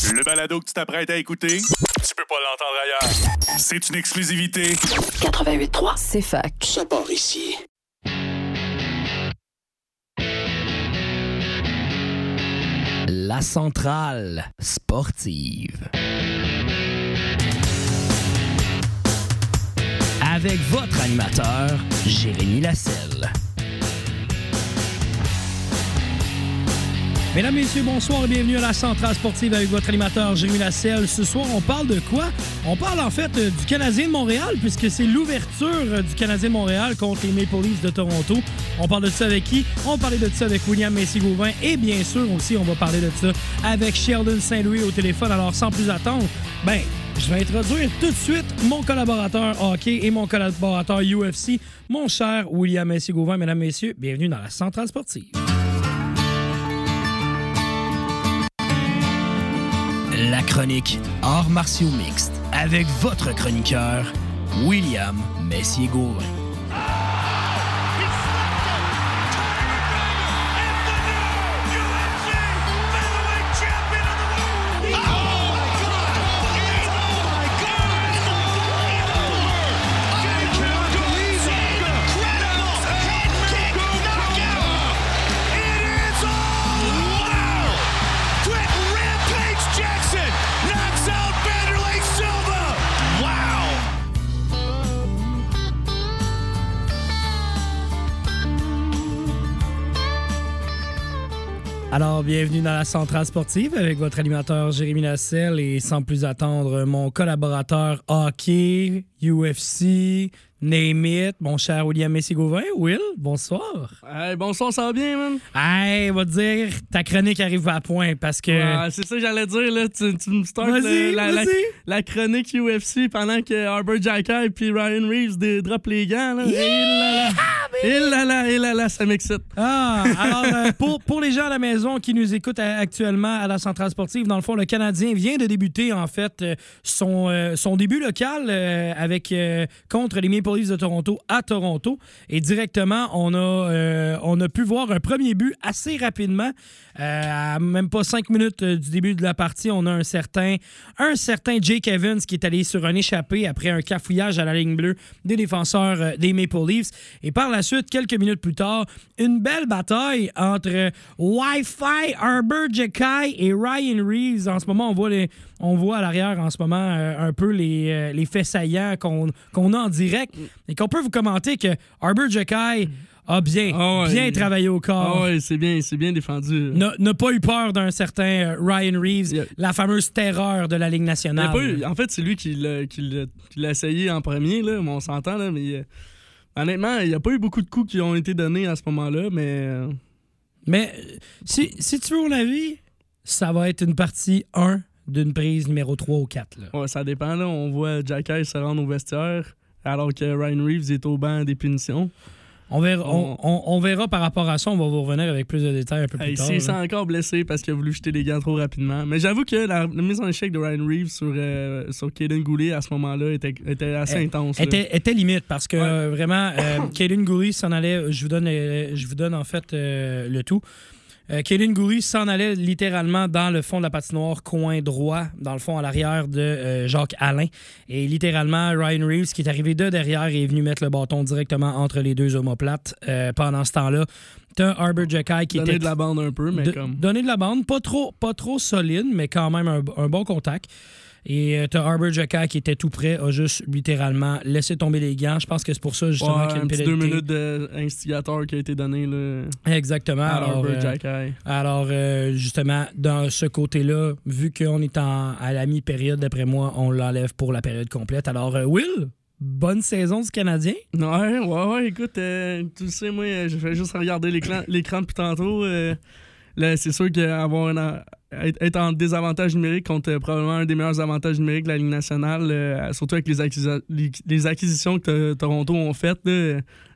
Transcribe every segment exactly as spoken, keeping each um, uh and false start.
Le balado que tu t'apprêtes à écouter, tu peux pas l'entendre ailleurs. C'est une exclusivité. quatre-vingt-huit trois, c'est fac. Ça part ici. La centrale sportive. Avec votre animateur, Jérémy Lasselle. Mesdames, Messieurs, bonsoir et bienvenue à la Centrale sportive avec votre animateur Jérémy Lasselle. Ce soir, on parle de quoi? On parle en fait euh, du Canadien de Montréal puisque c'est l'ouverture euh, du Canadien de Montréal contre les Maple Leafs de Toronto. On parle de ça avec qui? On parlait de ça avec William Messier-Gauvin et bien sûr aussi, on va parler de ça avec Sheldon Saint-Louis au téléphone. Alors, sans plus attendre, ben, je vais introduire tout de suite mon collaborateur hockey et mon collaborateur U F C, mon cher William Messier-Gauvin. Mesdames, Messieurs, bienvenue dans la Centrale sportive. La chronique Arts martiaux mixtes avec votre chroniqueur, William Messier-Gauvin. Alors, bienvenue dans la Centrale sportive avec votre animateur Jérémy Lasselle et sans plus attendre, mon collaborateur hockey, U F C, name it, mon cher William Messier-Gauvin. Will, bonsoir. Hey, bonsoir, ça va bien, man? Hey, va te dire, ta chronique arrive à point parce que... Ouais, c'est ça que j'allais dire, là. Tu, tu me starts vas-y, le, la, vas-y. La, la chronique U F C pendant que Arbor Jackai et Ryan Reeves dé- drop les gants, là. Yeah! Et là, là, et là, là, et là, là, ça m'excite. Ah, alors, euh, pour, pour les gens à la maison qui nous écoutent à- actuellement à la Centrale sportive, dans le fond, le Canadien vient de débuter, en fait, euh, son, euh, son début local euh, avec euh, contre les Maple Leafs de Toronto à Toronto. Et directement, on a, euh, on a pu voir un premier but assez rapidement. Euh, à même pas cinq minutes euh, du début de la partie, on a un certain, un certain Jake Evans qui est allé sur un échappé après un cafouillage à la ligne bleue des défenseurs euh, des Maple Leafs. Et par la suite, quelques minutes plus tard, une belle bataille entre Wi-Fi, Arbor Jackai et Ryan Reeves. En ce moment, on voit, les, on voit à l'arrière en ce moment euh, un peu les, euh, les faits saillants qu'on, qu'on a en direct et qu'on peut vous commenter que Arbor Jackai a bien, Ah ouais. bien travaillé au corps. Ah ouais, c'est bien, c'est bien défendu. N'a, n'a pas eu peur d'un certain euh, Ryan Reeves, Yeah. la fameuse terreur de la Ligue Il nationale. a pas eu- en fait, c'est lui qui l'a, qui l'a, qui l'a essayé en premier, là, mais on s'entend, là, mais euh, honnêtement, il n'y a pas eu beaucoup de coups qui ont été donnés à ce moment-là, mais... euh, Mais euh, si, si tu veux mon avis, ça va être une partie un d'une prise numéro trois ou quatre. Là. Ouais, ça dépend, là. On voit Jackai se rendre au vestiaire, alors que Ryan Reeves est au banc des punitions. On verra, on, on, on verra par rapport à ça. On va vous revenir avec plus de détails un peu plus Hey, tard. s'il s'est là. encore blessé parce qu'il a voulu jeter les gants trop rapidement. Mais j'avoue que la, la mise en échec de Ryan Reeves sur, euh, sur Kaden Goulet à ce moment-là était, était assez Elle- intense. là. Était, était limite parce que Ouais. euh, vraiment, euh, Kaden Goulet s'en allait. Je vous donne, euh, je vous donne en fait euh, le tout. Euh, Kaden Goulet s'en allait littéralement dans le fond de la patinoire, coin droit, dans le fond à l'arrière de euh, Jacques Alain. Et littéralement, Ryan Reeves, qui est arrivé de derrière, est venu mettre le bâton directement entre les deux omoplates. Euh, pendant ce temps-là, t'as Arbor Jackai qui Donner était... de la bande un peu, mais de- comme... Donner de la bande, pas trop, pas trop solide, mais quand même un, un bon contact. Et euh, t'as Arbor Jackai qui était tout prêt, a juste littéralement laissé tomber les gants. Je pense que c'est pour ça justement Ouais, qu'il y a un une petit pénalité. deux minutes d'instigateur qui a été donné là, Exactement. à Alors, Arbor euh, Jackai. alors euh, justement, dans ce côté-là, vu qu'on est en, à la mi-période, d'après moi, on l'enlève pour la période complète. Alors, euh, Will, bonne saison du Canadien. Ouais, ouais, ouais, écoute, euh, tu le sais, moi, je fais juste regarder l'écran, l'écran depuis tantôt. Euh, là, c'est sûr qu'avoir un... Être, être en désavantage numérique contre euh, probablement un des meilleurs avantages numériques de la Ligue nationale, euh, surtout avec les, acquisi- les, les acquisitions que t- Toronto ont faites, là,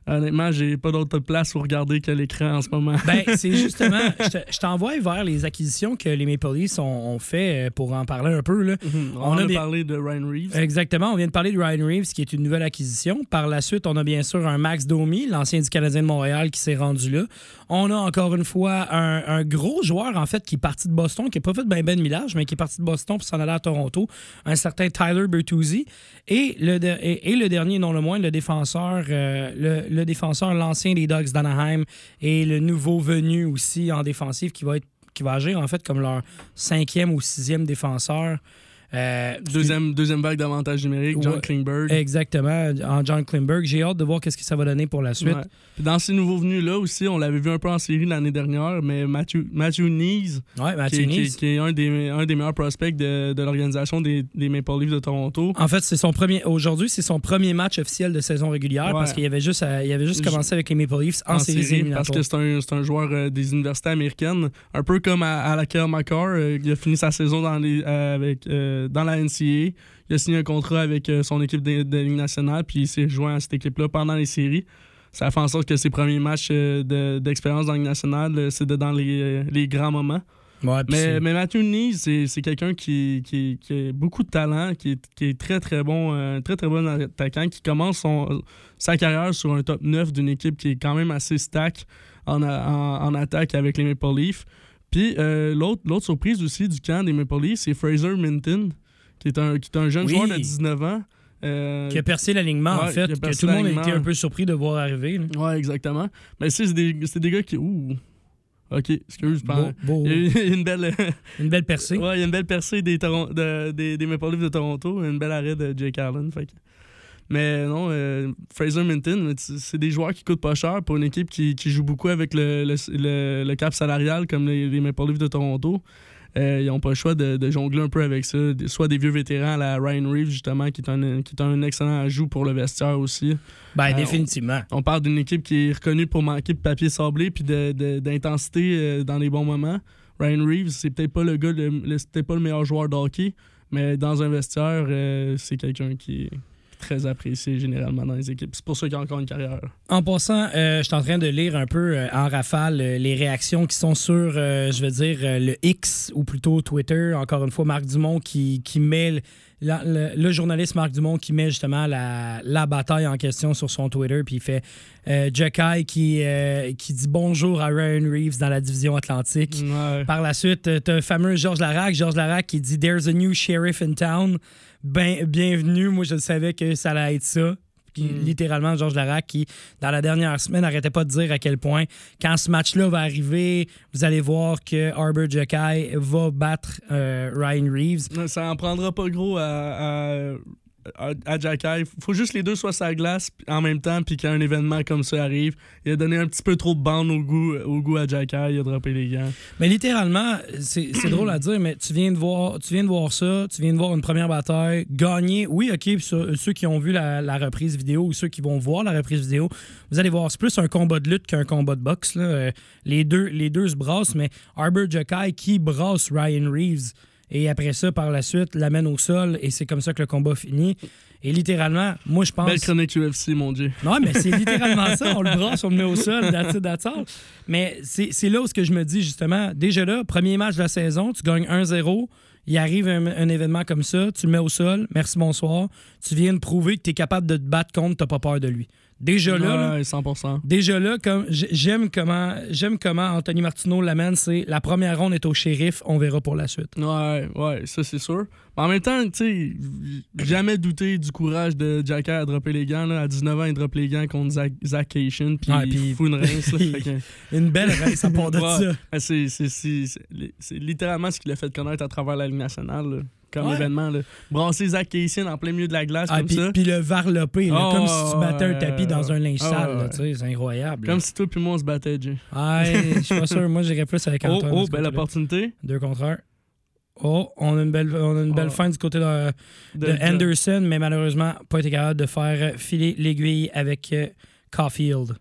Honnêtement, j'ai pas d'autre place pour regarder que l'écran en ce moment. Ben, c'est justement, je, te, je t'envoie vers les acquisitions que les Maple Leafs ont, ont fait pour en parler un peu. Là. Mm-hmm. On, on a, a des... parlé de Ryan Reeves. Exactement, on vient de parler de Ryan Reeves, qui est une nouvelle acquisition. Par la suite, on a bien sûr un Max Domi, l'ancien du Canadien de Montréal, qui s'est rendu là. On a encore une fois un, un gros joueur, en fait, qui est parti de Boston, qui n'a pas fait ben ben millage, mais qui est parti de Boston pour s'en aller à Toronto, un certain Tyler Bertuzzi. Et le, de, et, et le dernier, non le moins, le défenseur, euh, le, le défenseur, l'ancien des Ducks d'Anaheim, et le nouveau venu aussi en défensive, qui va être qui va agir en fait comme leur cinquième ou sixième défenseur. Euh, deuxième, deuxième vague d'avantages numériques, John ouais, Klingberg. Exactement, en John Klingberg. J'ai hâte de voir qu'est-ce que ça va donner pour la suite. Ouais. Dans ces nouveaux venus-là aussi, on l'avait vu un peu en série l'année dernière, mais Matthew, Matthew Knies, ouais, Matthew qui, Knies. Qui, qui est un des, un des meilleurs prospects de, de l'organisation des, des Maple Leafs de Toronto. En fait, c'est son premier. Aujourd'hui, c'est son premier match officiel de saison régulière ouais. parce qu'il avait juste, à, il avait juste commencé avec les Maple Leafs en, en séries éliminatoires. Parce que c'est un, c'est un joueur euh, des universités américaines, un peu comme à, à la Kyle McCarr, euh, il a fini sa saison dans, les, euh, avec, euh, dans la N C A A. Il a signé un contrat avec euh, son équipe de, de Ligue nationale, puis il s'est joint à cette équipe-là pendant les séries. Ça a fait en sorte que ses premiers matchs euh, de, d'expérience dans la Ligue nationale, euh, c'est dans les, euh, les grands moments. Ouais, mais, mais Matthew Knies, c'est, c'est quelqu'un qui, qui, qui a beaucoup de talent, qui est, qui est très, très bon, euh, très, très bon attaquant, qui commence son, sa carrière sur un top neuf d'une équipe qui est quand même assez stack en, en, en attaque avec les Maple Leafs. Puis euh, l'autre, l'autre surprise aussi du camp des Maple Leafs, c'est Fraser Minton, qui est un, qui est un jeune oui. joueur de dix-neuf ans. Euh, qui a percé l'alignement, ouais, en fait, que tout le monde a été un peu surpris de voir arriver. Là. Ouais, exactement. Mais c'est des, c'est des gars qui... Ouh. OK, excuse. Beau, beau. Il y a eu une belle... une belle percée. Ouais, il y a une belle percée des, Toron- de, des, des Maple Leafs de Toronto, une belle arrêt de Jake Allen. Fait que... Mais non, euh, Fraser Minton, c'est des joueurs qui coûtent pas cher pour une équipe qui, qui joue beaucoup avec le, le, le, le cap salarial comme les, les Maple Leafs de Toronto. Euh, ils n'ont pas le choix de, de jongler un peu avec ça. Soit des vieux vétérans à la Ryan Reeves, justement, qui est un, qui est un excellent ajout pour le vestiaire aussi. Ben, euh, définitivement. On, on parle d'une équipe qui est reconnue pour manquer de papier sablé puis de, de, d'intensité euh, dans les bons moments. Ryan Reeves, c'est peut-être pas le gars, le, le, c'est peut-être pas le meilleur joueur de hockey, mais dans un vestiaire, euh, c'est quelqu'un qui est très apprécié généralement dans les équipes. C'est pour ça qu'il a encore une carrière. En passant, euh, je suis en train de lire un peu euh, en rafale euh, les réactions qui sont sur, euh, je veux dire, euh, le X ou plutôt Twitter. Encore une fois, Marc Dumont qui, qui met... La, le, le journaliste Marc Dumont qui met justement la, la bataille en question sur son Twitter, puis il fait euh, Jacky qui, euh, qui dit bonjour à Ryan Reeves dans la division Atlantique. Ouais. Par la suite, t'as le fameux Georges Larac, Georges Larac qui dit There's a new sheriff in town. Ben, bienvenue, moi je savais que ça allait être ça. Puis, mm. littéralement, Georges Larac qui, dans la dernière semaine, n'arrêtait pas de dire à quel point, quand ce match-là va arriver, vous allez voir que Arber Xhekaj va battre euh, Ryan Reeves. Ça en prendra pas gros à, à, à, à Xhekaj. Faut juste que les deux soient sur la glace en même temps, puis qu'un événement comme ça arrive. Il a donné un petit peu trop de bande au goût, au goût à Xhekaj, il a droppé les gants. Mais littéralement, c'est, c'est drôle à dire, mais tu viens de voir tu viens de voir ça, tu viens de voir une première bataille, gagner, oui, OK, puis ça, ceux qui ont vu la, la reprise vidéo ou ceux qui vont voir la reprise vidéo, vous allez voir, c'est plus un combat de lutte qu'un combat de boxe. Là. Euh, les, deux, les deux se brassent, mais Arber Xhekaj qui brasse Ryan Reeves, et après ça, par la suite, l'amène au sol, et c'est comme ça que le combat finit. Et littéralement, moi, je pense... Belle chronique U F C, mon Dieu. Non, mais c'est littéralement ça. On le brasse, on le met au sol, that's it, that's all. Mais c'est, c'est là où ce que je me dis, justement, déjà là, premier match de la saison, tu gagnes un zéro, il arrive un, un événement comme ça, tu le mets au sol, merci, bonsoir, tu viens de prouver que tu es capable de te battre contre, tu n'as pas peur de lui. Déjà là, ouais, là, cent pour cent. Déjà là, comme j'aime comment j'aime comment Anthony Martineau l'amène, c'est la première ronde est au shérif, on verra pour la suite. Ouais, ouais, ça c'est sûr. Mais en même temps, tu sais, jamais douté du courage de Xhekaj à dropper les gants. Là. À dix-neuf ans, il droppe les gants contre Zach, Zach Cation, puis ouais, il fout une rince. Là, que... Une belle rince à part de ouais, ça. C'est, c'est, c'est, c'est, c'est littéralement ce qu'il a fait connaître à travers la Ligue nationale. Là. Comme ouais. événement. Là. Brasser Zach Cation en plein milieu de la glace ah, comme pis, ça. Puis le varloper, là, oh, comme si tu battais un tapis dans un linge oh, sale. ouais. Là, c'est incroyable. Comme là. si toi puis moi on se battait, Jay. Ouais, je suis pas sûr. Moi, j'irais plus avec Antoine. Oh, oh belle opportunité. Deux contre un. Oh, on a une belle, on a une belle oh. fin du côté de, de, de Anderson, mais malheureusement, pas été capable de faire filer l'aiguille avec euh, Caulfield.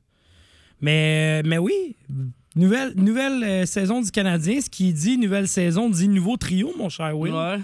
Mais, mais oui, nouvelle, nouvelle euh, saison du Canadien. Ce qui dit nouvelle saison dit nouveau trio, mon cher Will. Ouais.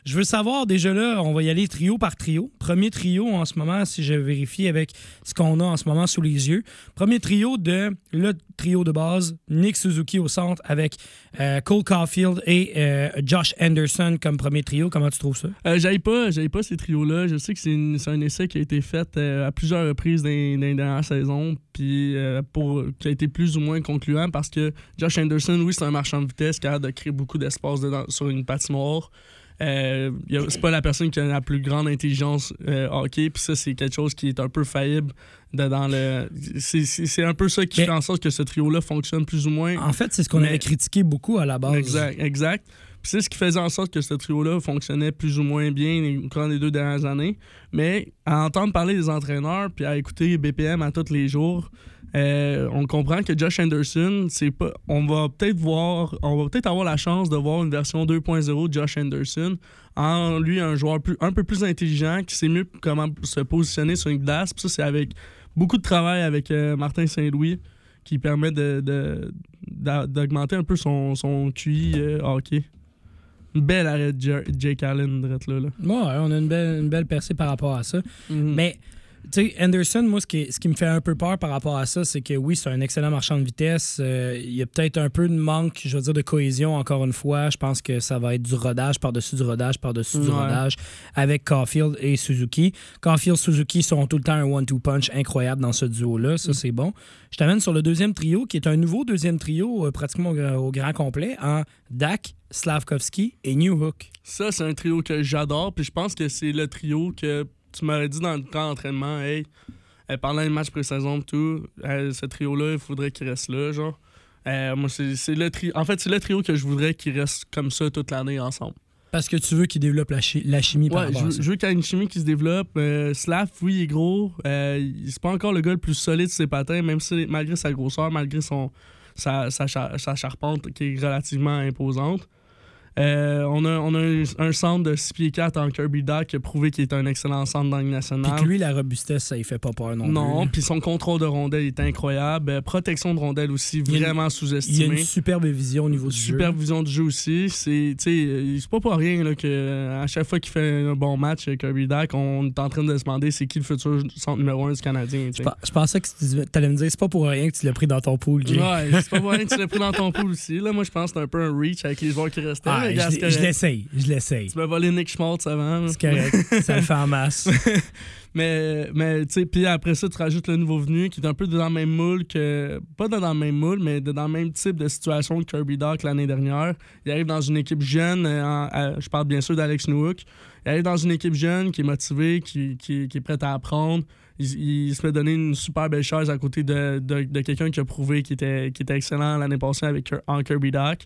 Je veux savoir, déjà là, on va y aller trio par trio. Premier trio en ce moment, si je vérifie avec ce qu'on a en ce moment sous les yeux. Premier trio de le trio de base, Nick Suzuki au centre avec euh, Cole Caulfield et euh, Josh Anderson comme premier trio. Comment tu trouves ça? Euh, j'aille pas, j'aille pas ces trios-là. Je sais que c'est, une, c'est un essai qui a été fait euh, à plusieurs reprises dans, dans les dernières saisons, puis euh, pour qui a été plus ou moins concluant parce que Josh Anderson, oui, c'est un marchand de vitesse qui a de créer beaucoup d'espace dedans, sur une patinoire. Euh, y a, c'est pas la personne qui a la plus grande intelligence euh, hockey, puis ça, c'est quelque chose qui est un peu faillible de, dans le. C'est, c'est, c'est un peu ça qui mais, fait en sorte que ce trio-là fonctionne plus ou moins. En fait, c'est ce qu'on mais, avait critiqué beaucoup à la base. Exact, exact. Puis c'est ce qui faisait en sorte que ce trio-là fonctionnait plus ou moins bien au cours des deux dernières années. Mais à entendre parler des entraîneurs puis à écouter B P M à tous les jours, euh, on comprend que Josh Anderson, c'est pas. On va peut-être voir. On va peut-être avoir la chance de voir une version deux point zéro de Josh Anderson. En lui, un joueur plus, un peu plus intelligent, qui sait mieux comment se positionner sur une glace. Puis ça, c'est avec beaucoup de travail avec euh, Martin Saint-Louis qui permet de, de, d'augmenter un peu son, son Q I euh, hockey. Une belle arrêt de J- Jake Allen, drette là. là. Ouais, on a une belle, une belle percée par rapport à ça. Mm-hmm. Mais, tu sais, Anderson, moi, ce qui, ce qui me fait un peu peur par rapport à ça, c'est que oui, c'est un excellent marchand de vitesse. Euh, il y a peut-être un peu de manque, je veux dire, de cohésion, encore une fois. Je pense que ça va être du rodage par-dessus du rodage par-dessus ouais. du rodage avec Caulfield et Suzuki. Caulfield et Suzuki sont tout le temps un one-two punch incroyable dans ce duo-là. Ça, mm. c'est bon. Je t'amène sur le deuxième trio, qui est un nouveau deuxième trio, euh, pratiquement au, au grand complet, en Dak, Slavkovski et Newhook. Ça, c'est un trio que j'adore, puis je pense que c'est le trio que tu m'aurais dit dans le temps d'entraînement, hey, euh, pendant les matchs pré-saison et tout, euh, ce trio-là, il faudrait qu'il reste là, genre. Euh, moi, c'est, c'est le trio. En fait, c'est le trio que je voudrais qu'il reste comme ça toute l'année ensemble. Parce que tu veux qu'il développe la, chi- la chimie par ouais, rapport je, à ça. je veux qu'il y ait une chimie qui se développe. Euh, Slav, oui, il est gros. Euh, c'est pas encore le gars le plus solide de ses patins, même si, malgré sa grosseur, malgré son, sa, sa, sa, sa charpente qui est relativement imposante. Euh, on a, on a un, un centre de six pieds quatre en Kirby Dach qui a prouvé qu'il est un excellent centre dans la Ligue nationale. Puis lui, la robustesse, ça ne fait pas peur non, non plus. Non, puis son contrôle de rondelle est incroyable. Euh, protection de rondelle aussi, vraiment une, sous-estimée. Il y a une superbe vision au niveau du jeu. Superbe vision du jeu aussi. C'est, c'est pas pour rien là, que à chaque fois qu'il fait un bon match, Kirby Dach, on est en train de se demander c'est qui le futur centre numéro un du Canadien. Je, je pensais que tu allais me dire c'est pas pour rien que tu l'as pris dans ton pool, Jay. Ouais, c'est pas pour rien que tu l'as pris dans ton pool aussi. Là, moi, je pense que c'est un peu un reach avec les joueurs qui restaient. Ah, là, je, je l'essaye, je l'essaye. Tu m'as volé Nick Schmaltz avant. C'est correct, ça le fait en masse. mais, mais tu sais, puis après ça, tu rajoutes le nouveau venu qui est un peu dans le même moule que. Pas dans le même moule, mais dans le même type de situation que Kirby Dach l'année dernière. Il arrive dans une équipe jeune, en, à, je parle bien sûr d'Alex Newhook. Il arrive dans une équipe jeune qui est motivée, qui, qui, qui est prête à apprendre. Il, il se fait donner une super belle chaise à côté de, de, de quelqu'un qui a prouvé qu'il était, qu'il était excellent l'année passée avec, en Kirby Dach.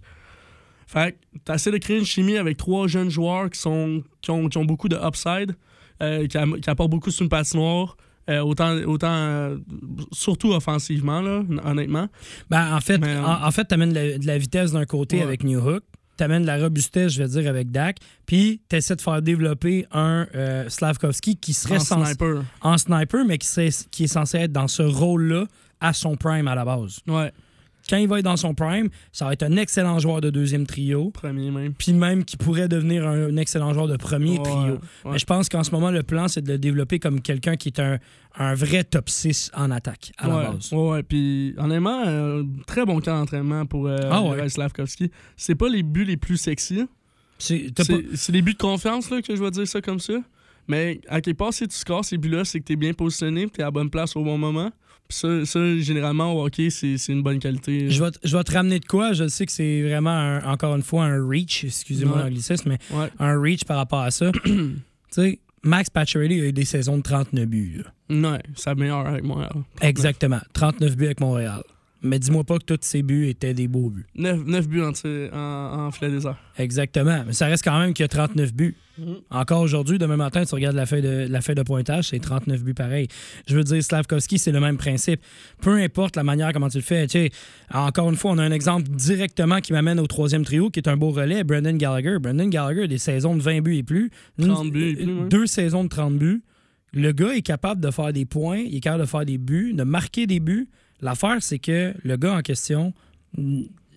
Fait que t'as essayé de créer une chimie avec trois jeunes joueurs qui, sont, qui, ont, qui ont beaucoup de upside, euh, qui, am- qui apportent beaucoup sur une patinoire, euh, autant, autant euh, surtout offensivement, là, honnêtement. Ben, en fait, Mais, euh, en, en fait, t'amènes la, de la vitesse d'un côté ouais. avec Newhook, t'amènes de la robustesse, je vais dire, avec Dach, puis t'essaies de faire développer un euh, Slavkovski qui serait en sens- sniper. en sniper, mais qui, serait, qui est censé être dans ce rôle-là à son prime à la base. Ouais. Quand il va être dans son prime, ça va être un excellent joueur de deuxième trio. Premier même. Puis même qui pourrait devenir un, un excellent joueur de premier ouais, trio. Ouais. Mais je pense qu'en ce moment, le plan, c'est de le développer comme quelqu'un qui est un, un vrai top six en attaque, à ouais, la base. Ouais, ouais. Puis honnêtement, euh, très bon camp d'entraînement pour euh, ah ouais. Slavkovski. C'est pas les buts les plus sexy. C'est, c'est, pas... c'est des buts de confiance là, que je vais dire ça comme ça. Mais à quelque part, si tu scores ces buts-là, c'est que t'es bien positionné et t'es à la bonne place au bon moment. Puis ça, ça, généralement, au hockey, c'est, c'est une bonne qualité. Je vais, t- je vais te ramener de quoi? Je sais que c'est vraiment, un, encore une fois, un reach, excusez-moi ouais. l'anglicisme, mais ouais. un reach par rapport à ça. Tu sais, Max Pacioretty a eu des saisons de trente-neuf buts. Là. Ouais, c'est meilleur avec Montréal. Exactement, trente-neuf buts avec Montréal. Mais dis-moi pas que tous ces buts étaient des beaux buts. neuf buts en, en, en filet désert. Exactement. Mais ça reste quand même qu'il y a trente-neuf buts. Mm-hmm. Encore aujourd'hui, demain matin, tu regardes la feuille de, la feuille de pointage, c'est trente-neuf buts pareil. Je veux dire, Slavkovski, c'est le même principe. Peu importe la manière comment tu le fais. Tu sais, encore une fois, on a un exemple directement qui m'amène au troisième trio, qui est un beau relais, Brendan Gallagher. Brendan Gallagher a des saisons de vingt buts et plus. trente buts et plus. Ouais. Deux saisons de trente buts. Le gars est capable de faire des points, il est capable de faire des buts, de marquer des buts. L'affaire, c'est que le gars en question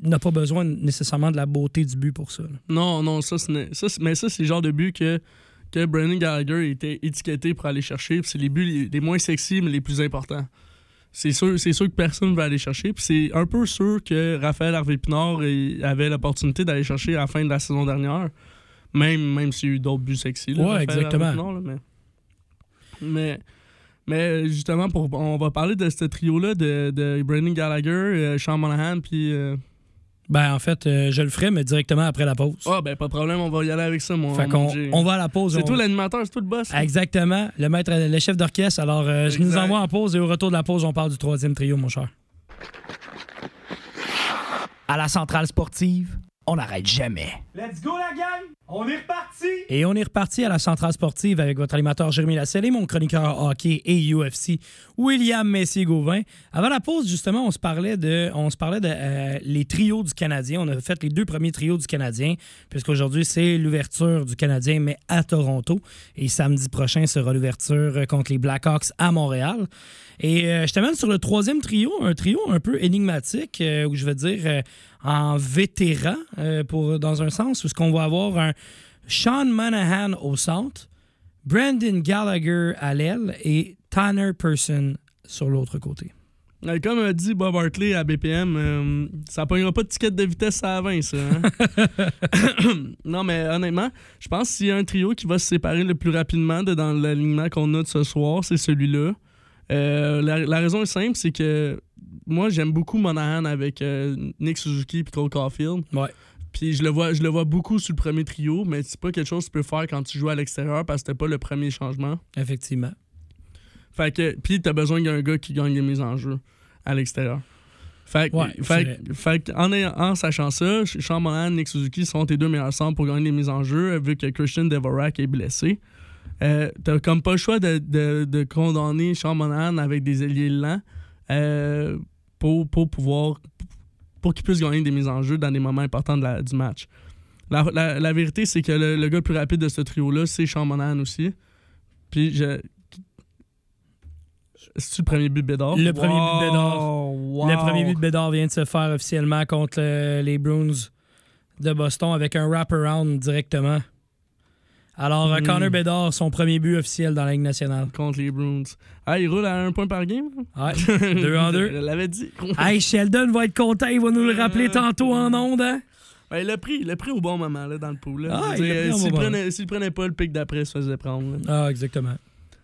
n'a pas besoin nécessairement de la beauté du but pour ça. Là. Non, non, ça, c'est, ça c'est, mais ça, c'est le genre de but que, que Brendan Gallagher était étiqueté pour aller chercher. Puis c'est les buts les, les moins sexy, mais les plus importants. C'est sûr, c'est sûr que personne ne va aller chercher. Puis c'est un peu sûr que Raphaël Harvey-Pinard avait l'opportunité d'aller chercher à la fin de la saison dernière. Même, même s'il y a eu d'autres buts sexy. Oui, exactement. Là, mais, mais, mais justement, pour, on va parler de ce trio-là de, de Brendan Gallagher, euh, Sean Monahan, puis... Euh... Ben, en fait, euh, je le ferai, mais directement après la pause. Ah, ben, pas de problème, on va y aller avec ça, mon Fait qu'on on va à la pause. C'est on... toi l'animateur, c'est toi le boss. Là. Exactement. Le maître, le chef d'orchestre. Alors, euh, je nous envoie en pause et au retour de la pause, on parle du troisième trio, mon cher. À la centrale sportive, on n'arrête jamais. Let's go, la gang! On est reparti! Et on est reparti à la centrale sportive avec votre animateur Jérémy Lasselle et mon chroniqueur hockey et U F C, William Messier-Gauvin. Avant la pause, justement, on se parlait de, on se parlait de euh, les trios du Canadien. On a fait les deux premiers trios du Canadien, puisqu'aujourd'hui, c'est l'ouverture du Canadien, mais à Toronto. Et samedi prochain sera l'ouverture contre les Blackhawks à Montréal. Et euh, je t'amène sur le troisième trio, un trio un peu énigmatique, euh, où je veux dire euh, en vétéran, euh, pour, dans un sens, où ce qu'on va avoir un Sean Monahan au centre, Brendan Gallagher à l'aile et Tanner Pearson sur l'autre côté. Comme a dit Bob Hartley à B P M, euh, ça ne pognera pas de ticket de vitesse à vingt, ça. Hein? Non, mais honnêtement, je pense que s'il y a un trio qui va se séparer le plus rapidement de, dans l'alignement qu'on a de ce soir, c'est celui-là. Euh, la, la raison est simple, c'est que moi, j'aime beaucoup Monahan avec euh, Nick Suzuki et Cole Caulfield. Ouais. Puis je le vois je le vois beaucoup sur le premier trio, mais c'est pas quelque chose que tu peux faire quand tu joues à l'extérieur parce que c'était pas le premier changement. Effectivement. Fait que, puis t'as besoin d'un gars qui gagne les mises en jeu à l'extérieur. Fait que, ouais, fait, fait que en, en sachant ça, Sean Monahan et Nick Suzuki sont tes deux meilleurs centres pour gagner les mises en jeu, vu que Christian Dvorak est blessé. Euh, t'as comme pas le choix de, de, de condamner Sean Monahan avec des ailiers lents euh, pour, pour pouvoir pour qu'il puisse gagner des mises en jeu dans des moments importants de la, du match. La, la, la vérité, c'est que le, le gars le plus rapide de ce trio-là, c'est Sean Monahan aussi. Puis je... C'est-tu le premier but de Bédard? Le premier wow, but de Bédard. Wow. Le premier but de Bédard vient de se faire officiellement contre le, les Bruins de Boston avec un wrap-around directement. Alors, mm. Connor Bédard, son premier but officiel dans la Ligue nationale. Contre les Bruins. Ah, il roule à un point par game? Ouais, deux en deux. Je l'avais dit. Hey, Sheldon va être content, il va nous le rappeler tantôt en ondes, hein? Ben, il l'a pris, il l'a pris au bon moment, là, dans le pool. Là. Ah, dire, il l'a pris s'il, bon prenait, s'il prenait pas, le pic d'après, il se faisait prendre. Là. Ah, exactement.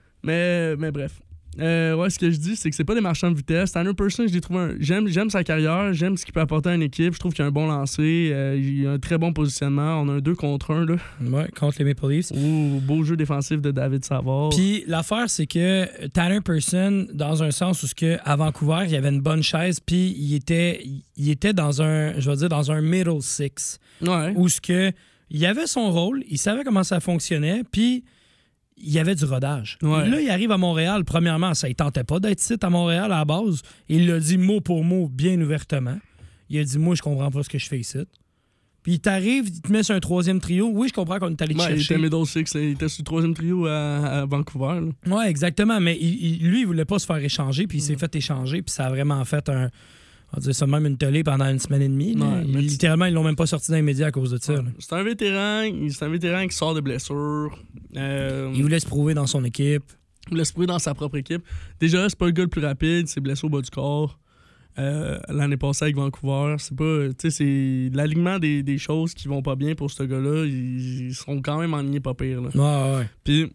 Mais, mais bref. Euh, ouais, ce que je dis, c'est que c'est pas des marchands de vitesse. Tanner Pearson, je l'ai trouvé un... j'aime, j'aime sa carrière, j'aime ce qu'il peut apporter à une équipe. Je trouve qu'il a un bon lancer, euh, il a un très bon positionnement. On a un deux contre un, là. Ouais, contre les Maple Leafs. Ouh, beau jeu défensif de David Savard. Puis l'affaire, c'est que Tanner Pearson, dans un sens où ce que, à Vancouver, il y avait une bonne chaise, puis il était, il était dans un, je vais dire, dans un middle six. Ouais. Où ce que, il avait son rôle, il savait comment ça fonctionnait, puis il y avait du rodage. Ouais. Là, il arrive à Montréal. Premièrement, ça ne tentait pas d'être ici à Montréal à la base. Il l'a dit mot pour mot, bien ouvertement. Il a dit, moi, je comprends pas ce que je fais ici. Puis il t'arrive, il te met sur un troisième trio. Oui, je comprends qu'on est allé te ouais, chercher. Il était middle six, il était sur le troisième trio à, à Vancouver. Oui, exactement. Mais il, il, lui, il voulait pas se faire échanger, puis il s'est fait échanger, puis ça a vraiment fait un... On va dire ça même une tollée pendant une semaine et demie. Ouais, il, littéralement, ils l'ont même pas sorti dans les médias à cause de ça. Ouais. C'est un vétéran, c'est un vétéran qui sort de blessure. Euh, il voulait se prouver dans son équipe. Il voulait se prouver dans sa propre équipe. Déjà, c'est pas le gars le plus rapide, c'est blessé au bas du corps. Euh, l'année passée avec Vancouver, c'est pas. Tu sais, c'est l'alignement des, des choses qui vont pas bien pour ce gars-là. Ils, ils sont quand même enlignés pas pire. Là. Ouais, ouais. Puis,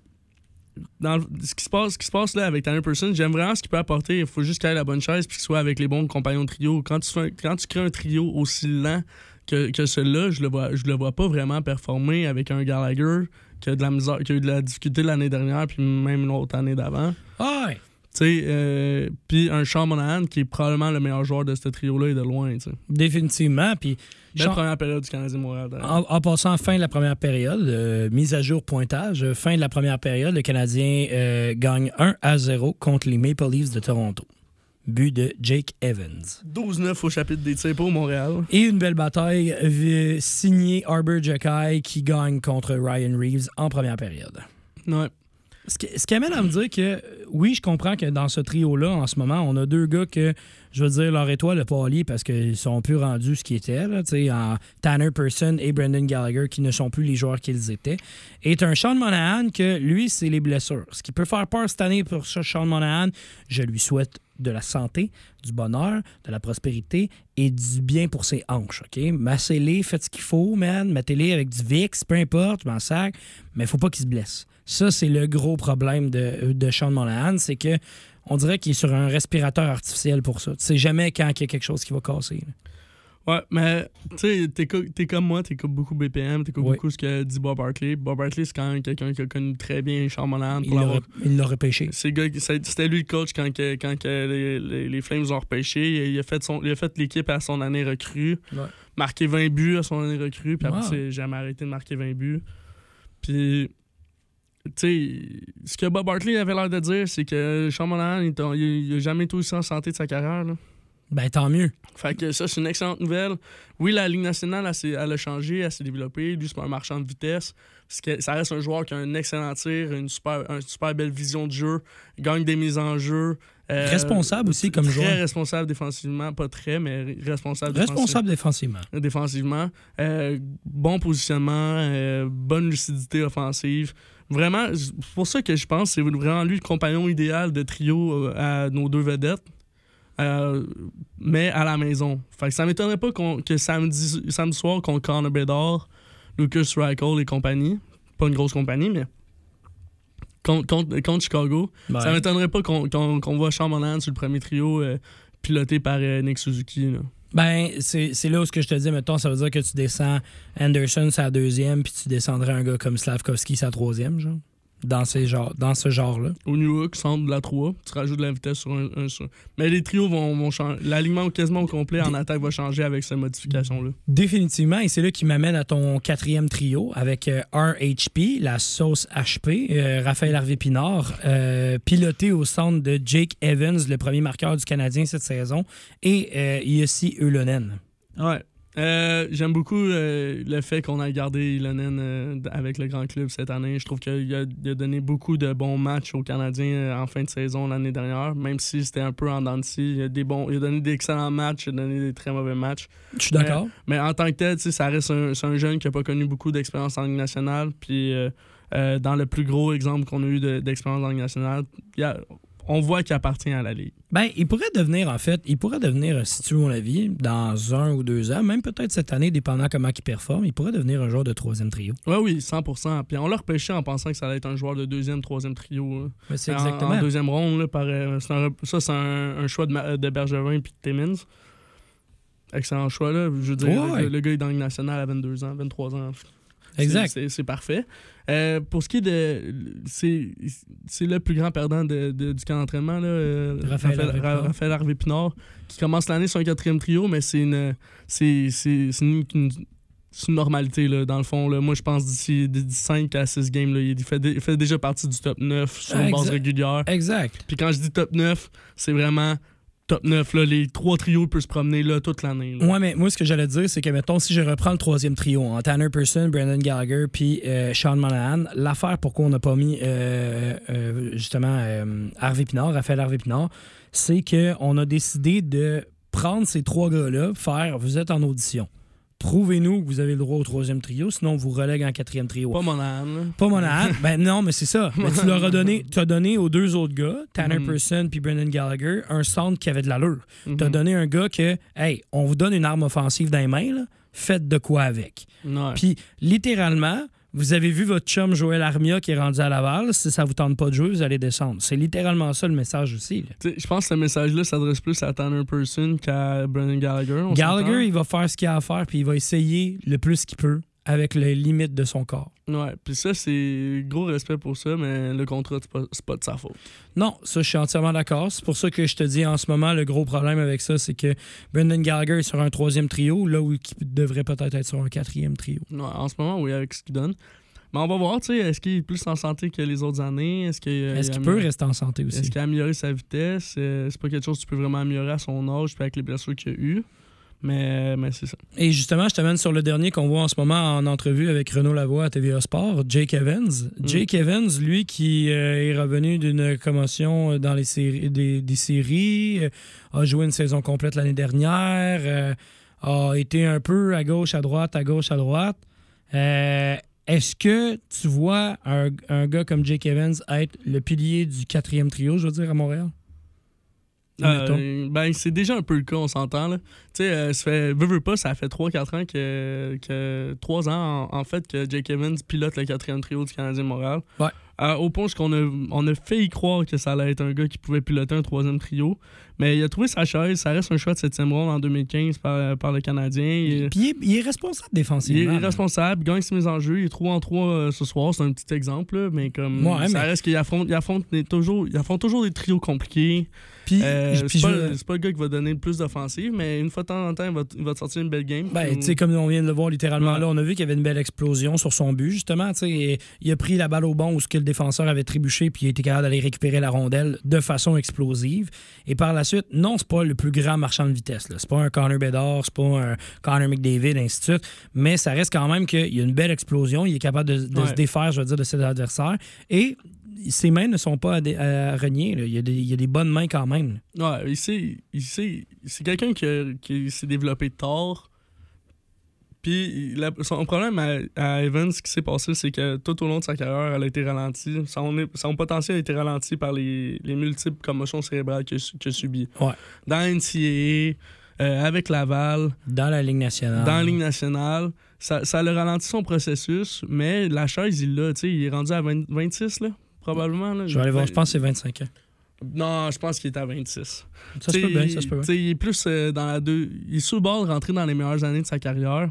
dans ce qui se passe, ce qui se passe là avec Tanner Pearson, j'aime vraiment ce qu'il peut apporter. Il faut juste qu'il ait la bonne chaise puis qu'il soit avec les bons compagnons de trio. Quand tu, fais, quand tu crées un trio aussi lent que, que celui-là, je le vois, je le vois pas vraiment performer avec un Gallagher qui a de la misère, qui a eu de la difficulté l'année dernière puis même l'autre année d'avant. Ouais. Tu sais, euh, puis un Sean Monahan qui est probablement le meilleur joueur de ce trio-là et de loin. T'sais. Définitivement. Puis Belle Jean... première période du Canadien Montréal. En, en passant, fin de la première période, euh, mise à jour pointage, fin de la première période, le Canadien euh, gagne un à zéro contre les Maple Leafs de Toronto. But de Jake Evans. douze neuf au chapitre des tirs pour Montréal. Et une belle bataille euh, signée Arbor Jackay qui gagne contre Ryan Reeves en première période. Ouais. Ce qui, ce qui amène à me dire que, oui, je comprends que dans ce trio-là, en ce moment, on a deux gars que je veux dire, leur étoile n'a pas allié parce qu'ils sont plus rendus ce qu'ils étaient, là, en Tanner Person et Brendan Gallagher, qui ne sont plus les joueurs qu'ils étaient. Et un Sean Monahan que, lui, c'est les blessures. Ce qui peut faire peur cette année pour ça, Sean Monahan, je lui souhaite de la santé, du bonheur, de la prospérité et du bien pour ses hanches, OK? Massez-les, faites ce qu'il faut, man. Mettez-les avec du Vicks, peu importe, je m'en sac, mais il faut pas qu'il se blesse. Ça, c'est le gros problème de, de Sean Monahan, c'est que on dirait qu'il est sur un respirateur artificiel pour ça. Tu sais jamais quand il y a quelque chose qui va casser. Là. Ouais, mais tu sais, t'es, t'es comme moi, t'écoutes beaucoup B P M, t'écoutes oui. beaucoup ce que dit Bob Hartley. Bob Hartley, c'est quand même quelqu'un qui a connu très bien Sean Monahan. Il, l'aura, il l'a repêché. C'est gars, c'était lui le coach quand, que, quand que les, les, les Flames ont repêché. Il a, fait son, il a fait l'équipe à son année recrue. Ouais. Marqué vingt buts à son année recrue. Puis wow. après, c'est jamais arrêté de marquer vingt buts. Puis, tu sais, ce que Bob Hartley avait l'air de dire, c'est que Sean Monahan, il n'a jamais été aussi en santé de sa carrière. Là. Ben, tant mieux. Fait que ça, c'est une excellente nouvelle. Oui, la Ligue nationale, elle, elle a changé, elle s'est développée. Lui, c'est pas un marchand de vitesse. Parce que ça reste un joueur qui a un excellent tir, une super, une super belle vision de jeu, gagne des mises en jeu. Euh, responsable aussi comme très joueur. Très responsable défensivement. Pas très, mais responsable Responsable défensivement. Défensivement. Euh, bon positionnement, euh, bonne lucidité offensive. Vraiment, c'est pour ça que je pense que c'est vraiment lui le compagnon idéal de trio à nos deux vedettes. Euh, mais à la maison. Fait que ça m'étonnerait pas qu'on, que samedi, samedi soir, qu'on Connor Bedard, Lucas Reichel et compagnie, pas une grosse compagnie, mais contre, contre, contre Chicago, ouais. Ça m'étonnerait pas qu'on, qu'on, qu'on voit Sean Monahan sur le premier trio euh, piloté par euh, Nick Suzuki. Là. Ben, c'est, c'est là où ce que je te dis, mettons, ça veut dire que tu descends Anderson sa deuxième, puis tu descendrais un gars comme Slavkovski sa troisième, genre. Dans, ces genres, dans ce genre-là. Au Newhook, centre de la trois, tu rajoutes de la vitesse sur un... un sur... Mais les trios vont, vont changer. L'alignement quasiment au complet en attaque va changer avec cette modification-là. Définitivement, et c'est là qui m'amène à ton quatrième trio avec euh, R H P, la sauce H P, euh, Raphaël Harvey-Pinard, euh, piloté au centre de Jake Evans, le premier marqueur du Canadien cette saison, et euh, Jussi Ylonen. Ouais. Euh, j'aime beaucoup euh, le fait qu'on a gardé Ylonen euh, avec le grand club cette année. Je trouve qu'il a, il a donné beaucoup de bons matchs aux Canadiens euh, en fin de saison l'année dernière, même si c'était un peu en dents de scie. Il a, des bons, il a donné d'excellents matchs, il a donné des très mauvais matchs. Je suis d'accord. Mais, mais en tant que tel, ça reste un, c'est un jeune qui n'a pas connu beaucoup d'expérience en Ligue nationale. Puis euh, euh, dans le plus gros exemple qu'on a eu de, d'expérience en Ligue nationale, il y a... on voit qu'il appartient à la Ligue. Ben, il pourrait devenir, en fait, il pourrait devenir, si tu veux mon avis, dans un ou deux ans, même peut-être cette année, dépendant comment il performe, il pourrait devenir un joueur de troisième trio. Oui, oui, cent pour cent. Puis on l'a repêché en pensant que ça allait être un joueur de deuxième, troisième trio. Ben, c'est en, exactement. En deuxième ronde, là, par, c'est un, ça, c'est un, un choix de, de Bergevin et de Timmins. Excellent choix, là. Je veux dire, ouais. le, le gars est dans la Ligue nationale à vingt-deux ans, vingt-trois ans. Exact. C'est, c'est, c'est parfait. Euh, pour ce qui est de... C'est, c'est le plus grand perdant de, de, du camp d'entraînement, là, euh, Raphaël, Raphaël, Harvey-Pinard. Raphaël Harvey-Pinard, qui commence l'année sur un quatrième trio, mais c'est une... C'est, c'est, c'est une, une, c'est une normalité, là, dans le fond. Là. Moi, je pense d'ici, d'ici cinq à six games, là, il, fait, il fait déjà partie du top neuf sur une base régulière. Exact. Puis quand je dis top neuf, c'est vraiment... Top neuf, là, les trois trios peuvent se promener là, toute l'année. Là. Ouais, mais moi, ce que j'allais dire, c'est que, mettons, si je reprends le troisième trio, en Tanner Person, Brendan Gallagher, puis euh, Sean Monahan, l'affaire pourquoi on n'a pas mis, euh, euh, justement, euh, Harvey-Pinard, Raphaël Harvey-Pinard, c'est qu'on a décidé de prendre ces trois gars-là, faire, vous êtes en audition. Prouvez-nous que vous avez le droit au troisième trio, sinon on vous relègue en quatrième trio. Pas Monahan. Là. Pas Monahan. Ben non, mais c'est ça. Mais tu leur as donné, tu as donné aux deux autres gars, Tanner mm-hmm. Person puis Brendan Gallagher, un centre qui avait de l'allure. Mm-hmm. Tu as donné un gars que, hey, on vous donne une arme offensive dans les mains, là, faites de quoi avec. Ouais. Puis littéralement, vous avez vu votre chum Joël Armia qui est rendu à Laval. Si ça vous tente pas de jouer, vous allez descendre. C'est littéralement ça le message aussi. Je pense que ce message-là s'adresse plus à Tanner Person qu'à Brendan Gallagher. Gallagher, s'entend. il va faire ce qu'il a à faire puis il va essayer le plus qu'il peut avec les limites de son corps. Ouais, puis ça, c'est gros respect pour ça, mais le contrat, c'est pas, c'est pas de sa faute. Non, ça, je suis entièrement d'accord. C'est pour ça que je te dis en ce moment, le gros problème avec ça, c'est que Brendan Gallagher est sur un troisième trio, là où il devrait peut-être être sur un quatrième trio. Ouais, en ce moment, oui, avec ce qu'il donne. Mais on va voir, tu sais, est-ce qu'il est plus en santé que les autres années? Est-ce qu'il, est-ce qu'il il peut rester en santé aussi? Est-ce qu'il a amélioré sa vitesse? C'est pas quelque chose que tu peux vraiment améliorer à son âge puis avec les blessures qu'il a eues. Mais, mais c'est ça. Et justement, je t'amène sur le dernier qu'on voit en ce moment en entrevue avec Renaud Lavoie à T V A Sport, Jake Evans. Mm. Jake Evans, lui, qui euh, est revenu d'une commotion dans les séries, des, des séries, euh, a joué une saison complète l'année dernière, euh, a été un peu à gauche, à droite, à gauche, à droite. Euh, est-ce que tu vois un, un gars comme Jake Evans être le pilier du quatrième trio, je veux dire, à Montréal? Euh, ben, c'est déjà un peu le cas, on s'entend. Tu sais, euh, ça fait, veux, veux pas, ça fait trois quatre ans que. que trois ans, en, en fait, que Jake Evans pilote le quatrième trio du Canadien de Montréal. Ouais. Euh, au point qu'on a, on a fait y croire que ça allait être un gars qui pouvait piloter un troisième trio. Mais il a trouvé sa chaise. Ça reste un choix de septième ronde en deux mille quinze par, par le Canadien. Il, Puis il est, il est responsable défensivement. Il est responsable, il gagne ses mises en jeu. Il est trois en trois euh, ce soir. C'est un petit exemple, là, mais comme ouais, ça mais... reste qu'il affronte, il affronte, toujours, il affronte toujours des trios compliqués. Puis, euh, puis c'est, pas, je... c'est pas le gars qui va donner le plus d'offensive, mais une fois de temps en temps, il va, il va te sortir une belle game. Ben, tu sais, comme on vient de le voir littéralement ouais. là, on a vu qu'il y avait une belle explosion sur son but, justement. Et il a pris la balle au bon où ce que le défenseur avait trébuché, puis il a été capable d'aller récupérer la rondelle de façon explosive. Et par la suite, non, c'est pas le plus grand marchand de vitesse. Là. C'est pas un Connor Bedard, c'est pas un Connor McDavid, ainsi de suite. Mais ça reste quand même qu'il y a une belle explosion. Il est capable de, de ouais. se défaire, je veux dire, de ses adversaires. Et ses mains ne sont pas à, dé- à renier. Là. Il, y a des, il y a des bonnes mains quand même. Ouais, il sait, il sait, c'est quelqu'un qui, a, qui s'est développé tard. Puis la, son problème à, à Evans, ce qui s'est passé, c'est que tout au long de sa carrière, elle a été ralentie. Son, son potentiel a été ralenti par les, les multiples commotions cérébrales qu'il a, qu'il a subies. Ouais. Dans la N C A A, euh, avec Laval. Dans la Ligue nationale. Dans la Ligue nationale. Ça, ça a ralenti son processus, mais la chaise, il l'a. Il est rendu à vingt, vingt-six, là, probablement. Là. Je vais aller voir, je pense que c'est vingt-cinq ans. Non, je pense qu'il est à vingt-six. Ça se peut bien, ça se peut bien. Il est plus euh, dans la deux. Il est sous le bord de rentrer dans les meilleures années de sa carrière.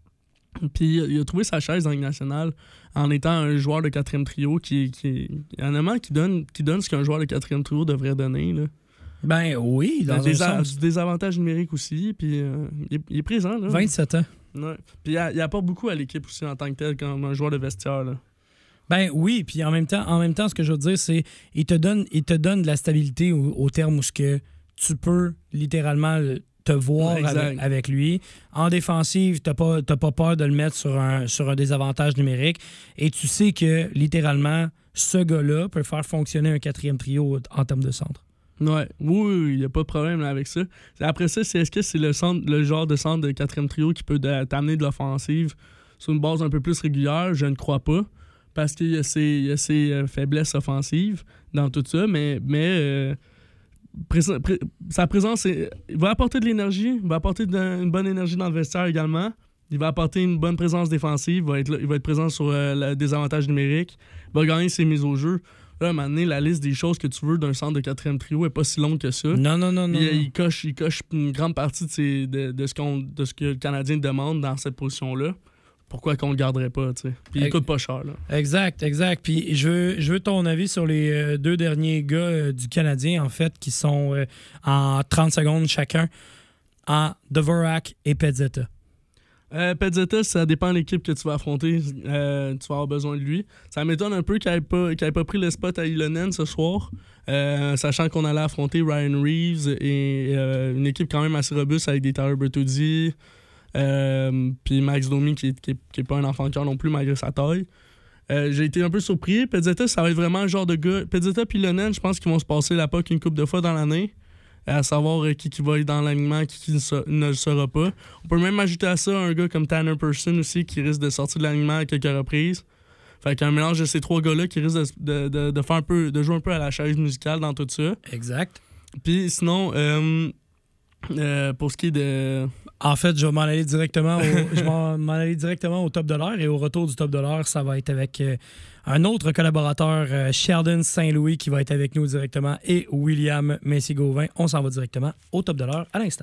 Puis il a trouvé sa chaise dans la Ligue nationale en étant un joueur de quatrième trio qui, qui, honnêtement, qui donne, qui donne ce qu'un joueur de quatrième trio devrait donner. Là. Ben oui, dans des, un a, sens. des avantages numériques aussi. Puis euh, il, est, il est présent. Là. vingt-sept ans. Ouais. Puis il, il apporte beaucoup à l'équipe aussi en tant que tel, comme un joueur de vestiaire. Là. Ben oui, puis en même temps, en même temps, ce que je veux dire, c'est il te donne, il te donne de la stabilité au, au terme où ce que tu peux littéralement te voir avec, avec lui. En défensive, tu n'as pas, t'as pas peur de le mettre sur un, sur un désavantage numérique. Et tu sais que, littéralement, ce gars-là peut faire fonctionner un quatrième trio en termes de centre. Ouais, oui, il n'y a pas de problème là, avec ça. Après ça, c'est, est-ce que c'est le, centre, le genre de centre de quatrième trio qui peut de, t'amener de l'offensive sur une base un peu plus régulière? Je ne crois pas. Parce qu'il y a ses, il y a ses euh, faiblesses offensives dans tout ça, mais... mais euh, Pré- pré- sa présence, est, il va apporter de l'énergie, il va apporter de, une bonne énergie dans le vestiaire également. Il va apporter une bonne présence défensive, il va être, là, il va être présent sur euh, le désavantage numérique, il va gagner ses mises au jeu. Là, à un moment donné, la liste des choses que tu veux d'un centre de quatrième trio n'est pas si longue que ça. Non, non, non, non. Il, non. il, coche, il coche une grande partie de, ses, de, de, ce qu'on, de ce que le Canadien demande dans cette position-là. Pourquoi qu'on le garderait pas, tu sais. Puis il Ex- coûte pas cher, là. Exact, exact. Puis je veux, je veux ton avis sur les euh, deux derniers gars euh, du Canadien, en fait, qui sont euh, en trente secondes chacun, en Dvorak et Pezzetta. Euh, Pezzetta, ça dépend de l'équipe que tu vas affronter. Euh, tu vas avoir besoin de lui. Ça m'étonne un peu qu'il n'ait pas, qu'il ait pas pris le spot à Ilonen ce soir, euh, sachant qu'on allait affronter Ryan Reeves et euh, une équipe quand même assez robuste avec des Tyler Bertuzzi, Euh, puis Max Domi qui est, qui, est, qui est pas un enfant de cœur non plus malgré sa taille. Euh, j'ai été un peu surpris. Pezzetta, ça va être vraiment le genre de gars. Pezzetta et Ilonen, je pense qu'ils vont se passer la puck une couple de fois dans l'année, à savoir euh, qui, qui va être dans l'alignement, qui, qui ne, se, ne le sera pas. On peut même ajouter à ça un gars comme Tanner Person aussi qui risque de sortir de l'alignement à quelques reprises. Fait qu'un mélange de ces trois gars-là qui risque de, de, de, de faire un peu, de jouer un peu à la chaise musicale dans tout ça. Exact. Puis sinon, euh, euh, pour ce qui est de... En fait, je vais m'en aller directement au, je vais m'en aller directement au top de l'heure. Et au retour du top de l'heure, ça va être avec euh, un autre collaborateur, euh, Sheldon Saint-Louis, qui va être avec nous directement, et William Messier-Gauvin. On s'en va directement au top de l'heure à l'instant.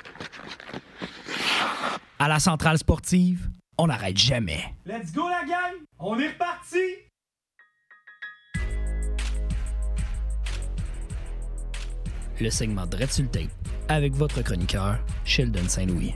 À la centrale sportive, on n'arrête jamais. Let's go la gang! On est reparti! Le segment de Red sur le tape avec votre chroniqueur, Sheldon Saint-Louis.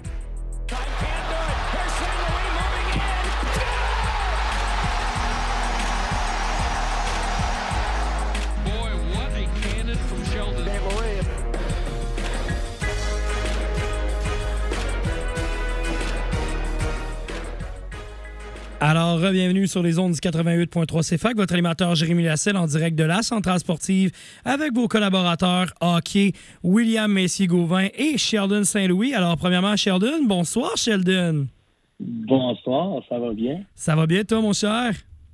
Alors, bienvenue sur les ondes du quatre-vingt-huit point trois C F A C, votre animateur Jérémy Lasselle en direct de la Centrale Sportive avec vos collaborateurs hockey, William Messier-Gauvin et Sheldon Saint-Louis. Alors, premièrement, Sheldon, bonsoir, Sheldon. Bonsoir, ça va bien? Ça va bien, toi, mon cher?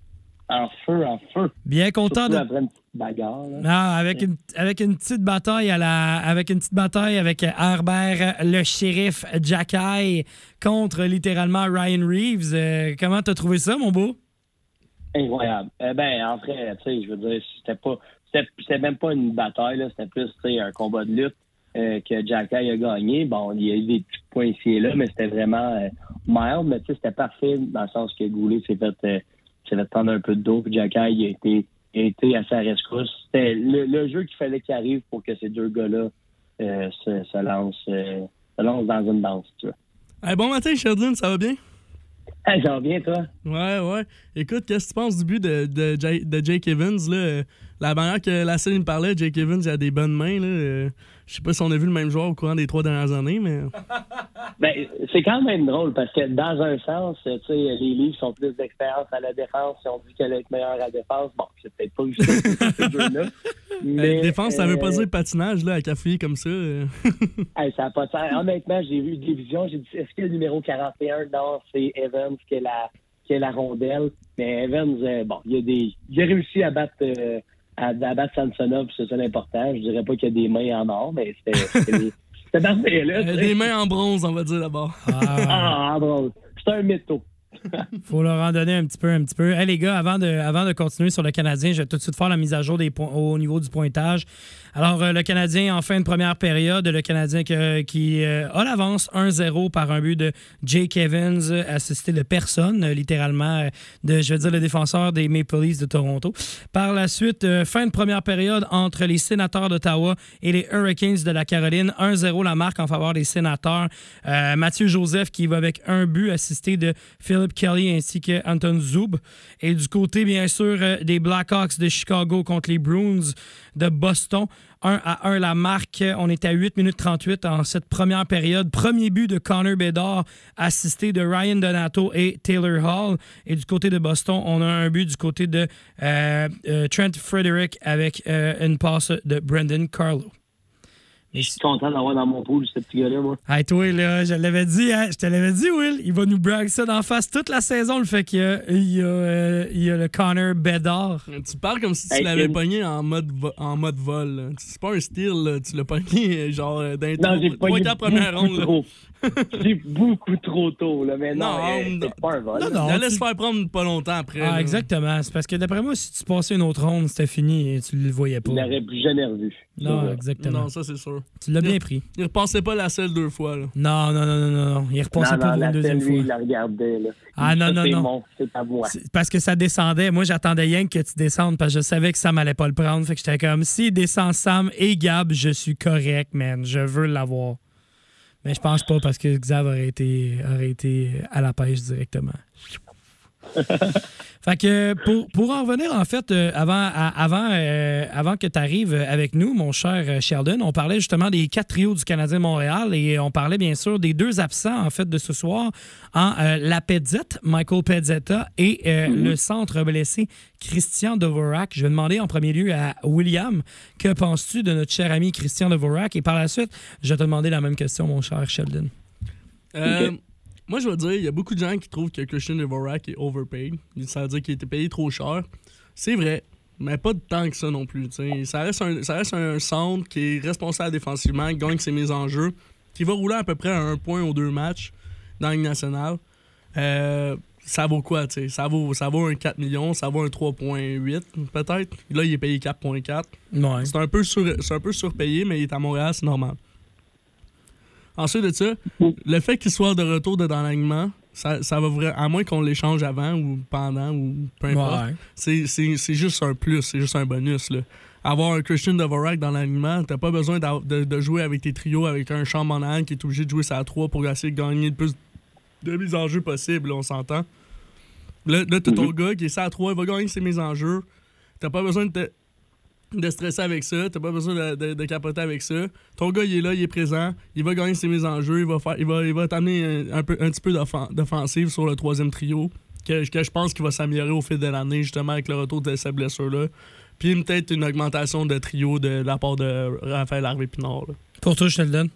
En feu, en feu. Bien content Surtout de... après une petite bagarre. Là. Ah, avec, une, avec une petite bataille à la, avec une petite bataille avec Herbert, le shérif Jacky contre littéralement Ryan Reeves. Euh, comment t'as trouvé ça, mon beau? Incroyable. Eh ben, en vrai, tu sais, je veux dire, c'était pas, c'était, c'était même pas une bataille, là, c'était plus, tu sais, un combat de lutte euh, que Jacky a gagné. Bon, il y a eu des petits points ici et là, mais c'était vraiment euh, mild, mais tu sais, c'était parfait dans le sens que Goulet s'est fait, euh, s'est fait prendre un peu de dos, puis Jacky il a été a été à sa rescousse. C'était le, le jeu qu'il fallait qu'il arrive pour que ces deux gars-là euh, se, se, lancent, euh, se lancent dans une danse, tu vois. Hey, bon matin, Sheldon, ça va bien? Hey, ça va bien, toi? Ouais, ouais. Écoute, qu'est-ce que tu penses du but de, de, Jake, de Jake Evans? Là? La manière que la scène me parlait, Jake Evans, il a des bonnes mains. Là. Je sais pas si on a vu le même joueur au courant des trois dernières années, mais... Ben, c'est quand même drôle parce que dans un sens, tu sais, les livres sont plus d'expérience à la défense. Si on dit qu'elle est meilleure à la défense, bon, c'est peut-être pas juste ce jeu-là. Mais la défense, ça veut euh, pas dire patinage, là, à café comme ça. Hey, ça n'a pas de sens. Honnêtement, j'ai vu des visions. J'ai dit, est-ce que le numéro quarante et un, non, c'est Evans qui est la, qui est la rondelle. Mais Evans, euh, bon, il a des, il a réussi à battre, euh, à, à battre Samsonov, c'est ça l'important. Je dirais pas qu'il y a des mains en or, mais c'était, c'était, c'était parfait, là. Des mains en bronze, on va dire d'abord. Ah, Ah, en bronze. C'est un mytho. faut leur en donner un petit peu, un petit peu. Hey, les gars, avant de, avant de continuer sur le Canadien, je vais tout de suite faire la mise à jour des points, au niveau du pointage. Alors, euh, le Canadien, en fin de première période, le Canadien que, qui euh, a l'avance un zéro par un but de Jake Evans, assisté de personne, euh, littéralement, euh, de, je veux dire, le défenseur des Maple Leafs de Toronto. Par la suite, euh, fin de première période entre les Sénateurs d'Ottawa et les Hurricanes de la Caroline. un zéro la marque en faveur des Sénateurs. Euh, Mathieu Joseph qui va avec un but assisté de Philip Kelly ainsi que Anton Zub. Et du côté, bien sûr, euh, des Blackhawks de Chicago contre les Bruins de Boston. un à un la marque. On est à huit minutes trente-huit en cette première période. Premier but de Connor Bedard, assisté de Ryan Donato et Taylor Hall. Et du côté de Boston, on a un but du côté de euh, euh, Trent Frederick avec euh, une passe de Brendan Carlo. Je suis content d'avoir dans mon pool ce petit gars-là, moi. Hey, toi, là, je l'avais dit, hein, je te l'avais dit, Will, il va nous brag ça d'en face toute la saison, le fait qu'il y a, il y a, euh, il y a le Connor Bedard. Tu parles comme si tu Hey, l'avais Kim. pogné en mode, vo- en mode vol. Là. C'est pas un style, là. Tu l'as pogné genre euh, d'un Non, j'ai trois pogné quarts première beaucoup ronde. là. trop. J'ai beaucoup trop tôt, là, mais non, Non, euh, non. c'est pas un vol. Non, là. non. Il allait tu- se faire prendre pas longtemps après. Ah, là. exactement. C'est parce que d'après moi, si tu passais une autre ronde, c'était fini et tu le voyais pas. Il l'aurait plus jamais revu. Non, Ça, exactement. Non, ça c'est sûr. Tu l'as bien pris. Il repensait pas la selle deux fois. Là. Non, non, non, non, non, non. Il repensait non, pas non, pour la une deuxième scène, lui, il fois. la regardait, là. Ah, Il dit, non, ça, non, c'est non. mon, c'est à moi. C'est parce que ça descendait. Moi, j'attendais rien que tu descendes parce que je savais que Sam allait pas le prendre. Fait que j'étais comme, s'il descend Sam et Gab, je suis correct, man. Je veux l'avoir. Mais je pense pas parce que Xav aurait été, aurait été à la pêche directement. Fait que pour, pour en revenir, en fait, euh, avant, à- avant, euh, avant que tu arrives avec nous, mon cher euh, Sheldon, on parlait justement des quatre trios du Canadien de Montréal et on parlait bien sûr des deux absents, en fait, de ce soir, en euh, la Pezzette, Michael Pezzetta, et euh, le centre blessé, Christian Dvorak. Je vais demander en premier lieu à William, que penses-tu de notre cher ami Christian Dvorak? Et par la suite, je vais te demander la même question, mon cher Sheldon. Euh, Ok. Moi, je veux dire, il y a beaucoup de gens qui trouvent que Christian Dvorak est overpaid. Ça veut dire qu'il était payé trop cher. C'est vrai, mais pas de tant que ça non plus. T'sais. Ça reste un, ça reste un centre qui est responsable défensivement, qui gagne ses mises en jeu, qui va rouler à peu près à un point ou deux matchs dans la Ligue nationale. Euh, ça vaut quoi, tu sais? Ça vaut, ça vaut un quatre millions, ça vaut un trois virgule huit peut-être. Là, il est payé quatre virgule quatre. Ouais. C'est un peu sur, c'est un peu surpayé, mais il est à Montréal, c'est normal. Ensuite de ça, le fait qu'il soit de retour de dans l'alignement, ça, ça va vraiment, à moins qu'on l'échange avant ou pendant ou peu importe, Ouais. c'est, c'est, c'est juste un plus, c'est juste un bonus. Là. Avoir un Christian Dvorak dans l'alignement, t'as pas besoin de, de jouer avec tes trios avec un Sean Monahan qui est obligé de jouer ça à trois pour essayer de gagner le plus de mises en jeu possible, là, on s'entend. Là, là t'as ton gars qui est ça à trois, il va gagner ses mises en jeu. T'as pas besoin de te... de stresser avec ça, t'as pas besoin de, de, de capoter avec ça. Ton gars, il est là, il est présent, il va gagner ses mises en jeu, il va faire, il va, il va t'amener un, un, peu, un petit peu d'offen- d'offensive sur le troisième trio, que, que je pense qu'il va s'améliorer au fil de l'année, justement, avec le retour de sa blessure-là. Puis peut-être une augmentation de trio de la part de Raphaël Harvey-Pinard. Là. Pour toi, je te le donne.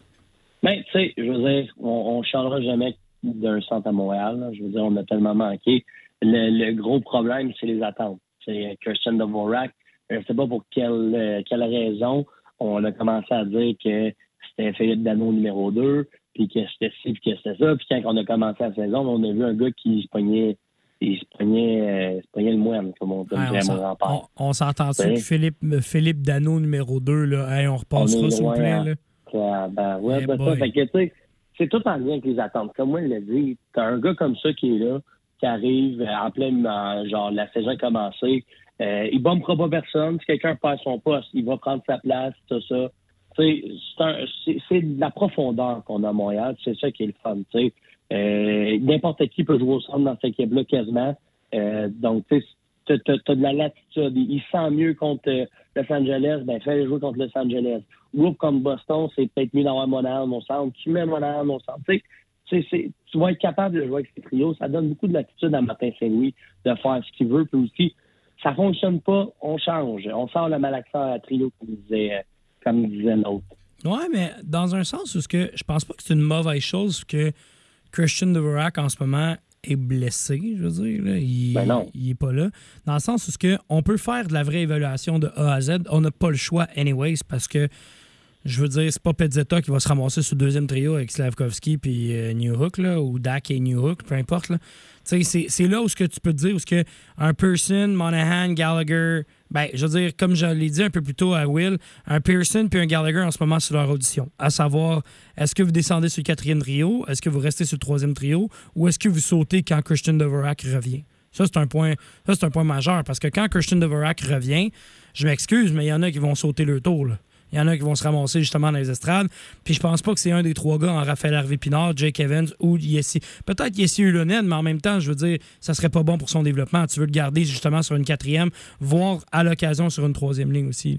Ben, tu sais, je veux dire, on ne changera jamais d'un centre à Montréal. Là. Je veux dire, on a tellement manqué. Le, le gros problème, c'est les attentes. C'est Christian Dvorak. Je ne sais pas pour quelle, euh, quelle raison on a commencé à dire que c'était Philippe Danault numéro deux, puis que c'était ci, puis que c'était ça. Puis quand on a commencé la saison, on a vu un gars qui se pognait, il se pognait, euh, se pognait le moine, comme on dit, Ouais, à on, mon grand-père. on, on s'entend-tu que Philippe, Philippe Danault numéro deux, là, hey, on repassera, s'il vous plaît. Hein. Là. Ah, ben, ouais, Hey ben, boy. ça, fait que, tu sais, c'est tout en lien avec les attentes. Comme moi, il l'a dit, t'as un gars comme ça qui est là, qui arrive en pleine, en, genre, la saison a commencé. Euh, il bombera pas personne. Si quelqu'un perd son poste, il va prendre sa place, tout ça. Tu sais, c'est, un, c'est, c'est de la profondeur qu'on a à Montréal. C'est ça qui est le fun, tu sais. Euh, n'importe qui peut jouer au centre dans cette équipe-là quasiment. Euh, donc, tu sais, t'as, t'as, t'as de la latitude. Il sent mieux contre euh, Los Angeles, ben fais-le jouer contre Los Angeles. Ou comme Boston, c'est peut-être mieux d'avoir Montréal, mon centre. Tu mets Montréal, mon centre. Tu sais, c'est, c'est, tu vas être capable de jouer avec ces trios. Ça donne beaucoup de latitude à Martin Saint-Louis de faire ce qu'il veut. Puis aussi, ça fonctionne pas, on change. On sort le malaxeur à trio, comme disait, euh, comme disait l'autre. Ouais, mais dans un sens où ce que je pense pas que c'est une mauvaise chose que Christian Dvorak en ce moment est blessé, je veux dire. Là. Il, Ben non. il est pas là. Dans le sens où ce que on peut faire de la vraie évaluation de A à Z. On n'a pas le choix anyways parce que je veux dire, c'est pas Pezzetta qui va se ramasser sur le deuxième trio avec Slavkovski puis euh, Newhook, là, ou Dak et Newhook, peu importe. Là. C'est, c'est là où ce que tu peux te dire, où ce que un Pearson, Monahan, Gallagher, ben, je veux dire, comme je l'ai dit un peu plus tôt à Will, un Pearson puis un Gallagher en ce moment sur leur audition. À savoir, est-ce que vous descendez sur le quatrième trio, est-ce que vous restez sur le troisième trio, ou est-ce que vous sautez quand Christian Dvorak revient? Ça, c'est un point, ça, c'est un point majeur, parce que quand Christian Dvorak revient, je m'excuse, mais il y en a qui vont sauter le tour, là. Il y en a qui vont se ramasser justement dans les estrades. Puis je pense pas que c'est un des trois gars en Raphaël Harvey-Pinard, Jake Evans ou Yessi. Peut-être Yessi Ulonen, mais en même temps, je veux dire, ça serait pas bon pour son développement. Tu veux le garder justement sur une quatrième, voire à l'occasion sur une troisième ligne aussi.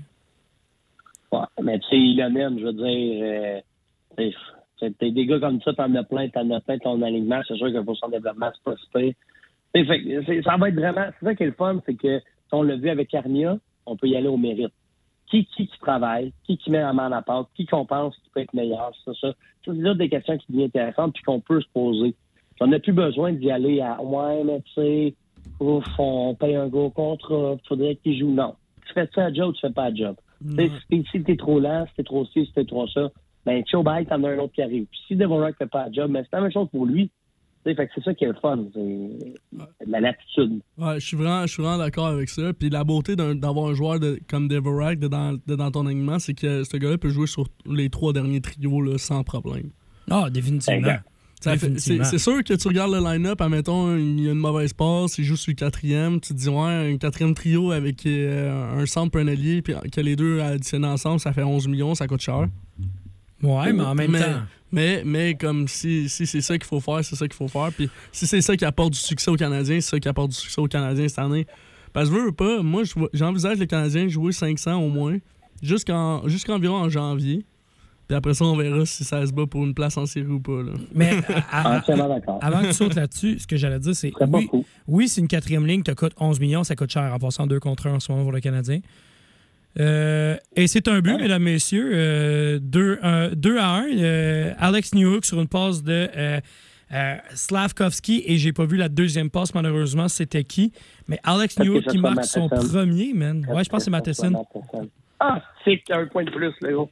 Ouais, mais tu sais, Ulonen, je veux dire, euh, t'es, t'es des gars comme ça, t'en as plein, t'en as plein ton alignement. C'est sûr que pour son développement, c'est pas super. Fait, c'est, ça va être vraiment... C'est ça qui est le fun, c'est que si on l'a vu avec Armia, on peut y aller au mérite. Qui, qui qui travaille, qui qui met la main à la pâte, qui qu'on pense qui peut être meilleur, c'est ça. C'est là des questions qui deviennent intéressantes puis qu'on peut se poser. On n'a plus besoin d'y aller à « Ouais, mais tu sais, ouf, on paye un gros contrat, il faudrait qu'il joue. » Non. Tu fais ça à job ou tu fais pas à job. Mm-hmm. Si, si t'es trop lent, si t'es trop ci, si t'es trop ça, ben ciao, bye, t'en as un autre qui arrive. Puis si Dvorak fait pas à job, ben c'est la même chose pour lui. Fait que c'est ça qui est le fun, c'est de la latitude. Ouais, je suis vraiment, je suis vraiment d'accord avec ça. Puis la beauté d'un, d'avoir un joueur de, comme Dvorak de dans, de dans ton alignement, c'est que ce gars-là peut jouer sur les trois derniers trios là, sans problème. Ah, définitivement. Ça définitivement. Fait, c'est, c'est sûr que tu regardes le line-up, admettons, il y a une mauvaise passe, il joue sur le quatrième, tu te dis, ouais, un quatrième trio avec euh, un centre et un allié, puis que les deux additionnés ensemble, ça fait onze millions, ça coûte cher. Ouais, mais en même mais, temps... Mais, mais comme si, si c'est ça qu'il faut faire, c'est ça qu'il faut faire. Puis si c'est ça qui apporte du succès aux Canadiens, c'est ça qui apporte du succès aux Canadiens cette année. Parce que je veux pas, moi, je, j'envisage les Canadiens jouer cinq cents au moins, jusqu'en, jusqu'environ en janvier. Puis après ça, on verra si ça se bat pour une place en série ou pas. Là. Mais à, à, d'accord. avant que tu sautes là-dessus, ce que j'allais dire, c'est oui, oui, c'est une quatrième ligne, te coûte onze millions, ça coûte cher en passant deux contre un en ce moment pour le Canadien. Euh, et c'est un but, mesdames, messieurs. Euh, deux à un. Euh, Alex Newhook sur une passe de euh, euh, Slavkovski. Et j'ai pas vu la deuxième passe, malheureusement, c'était qui. Mais Alex Newhook qui marque son premier, man. Ouais, je pense que c'est Matheson. Ah, c'est un point de plus, là, gros.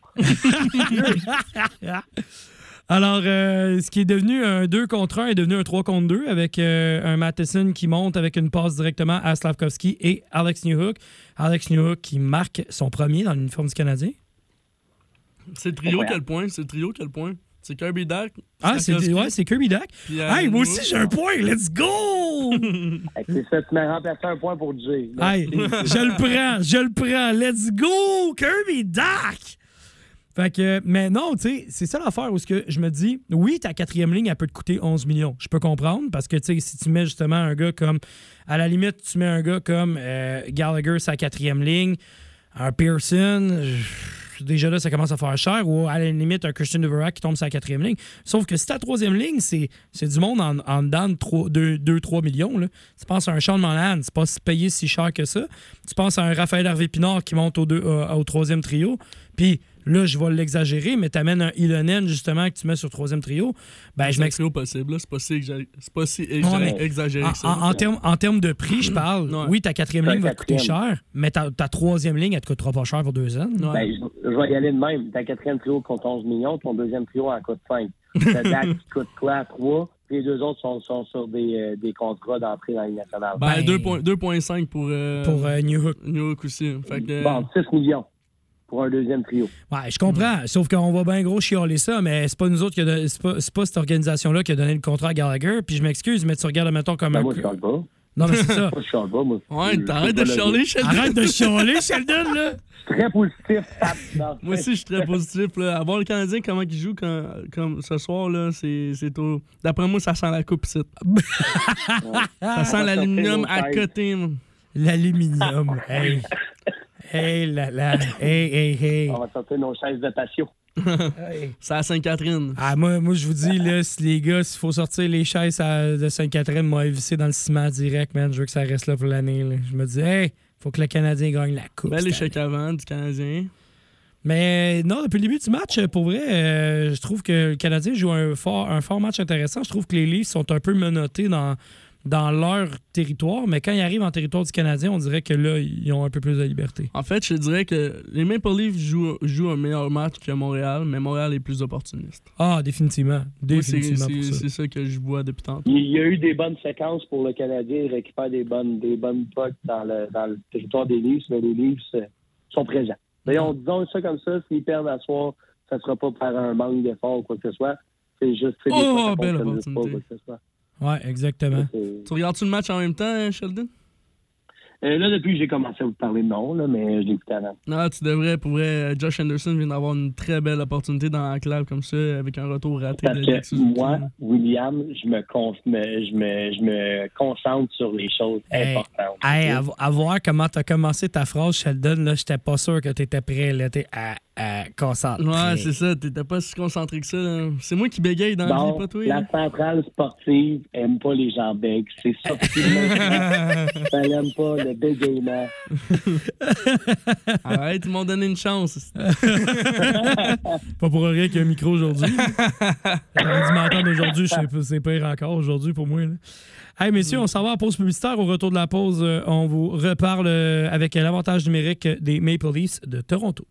Alors, euh, ce qui est devenu un deux contre un est devenu un trois contre deux avec euh, un Matheson qui monte avec une passe directement à Slavkovski et Alex Newhook. Alex Newhook qui marque son premier dans l'uniforme du Canadien. C'est le trio quel point? C'est le trio quel point? C'est Kirby Dak. Ah, c'est, ouais, c'est Kirby Dak. Puis, euh, hey, moi aussi, j'ai un point. Let's go! C'est ça, tu m'as remplacé un point pour Jay. Hey, je le prends, je le prends. Let's go! Kirby Dak! Fait que, mais non, tu sais, c'est ça l'affaire où ce que je me dis, oui, ta quatrième ligne, elle peut te coûter onze millions. Je peux comprendre parce que, tu sais, si tu mets justement un gars comme, à la limite, tu mets un gars comme euh, Gallagher, sa quatrième ligne, un Pearson, je- déjà là, ça commence à faire cher, ou à la limite, un Christian Dvorak qui tombe sur la quatrième ligne. Sauf que si ta troisième ligne, c'est, c'est du monde en, en dedans de deux à trois millions. Là. Tu penses à un Sean Monahan, c'est pas si payé si cher que ça. Tu penses à un Raphaël Harvey-Pinard qui monte au, deux, euh, au troisième trio. Puis là, je vais l'exagérer, mais tu amènes un Ilonen, justement, que tu mets sur troisième trio. Ben, je C'est m'explique. au possible, là. C'est pas si, exa- c'est pas si exa- Ouais, mais exagéré En, que ça. en, en termes, en termes de prix, je parle. Ouais. Oui, ta quatrième Ta ligne va te coûter quatrième. cher, mais ta, ta troisième ligne, elle te coûtera pas cher pour deux ans. Ouais. Ben, je, je vais y aller de même. Ta quatrième trio coûte onze millions, ton deuxième trio en coûte cinq. Ta Dak qui coûte quoi? trois. Puis les deux autres sont, sont sur des, euh, des contrats d'entrée dans la Ligue nationale. Ben, Ben- deux virgule cinq pour, euh, Pour euh, New Hook. New York aussi. Fait que, Bon, six millions pour un deuxième trio. Ouais, je comprends. Sauf qu'on va bien gros chialer ça, mais c'est pas nous autres qui a don- c'est pas, c'est pas cette organisation-là qui a donné le contrat à Gallagher. Puis je m'excuse, mais tu regardes, mettons, comme Ben, un. moi, je chante pas. Non, mais c'est ça. Moi, je chante pas. Moi, ouais, Je- t'arrêtes je de suis pas chialer, là- Sheldon. Arrête de chialer, Sheldon, là! Très positif. Pat, dans- Moi aussi, je suis très positif. Là. À voir le Canadien, comment il joue quand, comme ce soir, là, c'est, c'est au... D'après moi, ça sent la coupe ici. Ça sent l'aluminium à côté. man. L'aluminium. Hey. Hey, là, là. Hey, hey, hey. On va sortir nos chaises de patio. Hey. C'est à Sainte-Catherine. Ah, moi, moi je vous dis, là, si les gars, s'il faut sortir les chaises à- de Sainte-Catherine, moi, visser dans le ciment direct, man. Je veux que ça reste là pour l'année. Là. Je me dis, hey, faut que le Canadien gagne la coupe. Bel cette échec avant du Canadien. Mais non, depuis le début du match, pour vrai, euh, je trouve que le Canadien joue un fort, un fort match intéressant. Je trouve que les Leafs sont un peu menottés dans, dans leur territoire, mais quand ils arrivent en territoire du Canadien, on dirait que là, ils ont un peu plus de liberté. En fait, je dirais que les Maple Leafs jouent, jouent un meilleur match que Montréal, mais Montréal est plus opportuniste. Ah, définitivement. Moi, c'est, Définitivement c'est, pour ça. c'est ça que je vois depuis tantôt. Il y a eu des bonnes séquences pour le Canadien. Il récupère des bonnes, des bonnes pucks dans le, dans le territoire des Leafs, mais les Leafs euh, sont présents. D'ailleurs, disons ça comme ça, s'ils perdent à soir, ça ne sera pas par un manque d'effort ou quoi que ce soit. C'est juste c'est des Oh, fois, ça belle fonctionne juste pas, opportunité. quoi que ce soit. Ouais, exactement. C'est- Tu regardes-tu le match en même temps, hein, Sheldon? Euh, là, depuis que j'ai commencé à vous parler de non, là, mais je l'écoutais avant. Non, tu devrais. Pour vrai, Josh Anderson vient d'avoir une très belle opportunité dans la clave comme ça, avec un retour raté Parce de que Nick Suzuki. moi, William, je me, con- me- je, me, je me concentre sur les choses Hey, importantes. Hey, à, à voir comment tu as commencé ta phrase, Sheldon, là, j'étais pas sûr que tu étais prêt. Là, t'es à, à concentrer. Ouais, c'est ça. T'étais pas si concentré que ça. là. C'est moi qui bégaye dans la vie, Bon, pas toi. la hein. centrale sportive aime pas les gens bègues. C'est ça qui Elle aime pas le bégaiement. Arrête, ils m'ont donné une chance. Pas pour rien qu'il y a un micro aujourd'hui. J'aurais dû m'entendre aujourd'hui, je sais pas, c'est pire encore aujourd'hui pour moi. Là. Hey, messieurs, on s'en va en pause publicitaire. Au retour de la pause, euh, on vous reparle euh, avec l'avantage numérique des Maple Leafs de Toronto.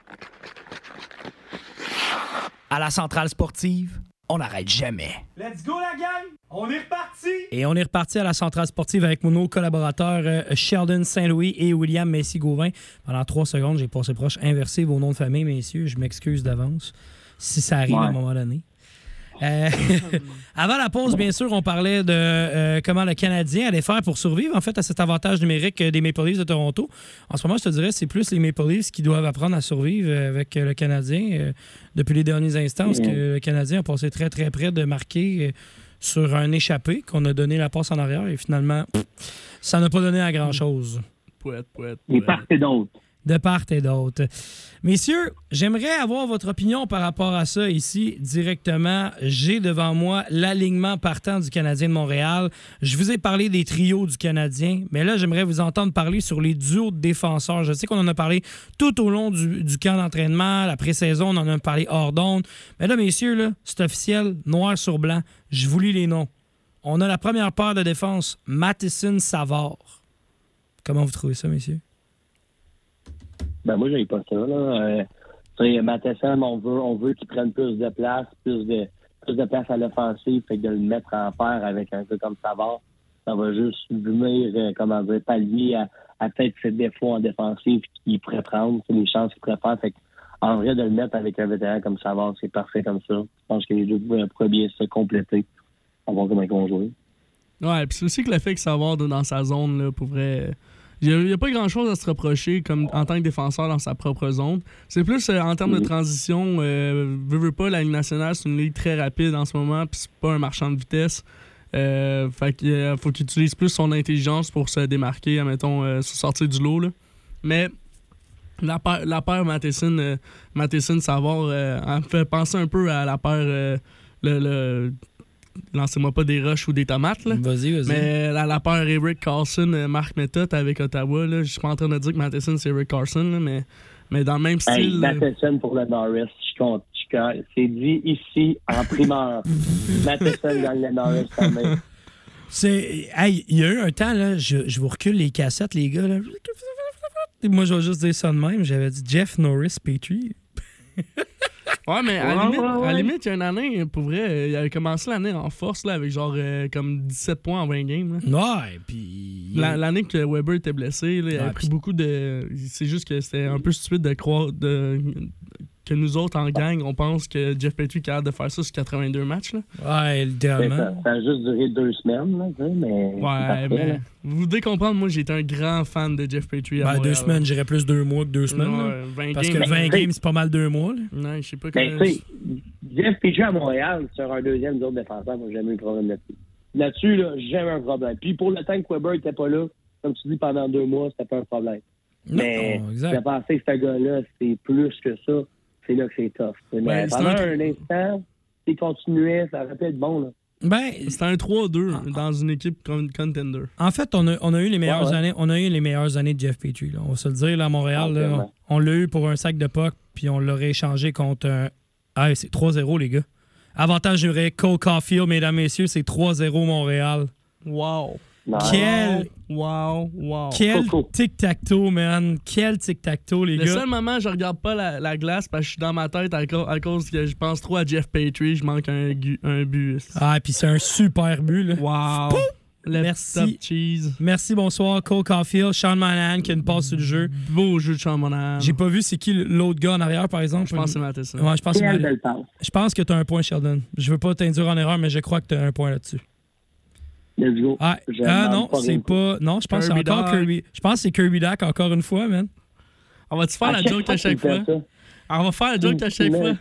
À la centrale sportive, on n'arrête jamais. Let's go la gang! On est reparti! Et on est reparti à la centrale sportive avec nos collaborateurs euh, Sheldon Saint-Louis et William Messi-Gauvin. Pendant trois secondes, j'ai passé proche inversé vos noms de famille, messieurs. Je m'excuse d'avance si ça arrive Ouais. à un moment donné. Euh, avant la pause, bien sûr, on parlait de euh, comment le Canadien allait faire pour survivre en fait à cet avantage numérique euh, des Maple Leafs de Toronto. En ce moment, je te dirais, c'est plus les Maple Leafs qui doivent apprendre à survivre euh, avec euh, le Canadien euh, depuis les derniers instants, parce que le Canadien a passé très très près de marquer euh, sur un échappé qu'on a donné la passe en arrière et finalement, pff, ça n'a pas donné à grand chose. Poète, poète, Et poète. part et d'autre. De part et d'autre. Messieurs, j'aimerais avoir votre opinion par rapport à ça ici directement. J'ai devant moi l'alignement partant du Canadien de Montréal. Je vous ai parlé des trios du Canadien, mais là, j'aimerais vous entendre parler sur les duos de défenseurs. Je sais qu'on en a parlé tout au long du, du camp d'entraînement, la pré-saison, on en a parlé hors d'onde. Mais là, messieurs, là, c'est officiel, noir sur blanc. Je vous lis les noms. On a la première paire de défense, Matheson-Savard. Comment vous trouvez ça, messieurs? Ben moi, j'avais pas ça, là. Euh, tu sais, Matheson, on veut, on veut qu'il prenne plus de place, plus de, plus de place à l'offensive, fait que de le mettre en paire avec un peu comme Savard, ça va juste venir, euh, comment dire, pallier à, à peut-être ses défauts en défensive qu'il pourrait prendre, c'est les chances qu'il pourrait faire. Fait que, en vrai, de le mettre avec un vétéran comme Savard, c'est parfait comme ça. Je pense que les deux pourraient bien se compléter. On va voir comment ils vont jouer. Ouais, puis c'est aussi que le fait que Savard dans sa zone, là, pour vrai. Il n'y a, a pas grand-chose à se reprocher comme en tant que défenseur dans sa propre zone. C'est plus euh, en termes de transition. Euh, veux, veux pas, la Ligue nationale, c'est une ligue très rapide en ce moment, puis c'est pas un marchand de vitesse. Euh, fait qu'il euh, faut qu'il utilise plus son intelligence pour se démarquer, admettons, euh, se sortir du lot. Là. Mais La paire, la paire Matheson, euh, Matheson Savard, euh, elle me fait penser un peu à la paire. Euh, le, le Lancez-moi pas des roches ou des tomates. Là. Vas-y, vas-y. Mais la, la paire Eric Carlson, euh, Marc Method avec Ottawa, là, je suis pas en train de dire que Matheson c'est Eric Carlson, là, mais, mais dans le même style. Hey, Matheson pour le Norris, je compte. Je compte. C'est dit ici en primeur. Matheson gagne le Norris quand même. C'est. Hey, il y a eu un temps, là, je, je vous recule les cassettes, les gars. Là. Moi, je vais juste dire ça de même. J'avais dit Jeff Norris Petrie. Ouais, mais à Ouais, la limite, ouais, ouais. à la limite, il y a une année, pour vrai, il avait commencé l'année en force, là, avec genre euh, comme dix-sept points en vingt games. Là. Ouais, puis. La- L'année que Weber était blessé, là, il avait Ouais, pris pis- beaucoup de. C'est juste que c'était un peu stupide de croire de, que nous autres en gang, on pense que Jeff Petrie est capable de faire ça sur quatre-vingt-deux matchs. Là. Ouais, Ça, littéralement. ça a juste duré deux semaines, là, tu sais, mais. c'est Ouais, parfait, là. mais vous devez comprendre, moi j'étais un grand fan de Jeff Petrie. à Ben, deux Montréal. semaines, j'irais plus deux mois que deux semaines. là. Ouais, vingt Parce games. que vingt Ben, games, c'est pas mal deux mois. Là. Non, je sais pas Ben, comment. tu sais, Jeff Petrie à Montréal, sur un deuxième autres défenseurs, moi, j'ai jamais eu de problème là-dessus. Là-dessus, là, j'ai jamais eu un problème. Puis pour le temps que Weber était pas là, comme tu dis, pendant deux mois, c'était pas un problème. Mais Non, j'ai exact. pensé que ce gars-là, c'est plus que ça. C'est là que c'est tough. Mais Ben, c'est pendant un- un instant, s'il continuait, ça aurait pu être bon, là. Ben, C'était un trois deux dans une équipe con- contender. en fait, on a, on a eu les meilleures Ouais, ouais. années. On a eu les meilleures années de Jeff Petrie. Là. On va se le dire, là, à Montréal, Ah, là, clairement. on, on l'a eu pour un sac de puck, puis on l'aurait échangé contre un. Ah, c'est trois zéro, les gars. Avantage numérique, Cole Caulfield, mesdames, messieurs, c'est trois zéro Montréal. Wow. Non. Quel, Wow, wow. quel Coco. tic-tac-toe, man. Quel tic-tac-toe, les Le gars. seul moment, je regarde pas la, la glace parce que je suis dans ma tête à, co- à cause que je pense trop à Jeff Petrie, je manque un, gu- un but. Ah, puis c'est un super but, là. Wow. Le Merci. top cheese. Merci, bonsoir. Cole Caulfield, Sean Monahan qui a une passe sur le jeu. Beau jeu de Sean Monahan. J'ai pas vu c'est qui l'autre gars en arrière, par exemple. Je pense que c'est Matheson. Ouais, je pense que Quelle c'est belle passe. Je pense que tu as un point, Sheldon. Je veux pas t'induire en erreur, mais je crois que tu as un point là-dessus. Let's go. Ah, Je ah demande non, pas c'est rien. pas. Non, je pense que c'est Kirby encore Duck. Kirby. Je pense que c'est Kirby Duck encore une fois, man. On va-tu faire la joke à chaque qu'il fois? fait ça. On va faire la joke à chaque Mais- fois.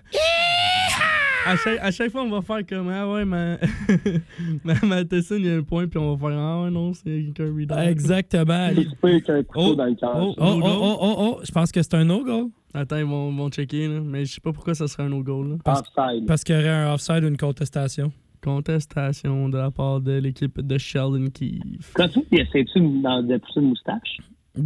À chaque, à chaque fois, on va faire comme ah ouais, ma, ma Matheson, il y a un point, puis on va faire ah ouais, non, c'est Kirby Duck. Exactement. C'est pas eu qu'un couteau Oh, dans le cœur. oh, ça. Oh, oh, oh, oh, oh. Je pense que c'est un no-goal. Attends, ils vont, vont checker, là. Mais je sais pas pourquoi ça serait un no-goal. là. Offside. Parce qu'il y aurait un offside ou une contestation. Contestation de la part de l'équipe de Sheldon Keefe. Quand tu essaies-tu dans de pousser une moustache?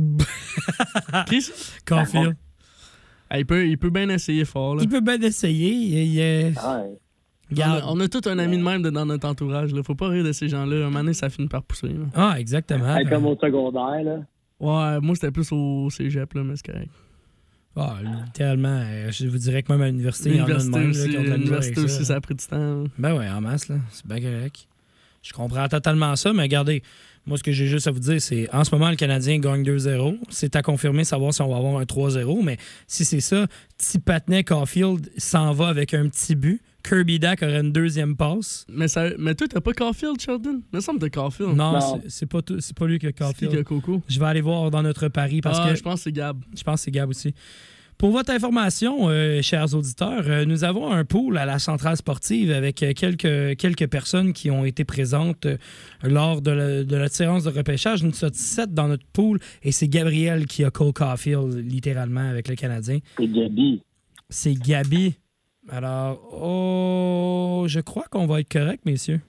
Chris, Caulfield. ah, il, peut, il peut bien essayer fort. Là. Il peut bien essayer. Il, il, euh, Ouais. On, regarde. a, on a tout un ami de même de- dans notre entourage. Là. Faut pas rire de ces gens-là. Un moment donné, ça finit par pousser. Là. Ah, exactement. Hey, Ben, comme au secondaire, là. Ouais, moi, c'était plus au cégep, là, mais c'est correct. ah, littéralement, euh, je vous dirais que même à l'université, il y en a de L'université même là, aussi, qui ont de la misère l'université avec aussi, ça. ça a pris du temps. Ben ouais, en masse, là. C'est bien correct. Je comprends totalement ça, mais regardez, moi, ce que j'ai juste à vous dire, c'est en ce moment, le Canadien gagne deux zéro. C'est à confirmer, savoir si on va avoir un trois zéro, mais si c'est ça, petit patinet Caulfield s'en va avec un petit but. Kirby Duck aurait une deuxième passe. Mais, ça, mais toi, t'as pas Caulfield, Sheldon? Il me semble que t'as Caulfield. Non, Non. c'est- c'est pas, tout- c'est pas lui qui a C'est qui qui a Caulfield. Coco? Je vais aller voir dans notre pari parce ah, que je pense que c'est Gab. je pense que c'est Gab aussi. Pour votre information, euh, chers auditeurs, euh, nous avons un pool à la Centrale Sportive avec euh, quelques, quelques personnes qui ont été présentes euh, lors de, la- de notre séance de repêchage. Nous sommes sept dans notre pool et c'est Gabriel qui a Cole Caulfield littéralement avec le Canadien. C'est Gabi. C'est Gabi. Alors, oh, je crois qu'on va être correct, messieurs.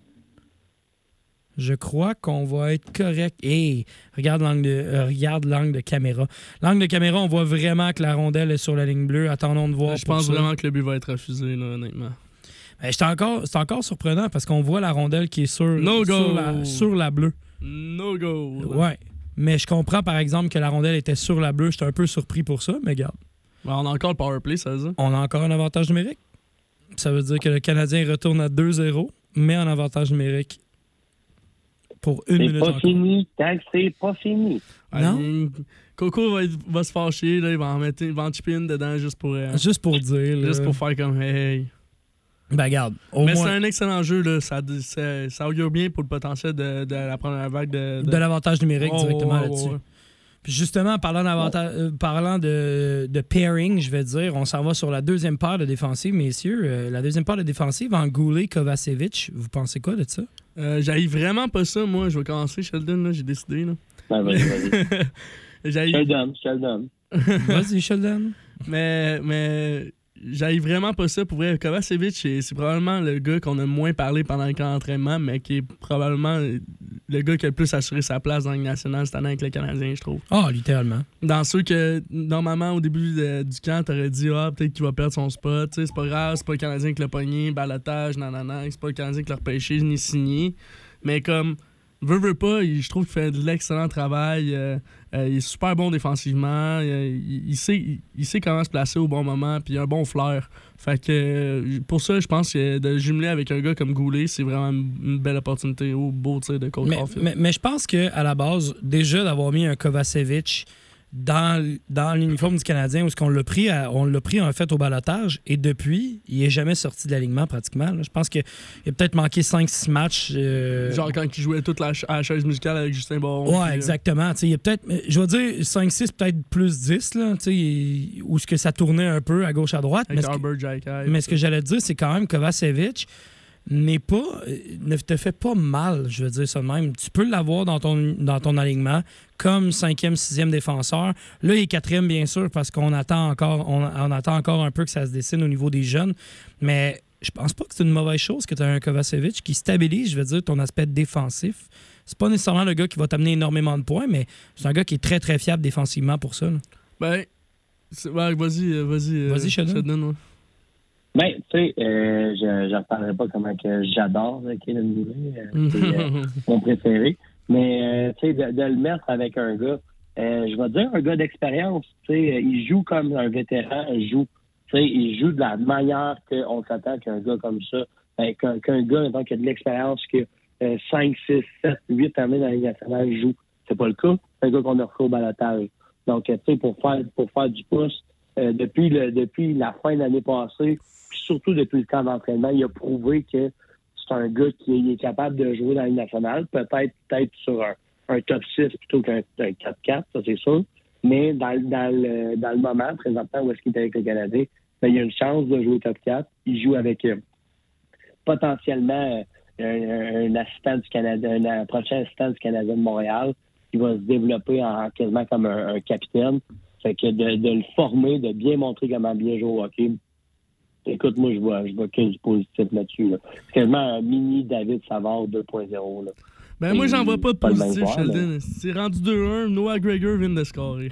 Je crois qu'on va être correct. Hey, regarde l'angle de, euh, regarde l'angle de caméra. L'angle de caméra, on voit vraiment que la rondelle est sur la ligne bleue. Attendons de voir. Je pour pense ça. vraiment que le but va être refusé, là, honnêtement. Ben, c'est encore, c'est encore surprenant parce qu'on voit la rondelle qui est sur, No sur, go. la, sur la bleue. No go. Ouais. Mais je comprends, par exemple, que la rondelle était sur la bleue. J'étais un peu surpris pour ça, mais regarde. Ben, on a encore le power play, ça veut dire. On a encore un avantage numérique. Ça veut dire que le Canadien retourne à deux zéro, mais en avantage numérique pour une C'est minute pas encore. fini tant que c'est pas fini. Non? Allez, Coco va, être- va se fâcher, là, il va en mettre, il va en chipper une dedans juste pour, euh, Juste pour dire. là. juste pour faire comme hey. Ben, regarde. Au Mais c'est moins, un excellent jeu, là. Ça, ça, ça augure bien pour le potentiel de, de la première vague de. de l'avantage numérique Oh, directement ouais, là-dessus. ouais, ouais. Puis justement, parlant, d'avantage- euh, parlant de, de pairing, je vais dire, on s'en va sur la deuxième paire de défensive, messieurs. Euh, la deuxième paire de défensive, en Goulet, Kovacevic. Vous pensez quoi de ça? Euh, J'arrive vraiment pas ça, moi. Je vais commencer, Sheldon, là. J'ai décidé, là. Ben, vas-y, vas-y. J'aille... Je te le donne, je te le donne. Vas-y, Sheldon. Mais, mais j'aille vraiment pas ça. Pour vrai, Kovacevic, c'est, c'est probablement le gars qu'on a moins parlé pendant le camp d'entraînement, mais qui est probablement le gars qui a le plus assuré sa place dans la Ligue nationale cette année avec le Canadien, je trouve. Ah, oh, littéralement. Dans ceux que, normalement, au début de, du camp, t'aurais dit, ah, peut-être qu'il va perdre son spot. T'sais, c'est pas grave, c'est pas le Canadien qui l'a pogné, balotage, nanana. C'est pas le Canadien qui l'a repêché ni signé. Mais comme, veut, veut pas, il, je trouve qu'il fait de l'excellent travail. Euh, euh, il est super bon défensivement. Euh, il, il, sait, il, il sait comment se placer au bon moment, puis il a un bon flair. Fait que, euh, pour ça, je pense que de jumeler avec un gars comme Goulet, c'est vraiment une belle opportunité au beau tir de Cole Mais, Caulfield. mais, mais je pense qu'à la base, déjà d'avoir mis un Kovacevic dans, dans l'uniforme du Canadien, où on l'a pris, à, on l'a pris en fait au balotage, et depuis, il n'est jamais sorti de l'alignement pratiquement. Là. Je pense qu'il a peut-être manqué cinq six matchs. Euh... Genre quand il jouait toute la, ch- à la chaise musicale avec Justin Baron. Ouais, puis, exactement. Il y a peut-être, je vais dire cinq six, peut-être plus dix, là, il, où ce que ça tournait un peu à gauche à droite. Avec mais Arbor ce que, Jaikai, mais ce que j'allais te dire, c'est quand même que Kovacevic n'est pas, ne te fait pas mal, je veux dire ça de même. Tu peux l'avoir dans ton, dans ton alignement comme cinquième, sixième défenseur. Là, il est quatrième, bien sûr, parce qu'on attend encore, on, on attend encore un peu que ça se dessine au niveau des jeunes. Mais je pense pas que c'est une mauvaise chose que tu as un Kovacevic qui stabilise, je veux dire, ton aspect défensif. C'est pas nécessairement le gars qui va t'amener énormément de points, mais c'est un gars qui est très, très fiable défensivement pour ça. Là. Ben, c'est, ouais, vas-y, vas-y. Vas-y, euh, Sheldon. Sheldon, ouais. Ben, tu sais, euh, je ne reparlerai pas comment que j'adore euh, Kaden Goulet. Euh, c'est euh, mon préféré. Mais, euh, tu sais, de, de le mettre avec un gars, euh, je vais dire un gars d'expérience. Tu sais, il joue comme un vétéran. Il joue, tu sais, il joue de la manière qu'on s'attend qu'un gars comme ça, ben, qu'un, qu'un gars, mettons, qui a de l'expérience, qui a euh, cinq, six, sept, huit années dans la Ligue nationale, joue. C'est pas le cas. C'est un gars qu'on a refait au balotage. Donc, tu sais, pour faire, pour faire du pouce, euh, depuis, le, depuis la fin de l'année passée, puis surtout depuis le camp d'entraînement, il a prouvé que c'est un gars qui est capable de jouer dans la Ligue nationale, peut-être peut-être sur un, un top six plutôt qu'un un quatre quatre, ça c'est sûr. Mais dans, dans, le, dans le moment, présentement, où est-ce qu'il est avec le Canadien, ben, il a une chance de jouer top quatre. Il joue avec euh, potentiellement euh, un, un assistant du Canada, un, un prochain assistant du Canadien de Montréal qui va se développer en quasiment comme un, un capitaine. Fait que de, de le former, de bien montrer comment bien jouer au hockey. Écoute, moi, je vois, je vois que du positif là-dessus. Là. C'est quasiment un mini David Savard deux point zéro. Là. Ben, moi, j'en vois pas de pas positif, joueur, Sheldon. mais... C'est rendu deux un, Noah Gregor vient de scorer.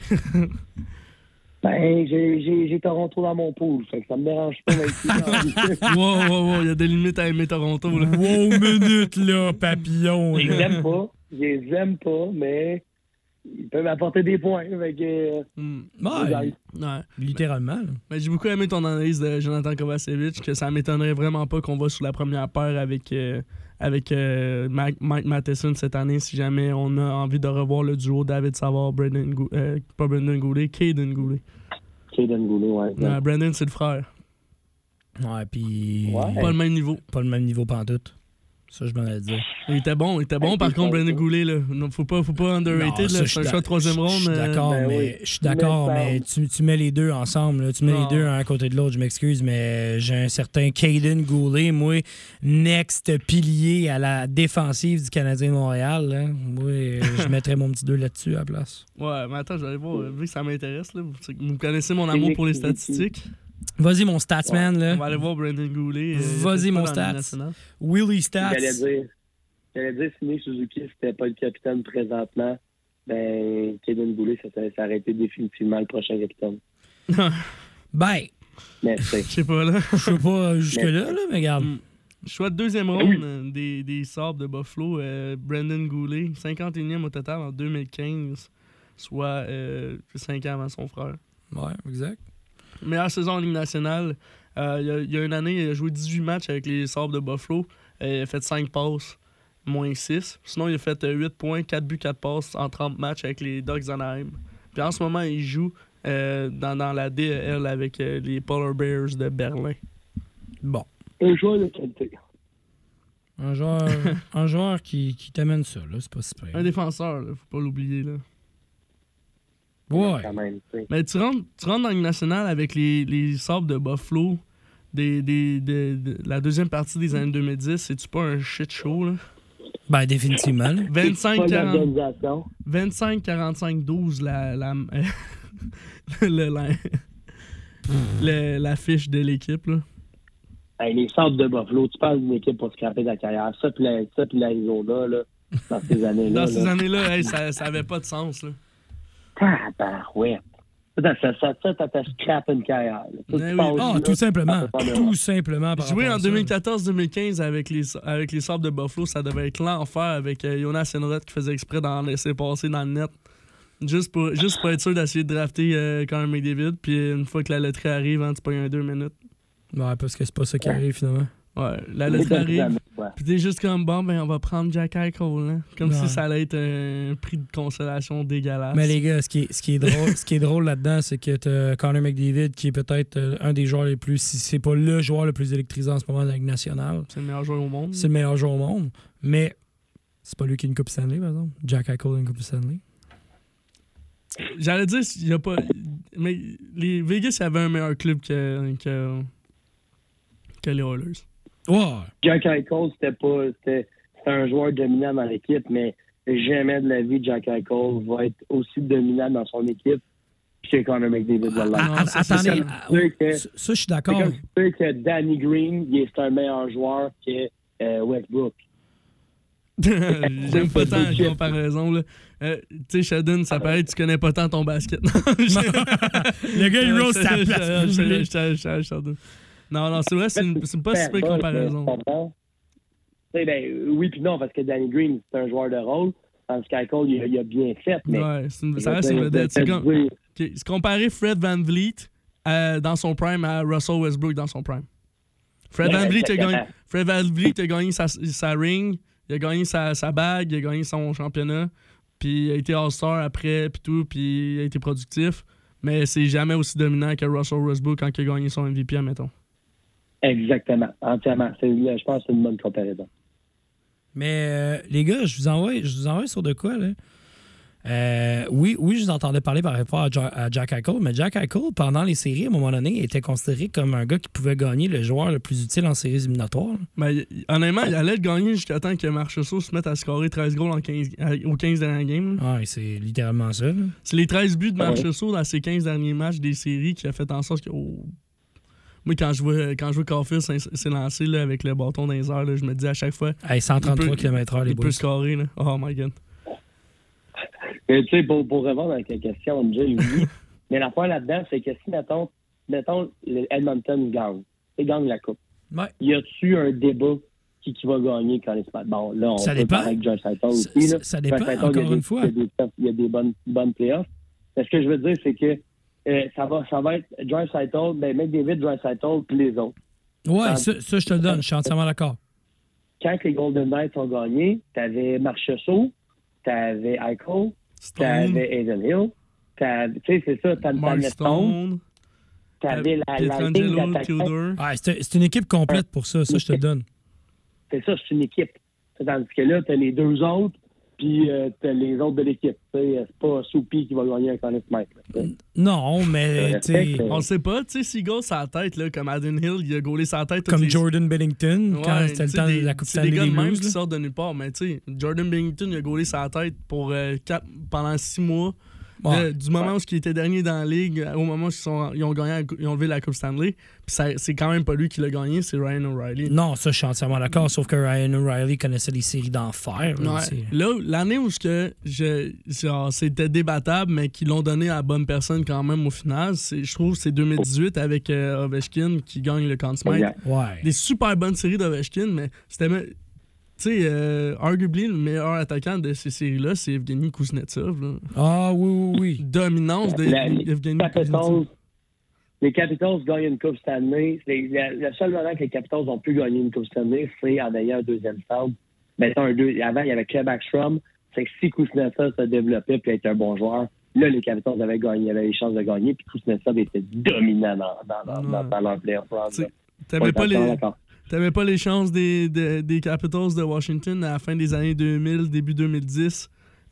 ben, j'ai, j'ai, j'ai Toronto dans mon pool, fait que ça me dérange pas. wow, wow, wow, il y a des limites à aimer Toronto. Là. Wow, minute, là, papillon. Je les aime pas, je les aime pas, mais ils peuvent apporter des points. Avec, euh, mm. Ouais, ouais. littéralement. Là. Mais j'ai beaucoup aimé ton analyse de Jonathan Kovacevic, que ça m'étonnerait vraiment pas qu'on va sur la première paire avec, euh, avec euh, Mike, Mike Matheson cette année, si jamais on a envie de revoir le duo David Savard, Brendan Goulet, euh, pas Brendan Goulet, Kaden Goulet. Kaden Goulet, ouais. ouais. Brendan, c'est le frère. Ouais, puis. Ouais. Pas le même niveau. Pas le même niveau pantoute. Ça, je m'en allais dire. Il était bon, il était bon, hey, par contre, bon, Brendan Goulet, là. Non, faut pas, faut pas underrated, Non, là. ça, C'est un je choix de troisième je- ronde. Je suis d'accord, Ben mais oui. je suis d'accord, Mais mais tu, tu mets les deux ensemble. Là. Tu mets Non. les deux un à côté de l'autre, je m'excuse, mais j'ai un certain Kaden Goulet, moi, next pilier à la défensive du Canadien de Montréal. Là. Moi, je mettrais mon petit deux là-dessus à la place. Ouais, mais attends, j'allais voir, vu que ça m'intéresse, là. Vous, vous connaissez mon amour pour les statistiques. Vas-y, mon statsman. On Là. va aller voir Brendan Goulet. euh, Vas-y, pas mon dans la stats. Ligue nationale. Willie Stats. J'allais dire, j'allais dire si Nick Suzuki c'était pas le capitaine présentement, ben Kaden Goulet, ça, ça, ça aurait été définitivement le prochain capitaine. Ben, Mais c'est Je sais pas, là. je sais pas jusque-là, là, mais regarde. Mm. Choix de deuxième ronde euh, des, des Sabres de Buffalo, euh, Brendan Goulet, cinquante et unième au total en deux mille quinze, soit euh, cinq ans avant son frère. Ouais, exact. Meilleure saison en Ligue nationale. Euh, il, y a, il y a une année, il a joué dix-huit matchs avec les Sabres de Buffalo. Euh, il a fait cinq passes, moins six. Sinon, il a fait euh, huit points, quatre buts, quatre passes en trente matchs avec les Ducks d'Anaheim. Puis en ce moment, il joue euh, dans, dans la D E L avec euh, les Polar Bears de Berlin. Bon. un joueur de qualité. Un joueur, un joueur qui, qui t'amène ça, là, c'est pas si Un près. défenseur, là, faut pas l'oublier. Là. Ouais. Quand même, tu sais. Mais tu rentres, tu rentres dans la Ligue nationale avec les, les Sabres de Buffalo des, des, de, de la deuxième partie des années deux mille dix. C'est-tu pas un shit show, là? Ben, définitivement. là. vingt-cinq Pas quarante d'organisation. vingt-cinq quarante-cinq douze la, la, le- la, le- la fiche de l'équipe. Là. Hey, les Sabres de Buffalo, tu parles d'une équipe pour scraper de la carrière. Ça, puis la- ça, puis l'Arizona, là, dans ces années-là. Dans ces là. années-là, hey, ça n'avait pas de sens. Là. Tabarouette. Ça, ça, ça, ça, ça te scrape une carrière. là. Ça, Ben tu oui. passes, Ah, là, tout simplement. ça fait pas Tout simplement. par Jouer rapport en à ça. deux mille quatorze deux mille quinze avec les, avec les Sabres de Buffalo, ça devait être l'enfer avec euh, Jonas Enroth qui faisait exprès d'en laisser passer dans le net. Juste pour, juste pour être sûr d'essayer de drafter euh, Connor McDavid. Puis une fois que la loterie arrive, hein, tu pognes un deux minutes. Ouais, parce que c'est pas ça qui arrive finalement. Ouais, la Les loterie deux arrive. années, ouais. Puis t'es juste comme, bon, ben on va prendre Jack Eichel. Hein? Comme Ouais. si ça allait être un prix de consolation dégueulasse. Mais les gars, ce qui est, ce qui est drôle, ce qui est drôle là-dedans, c'est que t'as Connor McDavid, qui est peut-être euh, un des joueurs les plus, si c'est pas le joueur le plus électrisant en ce moment dans la Ligue nationale. C'est le meilleur joueur au monde. C'est le meilleur joueur au monde. Mais c'est pas lui qui a une Coupe Stanley, par exemple. Jack Eichel a une Coupe Stanley. J'allais dire, il y a pas. Mais les Vegas avait un meilleur club que, que, que les Oilers. Ouais. Jack Eichel, c'était pas. C'était c'était un joueur dominant dans l'équipe, mais jamais de la vie, Jack Eichel va être aussi dominant dans son équipe que Connor McDavid va l'être. Ah, ça, c'est attendez, comme ah, sûr que- ça, ça, je suis C'est d'accord. comme si tu sais que Danny Green, il est c'est un meilleur joueur que euh, Westbrook. J'aime pas tant la comparaison. Là. Euh, tu sais, Sheldon, ça paraît que tu connais pas tant ton basket. Le gars, il Euh, rose je- sa je- place. je- vous je- voulez. je- je- je- Sheldon. Non, non, c'est vrai, c'est une, c'est pas si Super super bol, comparaison. mais cependant, tu sais, ben, oui puis non, parce que Danny Green, c'est un joueur de rôle. Tandis qu'Eichel, il, a- il a bien fait. Mais Ouais, c'est une- ça reste une vedette. C'est comme, Oui. okay, c'est comparer Fred VanVleet euh, dans son prime à Russell Westbrook dans son prime. Fred Ouais, VanVleet a exactement. gagné, Fred VanVleet a gagné sa, sa ring, il a gagné sa, sa bague, il a gagné son championnat, puis il a été All-Star après, puis tout, puis il a été productif. Mais c'est jamais aussi dominant que Russell Westbrook quand il a gagné son M V P, admettons. Exactement, entièrement. C'est- Je pense que c'est une bonne comparaison. Mais euh, les gars, je vous envoie, je vous envoie sur de quoi, là? Euh, oui, oui, je vous entendais parler par rapport à, Ja- à Jack Eichel, mais Jack Eichel, pendant les séries, à un moment donné, était considéré comme un gars qui pouvait gagner le joueur le plus utile en séries éliminatoires. là. Ben, il- honnêtement, il allait le gagner jusqu'à temps que Marchessault se mette à scorer treize goals en quinze, aux quinze dernières games. là. Ouais, c'est littéralement ça. là. C'est les treize buts de Ah ouais. Marchessault dans ses quinze derniers matchs des séries qui a fait en sorte que. oh. Moi, quand je vois, quand je vois Caulfield s'est s'est lancé là, avec le bâton dans les airs, là, je me dis à chaque fois, Hey, cent trente-trois Il peut- kilomètres heure, les il boys. peut scorer. Là. Oh my god. Mais tu sais, pour, pour répondre à ta question, M J, oui. Mais l'affaire là-dedans, c'est que si, mettons, mettons le Edmonton gagne, il gagne la Coupe, Ouais. y a-tu un débat qui, qui va gagner quand les semaines? Bon, là, on Ça peut dépend. parler avec Josh Saito Ça- aussi. Là. ça- ça dépend, Josh Saito, il y a encore des- une fois. Il y a des, il y a des bonnes, bonnes playoffs. Mais ce que je veux dire, c'est que euh, ça, va, ça va être Josh Saito, ben, McDavid, Josh Saito, puis les autres. Ouais, ça, ça, je te le donne, je suis entièrement d'accord. Quand les Golden Knights ont gagné, t'avais Marchessault, t'avais Eichel, Stone, t'avais Aiden Hill, t'avais- tu sais, c'est ça, t'avais Mark Stone, Stone, t'avais la, la ligne Pietrangelo, d'attaquants. Tudor. Ouais, c'est c'est une équipe complète pour ça, ça, je te le donne. C'est ça, c'est une équipe. Tandis que là, t'as les deux autres, puis euh, t'as les autres de l'équipe. Tu sais, c'est pas Soupy qui va gagner un Conn Smythe. là, tu sais. Non, mais Euh, tu sais, respect, On le sait pas, tu sais, s'il goal sa tête, là, comme Aden Hill, il a gaulé sa tête. toutes comme les- Jordan Bennington, quand Ouais, c'était le tu sais, temps des- de la Coupe c'est des Stanley gars des de même Blues. qui là. sortent de nulle part. Mais tu sais, Jordan Bennington, il a gaulé sa tête pour euh, quatre- pendant six mois. Ouais. De- du moment où il était dernier dans la ligue, au moment où ils, sont, ils ont gagné, la cou- ils ont levé la Coupe Stanley. Puis ça- c'est quand même pas lui qui l'a gagné, c'est Ryan O'Reilly. Non, ça, je suis entièrement d'accord, sauf que Ryan O'Reilly connaissait les séries d'enfer. là, Ouais. c'est- Là, l'année où ce que je, genre, c'était débattable, mais qu'ils l'ont donné à la bonne personne quand même au final, c'est, je trouve que c'est deux mille dix-huit avec euh, Ovechkin qui gagne le Conn Smythe. Exact. Ouais. Des super bonnes séries d'Ovechkin, mais c'était. me- Tu sais, euh, arguably, le meilleur attaquant de ces séries-là, c'est Evgeny Kuznetsov. Là. Ah oui, oui, oui. Dominance de La- Evgeny Capitals, Kuznetsov. les Capitals gagnent une Coupe Stanley. C'est la- le seul moment que les Capitals ont pu gagner une Coupe Stanley, c'est en ayant un deuxième centre. Mettons un deux. Avant, il y avait Kev Backstrom. C'est que si Kuznetsov se développait et était un bon joueur, là, les Capitals avaient gagné, avaient les chances de gagner, puis Kuznetsov était dominant dans, dans, dans, dans, dans leur playoff run. Tu sais, là. T'avais Ouais, pas, entièrement les, d'accord. t'avais pas les chances des, des, des Capitals de Washington à la fin des années deux mille, début deux mille dix,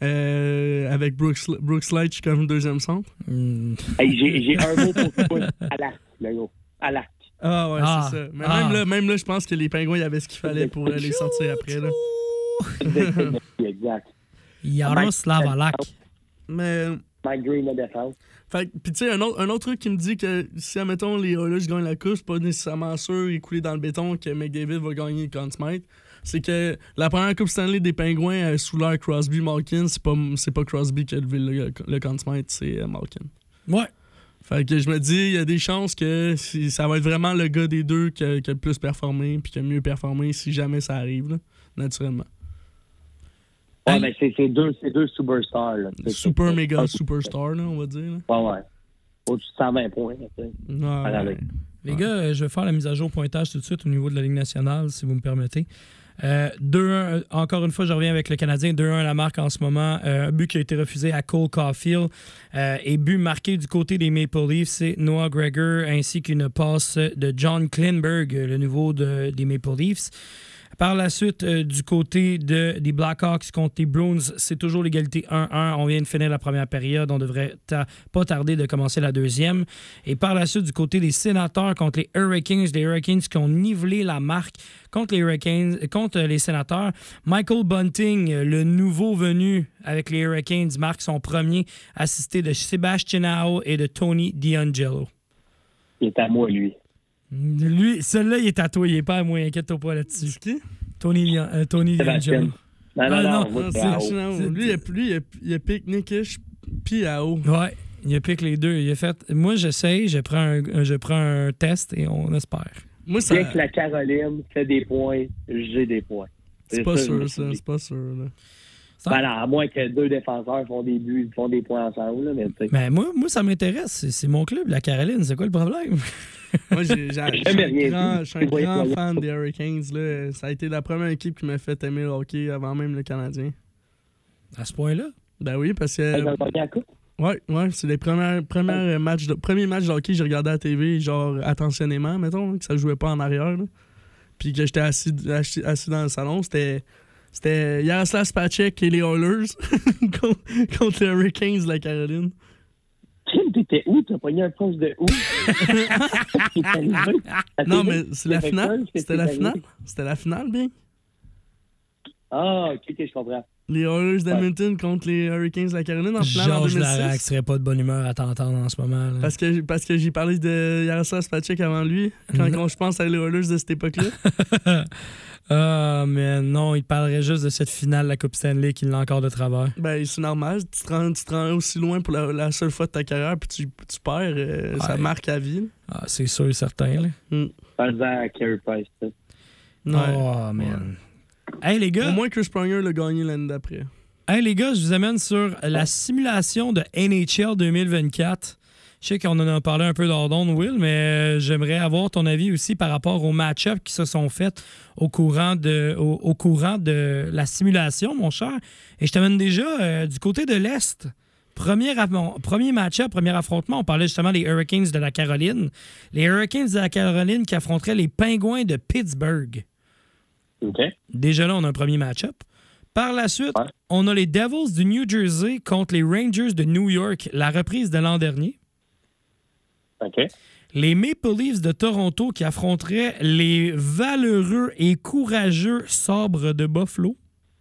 euh, avec Brooks, Brooks Leitch comme deuxième centre? Hmm. Hey, j'ai, j'ai un mot pour toi. À l'arc, le gros. À l'arc. Ah ouais, Ah. c'est ça. Mais Ah. même là, même là, je pense que les Pingouins, il y avait ce qu'il fallait pour euh, les sortir après. Là. Exact. Yaroslav Halak. Mais. Mike Green, la défense. Fait puis tu sais, un autre, un autre truc qui me dit que si, admettons, les Oilers gagnent la coupe, c'est pas nécessairement sûr et coulé dans le béton que McDavid va gagner le Conn Smythe. C'est que la première Coupe Stanley des Pingouins euh, sous l'ère Crosby-Malkin, c'est pas, c'est pas Crosby qui a levé le, le Conn Smythe, c'est euh, Malkin. Ouais. Fait que je me dis, il y a des chances que si, ça va être vraiment le gars des deux qui a, qui a le plus performé puis qui a mieux performé si jamais ça arrive, là, naturellement. Ouais, mais c'est, c'est, deux, c'est deux superstars. Là. C'est, Super, c'est, méga c'est, superstar, là, on va dire. Là. Ouais, ouais. Au-dessus de cent vingt points. Tu sais. Ouais, ouais. Les ouais. gars, je vais faire la mise à jour pointage tout de suite au niveau de la Ligue nationale, si vous me permettez. Euh, deux un, encore une fois, je reviens avec le Canadien. deux un à la marque en ce moment. Euh, un but qui a été refusé à Cole Caulfield. Euh, et but marqué du côté des Maple Leafs, c'est Noah Gregor ainsi qu'une passe de John Klingberg, le nouveau de, des Maple Leafs. Par la suite, euh, du côté de, des Blackhawks contre les Bruins, c'est toujours l'égalité un un. On vient de finir la première période. On devrait ta- pas tarder de commencer la deuxième. Et par la suite, du côté des Sénateurs contre les Hurricanes, les Hurricanes qui ont nivelé la marque contre les Hurricanes, contre les Sénateurs. Michael Bunting, le nouveau venu avec les Hurricanes, marque son premier, assisté de Sebastian Aho et de Tony DeAngelo. Il est à moi, lui. Lui, celui-là, il est à toi, il est pas à moi, inquiète-toi pas là-dessus. C'est qui? Tony, euh, Tony DeAngelo. Non, non, Ah, non. non, moi, Non, c'est c'est, à haut. non, C'est- lui, il a, lui, il a, il a pick Nickish puis à haut. Ouais, il a piqué les deux. Il a fait. Moi, j'essaye, je prends un, je prends un test et on espère. Moi, ça. Dès que la Caroline fait des points, j'ai des points. C'est pas ça, je me sûr, suis ça. dit. C'est pas sûr, là. Ben non, à moins que deux défenseurs font des buts, font des points ensemble, là, mais tu sais. Mais moi, moi ça m'intéresse. C'est, c'est mon club, la Caroline. C'est quoi le problème? Moi, j'ai, j'ai, je suis Jamais un rien grand, dit. je suis un Tu voyais grand pas. fan des Hurricanes. Là. Ça a été la première équipe qui m'a fait aimer le hockey avant même le Canadien. À ce point-là? Ben oui, parce que. Ils ont gagné la coupe. Ouais, ouais, c'est les premiers, premiers matchs de, premiers matchs de hockey que j'ai regardé à la T V, genre attentionnément, mettons, que ça jouait pas en arrière. Là. Puis que j'étais assis, assis, assis dans le salon, c'était. C'était Jaroslav Spacek et les Oilers contre, contre les Hurricanes de la Caroline. Kim, t'étais où? T'as pogné un poste de où? Qui est arrivé? À Non, T V? mais c'est la Fait finale. quoi, ce que C'était t'es la arrivé? finale. C'était la finale, bien. Ah, ok, ok, je comprends. Les Oilers d'Edmonton contre les Hurricanes de la Caroline en finale en Georges deux mille six. Larac serait pas de bonne humeur à t'entendre en ce moment. Là. Parce que, parce que j'ai parlé de Jaroslav Spacek avant lui, quand, Mhm. quand je pense à les Oilers de cette époque-là. Ah, mais non, il parlerait juste de cette finale de la Coupe Stanley qu'il l'a encore de travers. Ben, c'est normal. Tu te, rends, tu te rends aussi loin pour la, la seule fois de ta carrière, puis tu, tu perds, euh, ça Ouais. marque à vie. Ah, c'est sûr et certain. Là. Mm. Parle-en à Carey Price, ça. Ouais. Oh, man. Hey, les gars. Au moins, Chris Pronger l'a gagné l'année d'après. Hey les gars, je vous amène sur la simulation de N H L deux mille vingt-quatre. Je sais qu'on en a parlé un peu d'ordon, Will, mais j'aimerais avoir ton avis aussi par rapport aux match-ups qui se sont faits au courant de, au, au courant de la simulation, mon cher. Et je t'amène déjà euh, du côté de l'Est. Premier, aff- premier match-up, premier affrontement, on parlait justement des Hurricanes de la Caroline. Les Hurricanes de la Caroline qui affronteraient les Pingouins de Pittsburgh. OK. Déjà là, on a un premier match-up. Par la suite, Ouais. on a les Devils du New Jersey contre les Rangers de New York, la reprise de l'an dernier. OK. Les Maple Leafs de Toronto qui affronteraient les valeureux et courageux Sabres de Buffalo.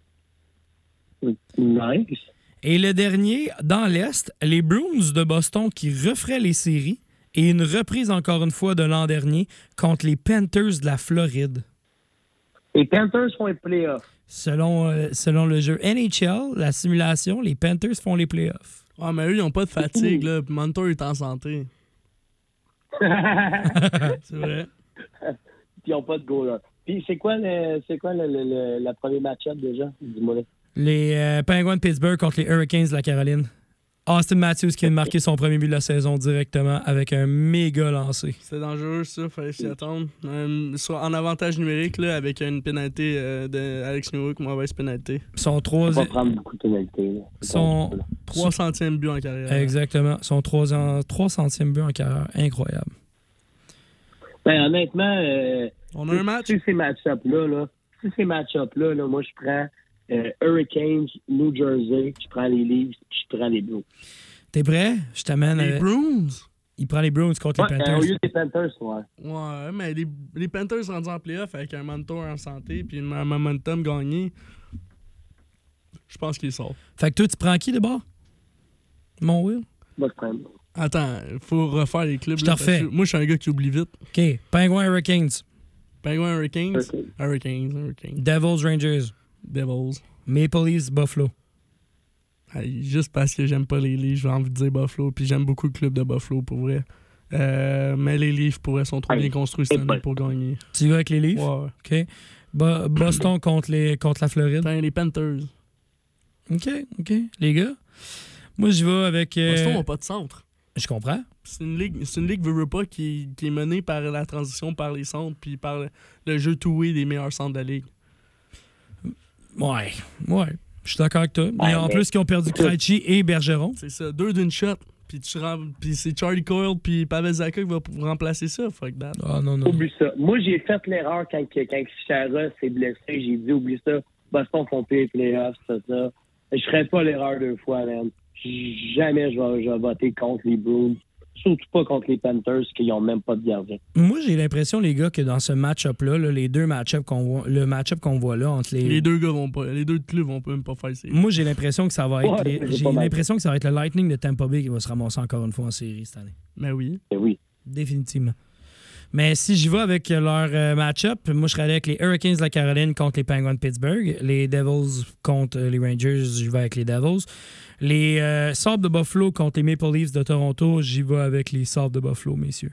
Nice. Et le dernier, dans l'Est, les Bruins de Boston qui referaient les séries. Et une reprise encore une fois de l'an dernier contre les Panthers de la Floride. Les Panthers font les playoffs. Selon, euh, selon le jeu N H L, la simulation, les Panthers font les playoffs. Ah, mais eux, ils n'ont pas de fatigue, là. Puis Montour est en santé. C'est vrai. Puis ils n'ont pas de goaler. Puis c'est quoi le c'est quoi le, le, le, la première match-up déjà? Dis-moi là. Les euh, Penguins de Pittsburgh contre les Hurricanes de la Caroline. Austin Matthews qui vient de marquer son premier but de la saison directement avec un méga lancé. C'est dangereux, ça. Fallait s'y attendre. Euh, soit en avantage numérique, là, avec une pénalité euh, de Alex Newhook, mauvaise pénalité. Son On va troisième. prendre beaucoup de pénalités. là. Son... trois centièmes but en carrière. Exactement. Son troisième, trois centième but en carrière. Incroyable. Ben, honnêtement, euh, On a un match. si ces match-up-là, là, si ces match-up-là, là, moi, je prends euh, Hurricanes, New Jersey, je prends les Leafs, puis je prends les Blues. T'es prêt? Je t'amène Les avec... Bruins. Il prend les Bruins contre Ouais, les euh, Panthers. au lieu des Panthers, ouais. Ouais, mais les, les Panthers rendus en playoff avec un mentor en santé puis un momentum gagné, je pense qu'il sort. Fait que toi, tu prends qui de bord? Mon Will? Moi, je prends. Attends, il faut refaire les clubs. Je te là, parce refais. que moi, je suis un gars qui oublie vite. OK. Penguins Hurricanes. Penguins, Hurricanes. Hurricanes. Hurricanes, Hurricanes. Devils Rangers. Devils. Maple Leafs Buffalo. Hey, juste parce que j'aime pas les Leafs, j'ai envie de dire Buffalo, puis j'aime beaucoup le club de Buffalo, pour vrai. Euh, mais les Leafs, pour vrai, sont trop Hey, bien construits cette année pour gagner. Tu y vas avec les Leafs? Ouais. OK. Bo- Boston contre, les, contre la Floride. Putain, les Panthers. OK, OK. Les gars, moi, j'y vais avec... euh, Boston n'a pas de centre. Je comprends. C'est une ligue, c'est une ligue, veux, veux pas, qui, qui est menée par la transition, par les centres, puis par le, le jeu two-way des meilleurs centres de la ligue. Ouais, ouais. Je suis d'accord avec toi. Mais Ouais, en mais- plus, qui ont perdu Krejci et Bergeron. C'est ça, deux d'une shot. Puis tu rem- puis c'est Charlie Coyle puis Pavel Zacha qui va p- remplacer ça. Fuck that. Ah non, non. Oublie ça. Moi, j'ai fait l'erreur quand, quand Chara s'est blessé. J'ai dit, oublie ça. Boston font plus les playoffs, c'est ça. Je ferai pas l'erreur deux fois, man. Jamais je vais, je vais voter contre les Bruins. Surtout pas contre les Panthers qui n'ont même pas de gardien. Moi, j'ai l'impression, les gars, que dans ce match-up-là, là, les deux match-ups qu'on voit, le match-up qu'on voit là entre les. Les deux gars vont pas. Les deux clubs vont même pas faire ça. Moi, j'ai l'impression que ça va être. Ouais, les- c'est J'ai pas mal. l'impression que ça va être le Lightning de Tampa Bay qui va se ramasser encore une fois en série cette année. Mais oui. Et oui. Définitivement. Mais si j'y vais avec leur euh, match-up, moi, je serais allé avec les Hurricanes de la Caroline contre les Penguins de Pittsburgh. Les Devils contre euh, les Rangers, j'y vais avec les Devils. Les euh, Sabres de Buffalo contre les Maple Leafs de Toronto, j'y vais avec les Sabres de Buffalo, messieurs.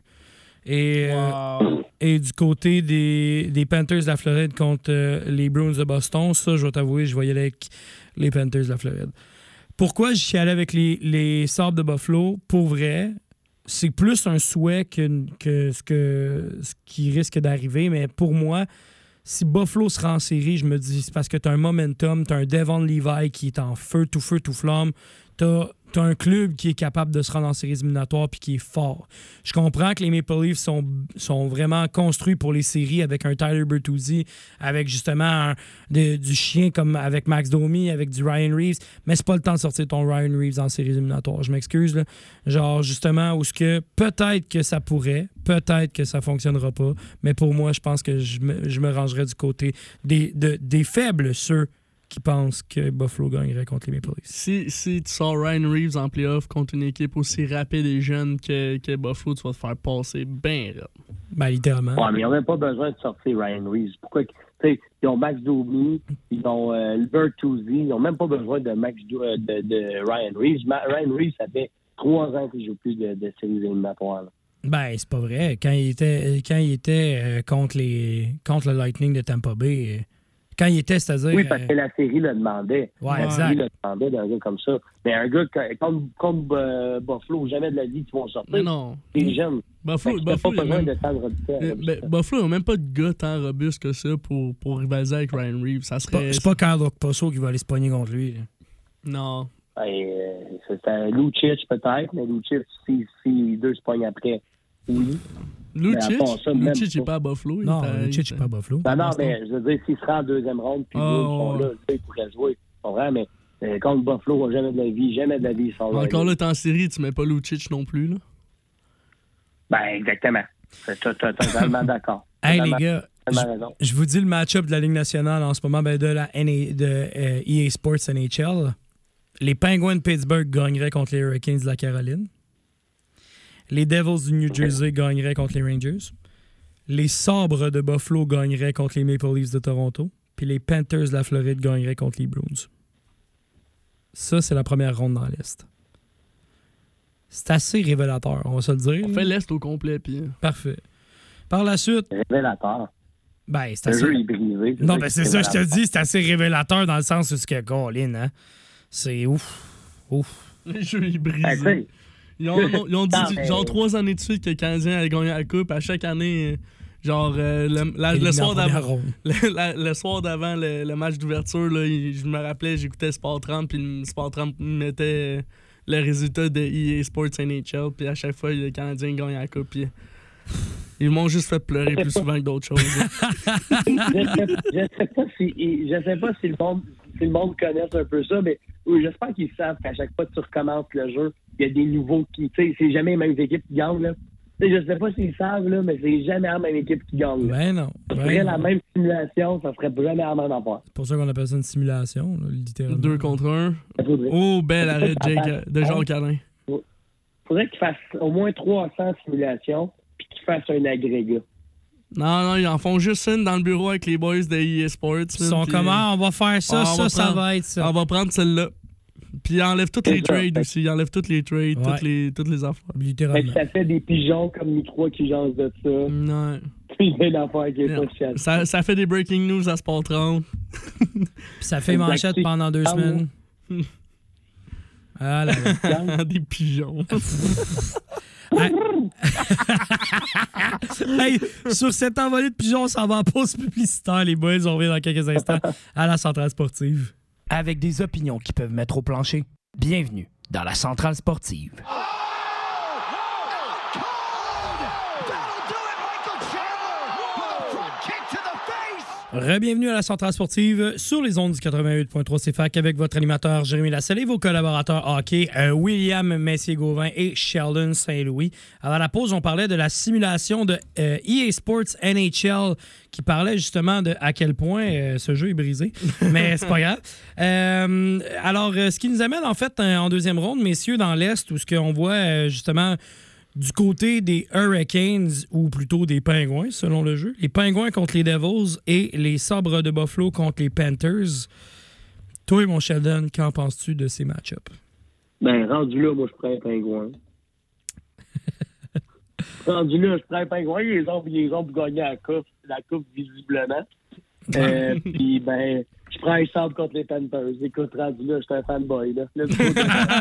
Et, euh, Wow. et du côté des, des Panthers de la Floride contre euh, les Bruins de Boston, ça, je vais t'avouer, je vais y aller avec les Panthers de la Floride. Pourquoi j'y suis allé avec les, les Sabres de Buffalo? Pour vrai, c'est plus un souhait que, que, ce que ce qui risque d'arriver, mais pour moi, si Buffalo sera en série, je me dis c'est parce que tu as un momentum, tu as un Devon Levi qui est en feu, tout feu, tout flamme. Tu as un club qui est capable de se rendre en séries éliminatoires puis qui est fort. Je comprends que les Maple Leafs sont, sont vraiment construits pour les séries avec un Tyler Bertuzzi, avec justement un- de- du chien comme avec Max Domi, avec du Ryan Reeves, mais c'est pas le temps de sortir ton Ryan Reeves en séries éliminatoires. Je m'excuse, là. Genre, justement, où ce que peut-être que ça pourrait, peut-être que ça fonctionnera pas, mais pour moi, je pense que je me, je me rangerais du côté des, de- des faibles, ceux qui pensent que Buffalo gagnerait contre les Maple Leafs. Si, si tu sors Ryan Reeves en playoff contre une équipe aussi rapide et jeune que, que Buffalo, tu vas te faire passer bien raide. Ben, littéralement. Ouais, mais ils n'ont même pas besoin de sortir Ryan Reeves. Pourquoi? Tu sais, ils ont Max Domi, ils ont euh, Bertuzzi, ils n'ont même pas besoin de Max Do- euh, de, de Ryan Reeves. Ma- Ryan Reeves, ça fait trois ans qu'il ne joue plus de, de séries éliminatoires. là. Ben, c'est pas vrai. Quand il était, quand il était euh, contre, les, contre le Lightning de Tampa Bay, euh, quand il était, c'est-à-dire. Oui, parce euh, que la série le demandait. Ouais, la exact. série le demandait d'un gars comme ça. Mais un gars que- comme, comme euh, Buffalo, jamais de la vie qu'ils vont sortir. Mais non. C'est jeune. Buffalo, Fait que t'as Buffalo, pas il y a besoin même- de temps de rebuter. euh, ben, Buffalo n'a même pas de gars tant robuste que ça pour, pour rivaliser avec Ryan Reeves. Ça c'est pas, serait. c'est pas Kyle Okposo qui va aller se pogner contre lui. là. Non. Ouais, euh, c'est un Lucic peut-être, mais Lucic, si, si les deux se pognent après, oui. Lucic, Mais à part ça, même Lucic n'est pas. pas à Buffalo. il Non, est à- Lucic, il c'est pas Buffalo. Ben non, Boston. mais je veux dire, s'il sera en deuxième ronde, puis Oh, ils sont là, ouais. ils pourraient jouer. C'est pas vrai, mais euh, contre Buffalo, jamais de la vie, jamais de la vie, ils sont là. Encore là, t'es en série, tu mets pas Lucic non plus. Là. Ben, exactement. C'est to- to- totalement d'accord. Hey, les Totalement- gars, totalement raison. je vous dis le match-up de la Ligue nationale en ce moment, ben de la N A de euh, E A Sports N H L. Les Penguins de Pittsburgh gagneraient contre les Hurricanes de la Caroline. Les Devils du New Jersey gagneraient contre les Rangers. Les Sabres de Buffalo gagneraient contre les Maple Leafs de Toronto. Puis les Panthers de la Floride gagneraient contre les Bruins. Ça, c'est la première ronde dans l'Est. C'est assez révélateur, on va se le dire. On là. fait l'Est au complet. Puis... Parfait. Par la suite, Révélateur. ben, c'est Le assez... jeu est brisé. Non, ça ben qui c'est est ça, je te révélateur. dis, c'est assez révélateur dans le sens où c'est que Colin, hein? C'est ouf. Ouf. Les jeux ils Ben, tu brisent. sais, Ils ont, ils ont dit Non, mais- genre trois années de suite que le Canadien allait gagner la Coupe. À chaque année, euh, genre euh, le, la- le Éliminé en soir première d'avant ronde. le, la- le soir d'avant le, le match d'ouverture, là, il- je me rappelais, j'écoutais Sport trente, puis le Sport trente mettait euh, le résultat de E A Sports N H L, puis à chaque fois, le Canadien gagne la Coupe. Puis, ils m'ont juste fait pleurer plus souvent que d'autres choses. là. je sais, je sais pas si je sais pas si le monde si le monde connaît un peu ça, mais oui, j'espère qu'ils savent qu'à chaque fois que tu recommences le jeu, il y a des nouveaux qui, tu sais, c'est jamais les mêmes équipes qui gagnent, là. Tu sais, je sais pas s'ils savent, là, mais c'est jamais la même équipe qui gagne. Là. Ben non. Ça Ben serait non. la même simulation, ça serait jamais la même affaire. C'est pour ça qu'on appelle ça une simulation, là, littéralement. Deux contre un. Ça faudrait, Oh, bel arrêt de, Jake, de Jean Calin. faudrait qu'ils fassent au moins trois cents simulations, puis qu'ils fassent un agrégat. Non, non, ils en font juste une dans le bureau avec les boys de E A Sports. Ils sont puis, comment? On va faire ça, Ah, on ça, va ça prendre- va être ça. On va prendre celle-là. Puis ils enlèvent toutes C'est les ça. trades aussi. Ils enlèvent toutes les trades, Ouais. toutes, les, toutes les affaires. Fait que Littéralement. ça fait des pigeons comme nous trois qui jasent de ça. Non. Puis une affaire qui est Non. pas chère. Ça, ça fait des breaking news à Sport trente. Puis ça fait Exact. manchette pendant deux Ah, semaines. Ah là là. Des pigeons. Hey. Hey, sur cette envolée de pigeons, on s'en va en pause publicitaire, les boys. On revient dans quelques instants à la Centrale Sportive. Avec des opinions qui peuvent mettre au plancher, bienvenue dans la Centrale Sportive. Re-bienvenue à la Centrale Sportive sur les ondes du quatre-vingt-huit point trois C F A C avec votre animateur Jérémy Lassalle et vos collaborateurs hockey euh, William Messier-Gauvin et Sheldon Saint-Louis. Avant la pause, on parlait de la simulation de euh, E A Sports N H L qui parlait justement de à quel point euh, ce jeu est brisé, mais c'est pas grave. Euh, alors, euh, ce qui nous amène en fait en deuxième ronde, messieurs, dans l'Est, où ce qu'on voit euh, justement du côté des Hurricanes, ou plutôt des Pingouins, selon le jeu. Les Pingouins contre les Devils et les Sabres de Buffalo contre les Panthers. Toi, mon Sheldon, qu'en penses-tu de ces match-ups? Ben, rendu là, moi, je prends un pingouin. rendu là, je prends un pingouin. Les autres, les autres pour gagner la coupe, la coupe visiblement. Euh, Puis, ben, je prends un Sabres contre les Panthers. Écoute, rendu là, je suis un fanboy, là. Let's go.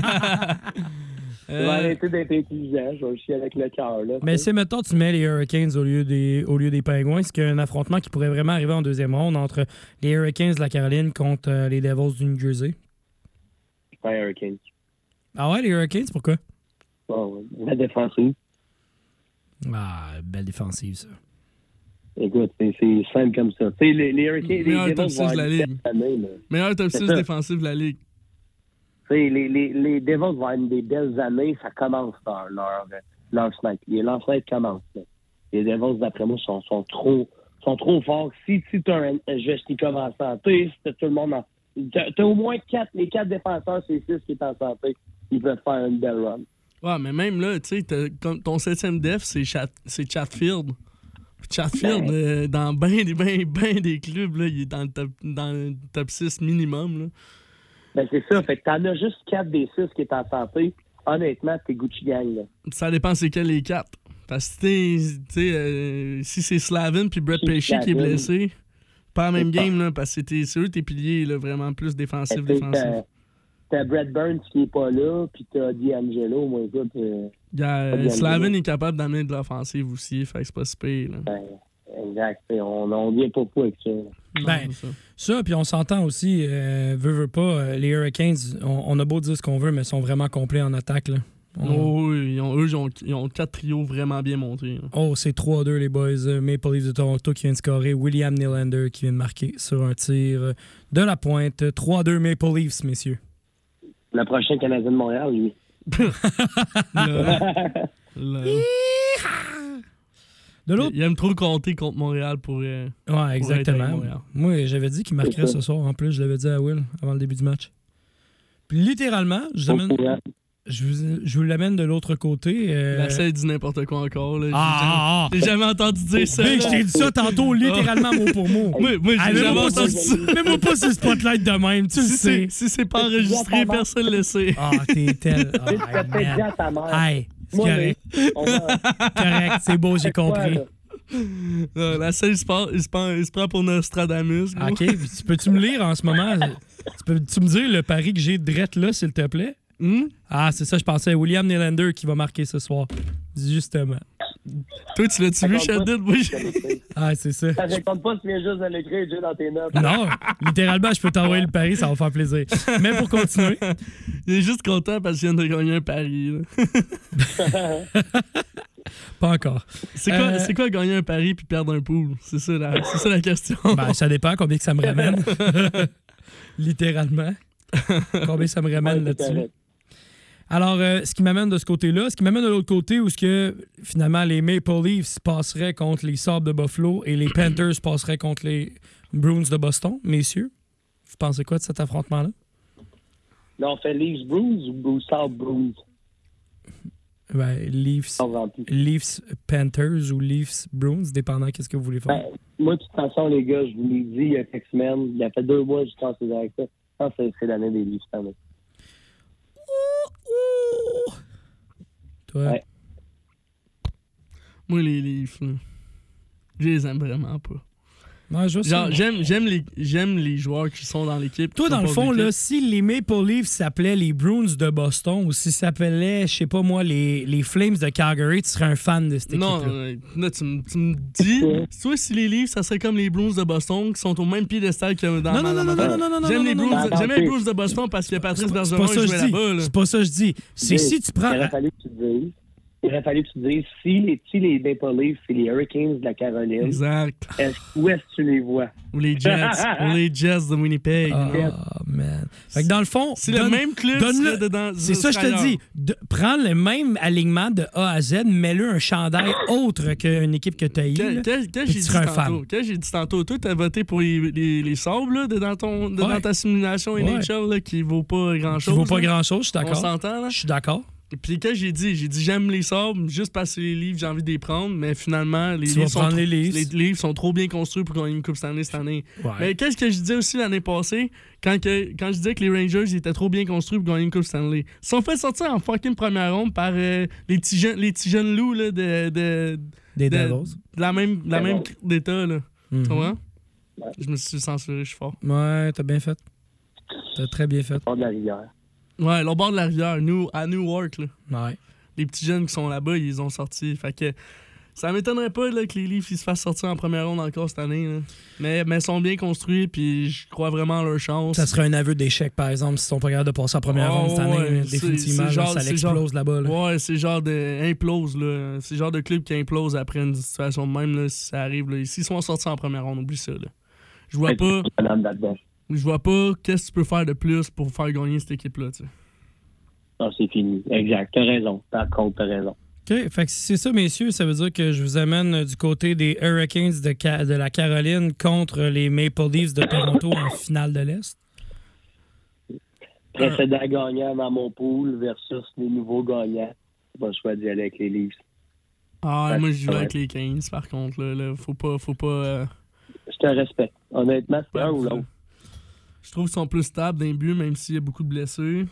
Je vais arrêter d'être intelligent, je vais chier avec le cœur. Là. Mais si, mettons, tu mets les Hurricanes au lieu des, au lieu des Pingouins, est-ce qu'il y a un affrontement qui pourrait vraiment arriver en deuxième ronde entre les Hurricanes de la Caroline contre euh, les Devils du New Jersey? Je prends un Hurricane. Ah ouais, les Hurricanes, pourquoi? Bon, la défensive. Ah, belle défensive, ça. Écoute, c'est, c'est simple comme ça. Tu sais, les, les Hurricanes, Meilleur les top Devils six vont de la être Ligue. cette année, là. Meilleur top C'est six ça. défensif de la Ligue. Tu sais, les, les, les Devils vont avoir des belles années, ça commence leur, leur, leur snipe. Les lancers commencent. Là. Les Devils, d'après moi, sont, sont, trop, sont trop forts. Si, si tu as un Svechnikov en santé, si t'as tout le monde en... T'as, t'as au moins quatre, les quatre défenseurs, c'est six qui est en santé. Ils peuvent faire une belle run. Ouais, mais même là, tu sais, t'as- comme ton septième def, c'est Chat- c'est Chatfield. Puis Chatfield, Ben. euh, dans bien des, ben, ben des clubs, là, il est dans le top, dans le top six minimum. Là. Ben, c'est ça. Fait que t'en as juste quatre des six qui est en santé. Honnêtement, t'es Gucci Gang, là. Ça dépend c'est quel les quatre. Parce que t'es- tu sais, euh, si c'est Slavin puis Brett Si Pesci qui est Slavin. blessé, pas la même C'est ça. game, là, parce que t'es- c'est eux tes piliers là, vraiment plus défensifs, Fait que défensifs. T'as, t'as Brett Burns qui est pas là, puis t'as D'Angelo, moi, écoute, euh, Il y a- pas bien Slavin joué. est capable d'amener de l'offensive aussi, fait que c'est pas si pire. Là. ben, exact. T'sais, On, on vient pas fou avec ça. Non, Ben, c'est ça. Ça, puis on s'entend aussi, euh, veut, veut pas, euh, les Hurricanes, on, on a beau dire ce qu'on veut, mais ils sont vraiment complets en attaque. Là. On- Oh, oui, ils ont, eux, ils ont, ils ont quatre trios vraiment bien montés. là. Oh, c'est trois deux les boys. Euh, Maple Leafs de Toronto qui vient de scorer. William Nylander qui vient de marquer sur un tir euh, de la pointe. trois deux Maple Leafs, messieurs. Le prochain Canadien de Montréal, lui. Là, là. De l'autre, Il aime trop compter contre Montréal pour. euh, ouais, être exactement. avec Montréal. Moi, j'avais dit qu'il marquerait ce soir. En plus, je l'avais dit à Will avant le début du match. Puis littéralement, je, Au l'amène- courant. je vous, je vous l'amène de l'autre côté. euh, La scène dit n'importe quoi encore. Là. J'ai Ah, ah, jamais, j'ai jamais entendu dire ça. Big, là. je t'ai dit ça tantôt, littéralement mot pour mot. Moi, moi Ah, j'ai jamais mets-moi pas, entendu ça. sur- mets-moi pas sur le spotlight de même, tu le Si sais. c'est, si c'est pas enregistré, personne ne le sait. Ah, t'es tel. Tu sais, tu Ah, peux peut-être dire man. à ta mère. Hey, c'est Moi, correct. mais, on va- Correct, c'est beau, j'ai c'est quoi, compris. là? Euh, la scène, il se, prend, il, se prend, il se prend pour Nostradamus. gros. OK, puis tu peux-tu me lire en ce moment? Tu peux-tu me dire le pari que j'ai drette là, s'il te plaît? Hmm? Ah, c'est ça, je pensais à William Nylander qui va marquer ce soir. Justement. Toi, tu l'as-tu Ça vu, compte pas. Sheldon? Moi, j'ai- Ah, c'est ça. Ça ne compte pas si tu viens juste de l'écrire Dieu dans tes notes. Non, littéralement, je peux t'envoyer le pari, ça va faire plaisir. Mais pour continuer, il est juste content parce qu'il vient de gagner un pari. là. pas encore. C'est, quoi, Euh, c'est quoi gagner un pari puis perdre un pool? C'est ça la, c'est ça la question. Ben, ça dépend combien que ça me ramène. Littéralement. Combien ça me ramène Ouais, c'est là-dessus. correct. Alors, euh, ce qui m'amène de ce côté-là, ce qui m'amène de l'autre côté, où ce que finalement les Maple Leafs passeraient contre les Sabres de Buffalo et les Panthers passeraient contre les Bruins de Boston, messieurs. Vous pensez quoi de cet affrontement-là? Là, on fait Leafs Bruins ou South Bruins? Ben, Leafs, Leafs Panthers ou Leafs Bruins, dépendant qu'est-ce que vous voulez faire. Ben, moi, de toute façon, les gars, je vous l'ai dit il y a quelques semaines, il y a fait deux mois, je pense que c'est avec ça. Je pense que c'est l'année des Leafs cette année. Toi? Ouais. Moi, les Leafs, là, je les aime vraiment pas. Ouais, je Genre, sais. j'aime, j'aime, les, j'aime les joueurs qui sont dans l'équipe. Toi, qui dans sont le pas fond, de là, l'équipe. si les Maple Leafs s'appelaient les Bruins de Boston ou s'ils s'appelaient, je sais pas moi, les, les Flames de Calgary, tu serais un fan de cette Non, équipe-là. euh, là, tu, me- tu me dis, toi, si les Leafs, ça serait comme les Bruins de Boston qui sont au même piédestal que dans Non, ma- non, non, dans ma non, tête. non, non, non, J'aime non, les non, Bruins, non. j'aime les Bruins de Boston parce que Patrice C'est Bergeron pas ça que jouait je dis. là-bas. là. C'est pas ça que je dis. C'est si tu prends... Il aurait fallu que tu dises. Il aurait fallu que tu dises si les, si les Maple Leafs, c'est les Hurricanes de la Caroline, Exact. est-ce, où est-ce que tu les vois? Ou les Jets. Ou les Jets de Winnipeg. Ah, man. Fait que dans le fond... Si donne- le même club donne-le- serait dedans. C'est ça, je serait te ailleurs. dis. De- prends le même alignement de A à Z, mets-le un chandail autre qu'une équipe que tu as Quand, eue. quand- quand puis j'ai tu dit serais un tantôt, fan. quand j'ai dit tantôt, toi, t'as voté pour les, les, les Sabres là, de- dans, ton, de- Ouais. dans ta simulation N H L là, qui vaut pas Qui grand-chose. vaut pas là. grand-chose, je suis On d'accord. s'entend, là? Je suis d'accord. Et puis quand j'ai dit, j'ai dit j'aime les Sabres juste parce que les livres, j'ai envie de les prendre, mais finalement, les Tu livres vas sont, prendre trop- les Leafs. les livres sont trop bien construits pour gagner une Coupe Stanley cette année. Ouais. Mais qu'est-ce que je disais aussi l'année passée, quand, que, quand je disais que les Rangers ils étaient trop bien construits pour gagner une Coupe Stanley? Ils se sont fait sortir en fucking première ronde par euh, les petits jeunes les petits jeunes loups là, de, de, Des de, Devils. de la même, de la même d'état. Là. Mhm. Tu vois? Je me suis censuré, je suis fort. Ouais, t'as bien fait. T'as très bien fait. Bord de la rivière. Ouais, au bord de la rivière, nous, à Newark, là. Ouais. Les petits jeunes qui sont là-bas, ils les ont sortis. Fait que ça m'étonnerait pas là, que les Leafs ils se fassent sortir en première ronde encore cette année. Là. Mais mais ils sont bien construits, puis je crois vraiment en leur chance. Ça serait un aveu d'échec, par exemple, s'ils sont pas capables de passer en première Oh, ronde cette année. ouais, là, c'est- définitivement, c'est là, genre- ça c'est l'explose genre- là-bas. Là. Ouais, c'est genre de implose là. C'est le genre de club qui implose après une situation de même là, si ça arrive là. S'ils sont sortis en première ronde, oublie ça là. Je vois pas, là-dedans. je vois pas qu'est-ce que tu peux faire de plus pour faire gagner cette équipe là, tu sais. Non, c'est fini. Exact. T'as raison. Par contre, t'as raison. OK. Fait que si c'est ça, messieurs, ça veut dire que je vous amène euh, du côté des Hurricanes de, Ca- de la Caroline contre les Maple Leafs de Toronto en finale de l'Est. Précédent gagnant dans mon pool versus les nouveaux gagnants. J'ai pas le choix d'y aller avec les Leafs. Ah, Ouais, moi je joue ouais. avec les quinze par contre là, là. Faut pas faut pas euh, Je te respecte. Honnêtement, c'est Ouais, un ou ça. l'autre. Je trouve qu'ils sont plus stables d'un but, même s'il y a beaucoup de blessés.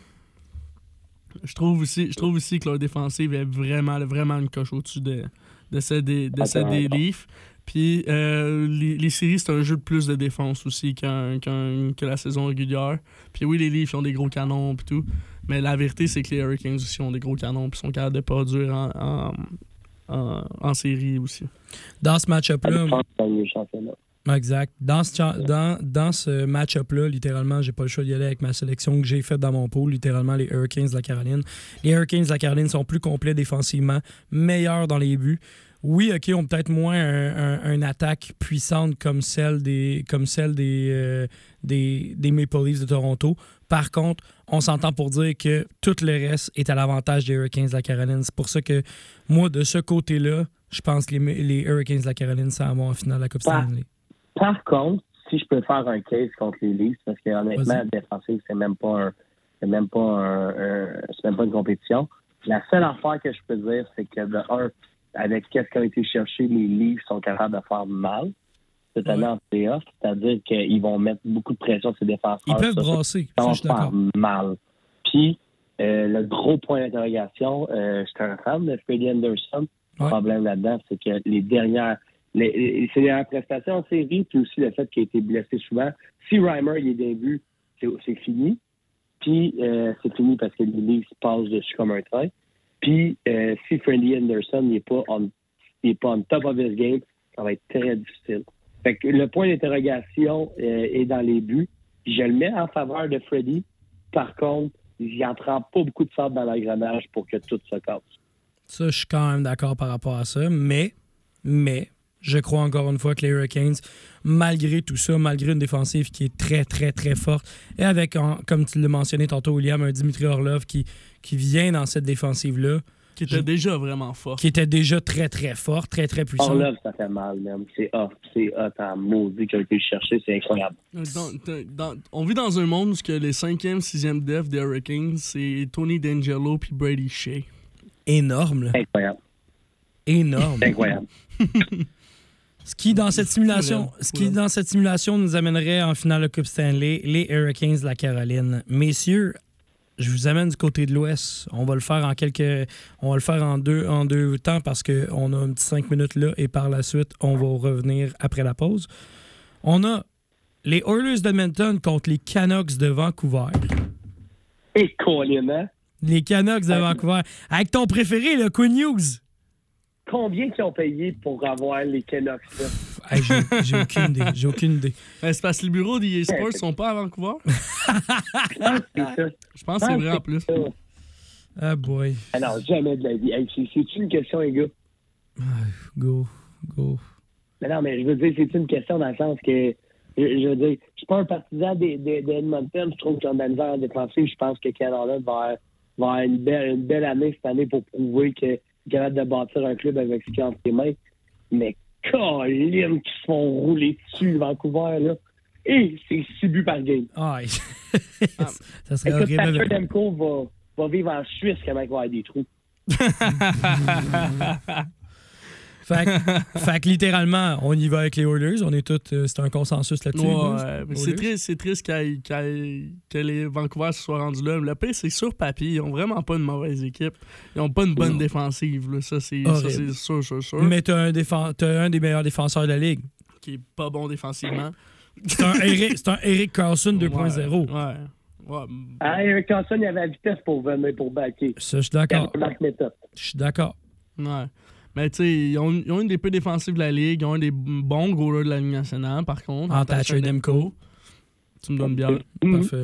Je trouve aussi, je trouve aussi que leur défensive est vraiment, vraiment une coche au-dessus de, de celle des, de celle des Leafs. Puis euh, les, les séries, c'est un jeu de plus de défense aussi qu'un, qu'un, que la saison régulière. Puis oui, les Leafs ont des gros canons et tout. Mais la vérité, c'est que les Hurricanes aussi ont des gros canons puis sont capables de produire en, en, en, en série aussi. Dans ce Ça match-up-là, dépend de gagner le championnat. exact. Dans ce, cha- dans, dans ce match-up-là, littéralement, j'ai pas le choix d'y aller avec ma sélection que j'ai faite dans mon pool, littéralement les Hurricanes de la Caroline. Les Hurricanes de la Caroline sont plus complets défensivement, meilleurs dans les buts. Oui, OK, ont peut-être moins un, un- une attaque puissante comme celle des, comme celle des, euh, des, des Maple Leafs de Toronto. Par contre, on s'entend pour dire que tout le reste est à l'avantage des Hurricanes de la Caroline. C'est pour ça que moi, de ce côté-là, je pense que les, les Hurricanes de la Caroline s'en vont en finale de la Coupe Ah. Stanley. Par contre, si je peux faire un case contre les Leafs, parce que honnêtement, Vas-y. la défensive, c'est même pas un, c'est même pas un, un- c'est même pas une compétition. La seule affaire que je peux dire, c'est que de un, avec qu'est-ce qui a été cherché, les Leafs sont capables de faire mal cette année en playoff, c'est-à-dire qu'ils vont mettre beaucoup de pression sur les défenseurs. Ils peuvent Ça, brasser, ça ça, va je suis faire d'accord. mal. Puis, euh, le gros point d'interrogation, euh, je suis un fan de Freddie Anderson. Le Ouais. problème là-dedans, c'est que les dernières, les, les, ses dernières prestations en série, puis aussi le fait qu'il a été blessé souvent. Si Reimer il est d'un but, c'est, c'est fini. Puis, euh, c'est fini parce que les Leafs passent dessus comme un train. Puis, euh, si Freddie Anderson n'est pas, on, il est pas on top of his game, ça va être très difficile. Fait que le point d'interrogation euh, est dans les buts. Je le mets en faveur de Freddie. Par contre, il n'en prend pas beaucoup de sable dans l'engrenage pour que tout se casse. Ça, je suis quand même d'accord par rapport à ça. Mais, mais, Je crois encore une fois que les Hurricanes, malgré tout ça, malgré une défensive qui est très, très, très forte, et avec, en, comme tu l'as mentionné tantôt, William, un Dimitri Orlov qui, qui vient dans cette défensive-là. Qui était je... déjà vraiment fort. Qui était déjà très, très fort, très, très puissant. Orlov, ça fait mal, même. C'est hot. C'est hot en maudit qu'il a été le chercher. C'est incroyable. Dans, dans, on vit dans un monde où que les cinquième, sixième def des Hurricanes, c'est Tony DeAngelo puis Brady Shea. Énorme, là. Incroyable. Énorme. C'est incroyable. Ce qui, dans cette simulation, ce qui, dans cette simulation, nous amènerait en finale de Coupe Stanley, les Hurricanes de la Caroline. Messieurs, je vous amène du côté de l'Ouest. On va le faire en quelques, on va le faire en deux, en deux temps parce qu'on a un petit cinq minutes là et par la suite, on va revenir après la pause. On a les Oilers d'Edmonton contre les Canucks de Vancouver. Et Colin, hein? Les Canucks de Vancouver. Avec ton préféré, le Quinn Hughes. Combien ils ont payé pour avoir les Canucks, là? Hey, j'ai, j'ai aucune idée. J'ai aucune idée. Ben, c'est parce que les bureaux des Sports sont pas à Vancouver. Je pense que c'est ça. Je pense que c'est vrai en plus. Ah boy. Ah non, jamais de la vie. Hey, c'est, c'est-tu une question, les gars? Ah, go, go. Mais non, mais je veux dire, c'est une question dans le sens que, je, je veux dire, je suis pas un partisan d'Edmonton. Je trouve qu'ils ont de la misère en défensive. Je pense que Canada va avoir, va avoir une, belle, une belle année cette année pour prouver que capable de bâtir un club avec ce qu'il y a entre les mains. Mais Colin qui se font rouler dessus, Vancouver, là. Et c'est six buts par game. Ah, ça serait écoute, horrible. Patrick Demko va, va vivre en Suisse quand même, il va avoir des trous. fait, que, fait que littéralement, on y va avec les Oilers. On est tous, euh, c'est un consensus là-dessus. Ouais, mais c'est triste, c'est triste qu'aille, qu'aille, que les Vancouver se soient rendus là. Le pire, c'est sur papier. Ils ont vraiment pas une mauvaise équipe. Ils ont pas une bonne non. défensive. Là. Ça, c'est, ça, c'est sûr, sûr, sûr. Mais t'as un, défen- t'as un des meilleurs défenseurs de la Ligue. Qui est pas bon défensivement. C'est un Eric, c'est un Eric Carlson deux point zéro. Ouais. ouais. ouais. Ah, Eric Carlson, il avait la vitesse pour venir pour backer. Ça, je suis d'accord. Je suis d'accord. Ouais. Mais tu sais, ils ont, ils ont une des peu défensives de la Ligue. Ils ont un des bons goalers de la Ligue nationale, par contre. En Thatcher Demko. Tu me donnes bien. Parfait.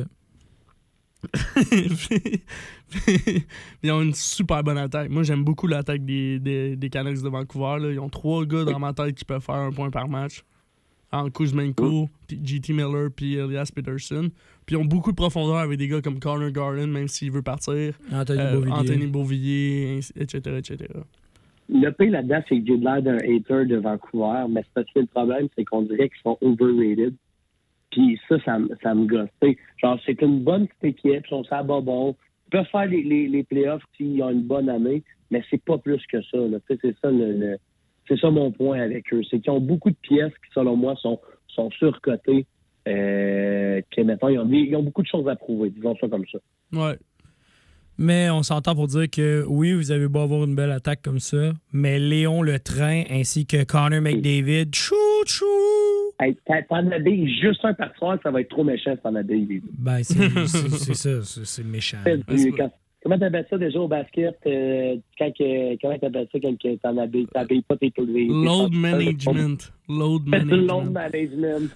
Ils ont une super bonne attaque. Moi, j'aime beaucoup l'attaque des, des, des Canucks de Vancouver. Là. Ils ont trois gars dans ma tête qui peuvent faire un point par match. En Kuzmenko, puis J T Miller, puis Elias Peterson. Puis ils ont beaucoup de profondeur avec des gars comme Connor Garland, même s'il veut partir. Anthony euh, Beauvillier. Anthony Beauvillier, et cetera, et cetera. Le pire là-dedans, c'est que j'ai l'air d'un hater de Vancouver, mais c'est parce que le problème, c'est qu'on dirait qu'ils sont overrated. Puis ça, ça, ça me gosse. T'sais, genre, c'est une bonne petite équipe, ils sont ça bon. Ils peuvent faire les, les, les playoffs s'ils ont une bonne année, mais c'est pas plus que ça. Là. C'est ça le, le, c'est ça mon point avec eux. C'est qu'ils ont beaucoup de pièces qui, selon moi, sont, sont surcotées. Euh, que, mettons, ils ont, ils ont beaucoup de choses à prouver, disons ça comme ça. Ouais. Mais on s'entend pour dire que oui, vous avez beau avoir une belle attaque comme ça, mais Léon Le Train ainsi que Connor McDavid, chou chou! Hey, t'en habilles juste un par soir, ça va être trop méchant si t'en habilles. Ben, c'est, c'est, c'est ça, c'est, c'est méchant. C'est, quand, comment t'appelles ça déjà au basket? Euh, quand que, comment t'appelles ça quand t'en habilles? T'habilles pas tes taux de vie. Load management. Load management. Load management.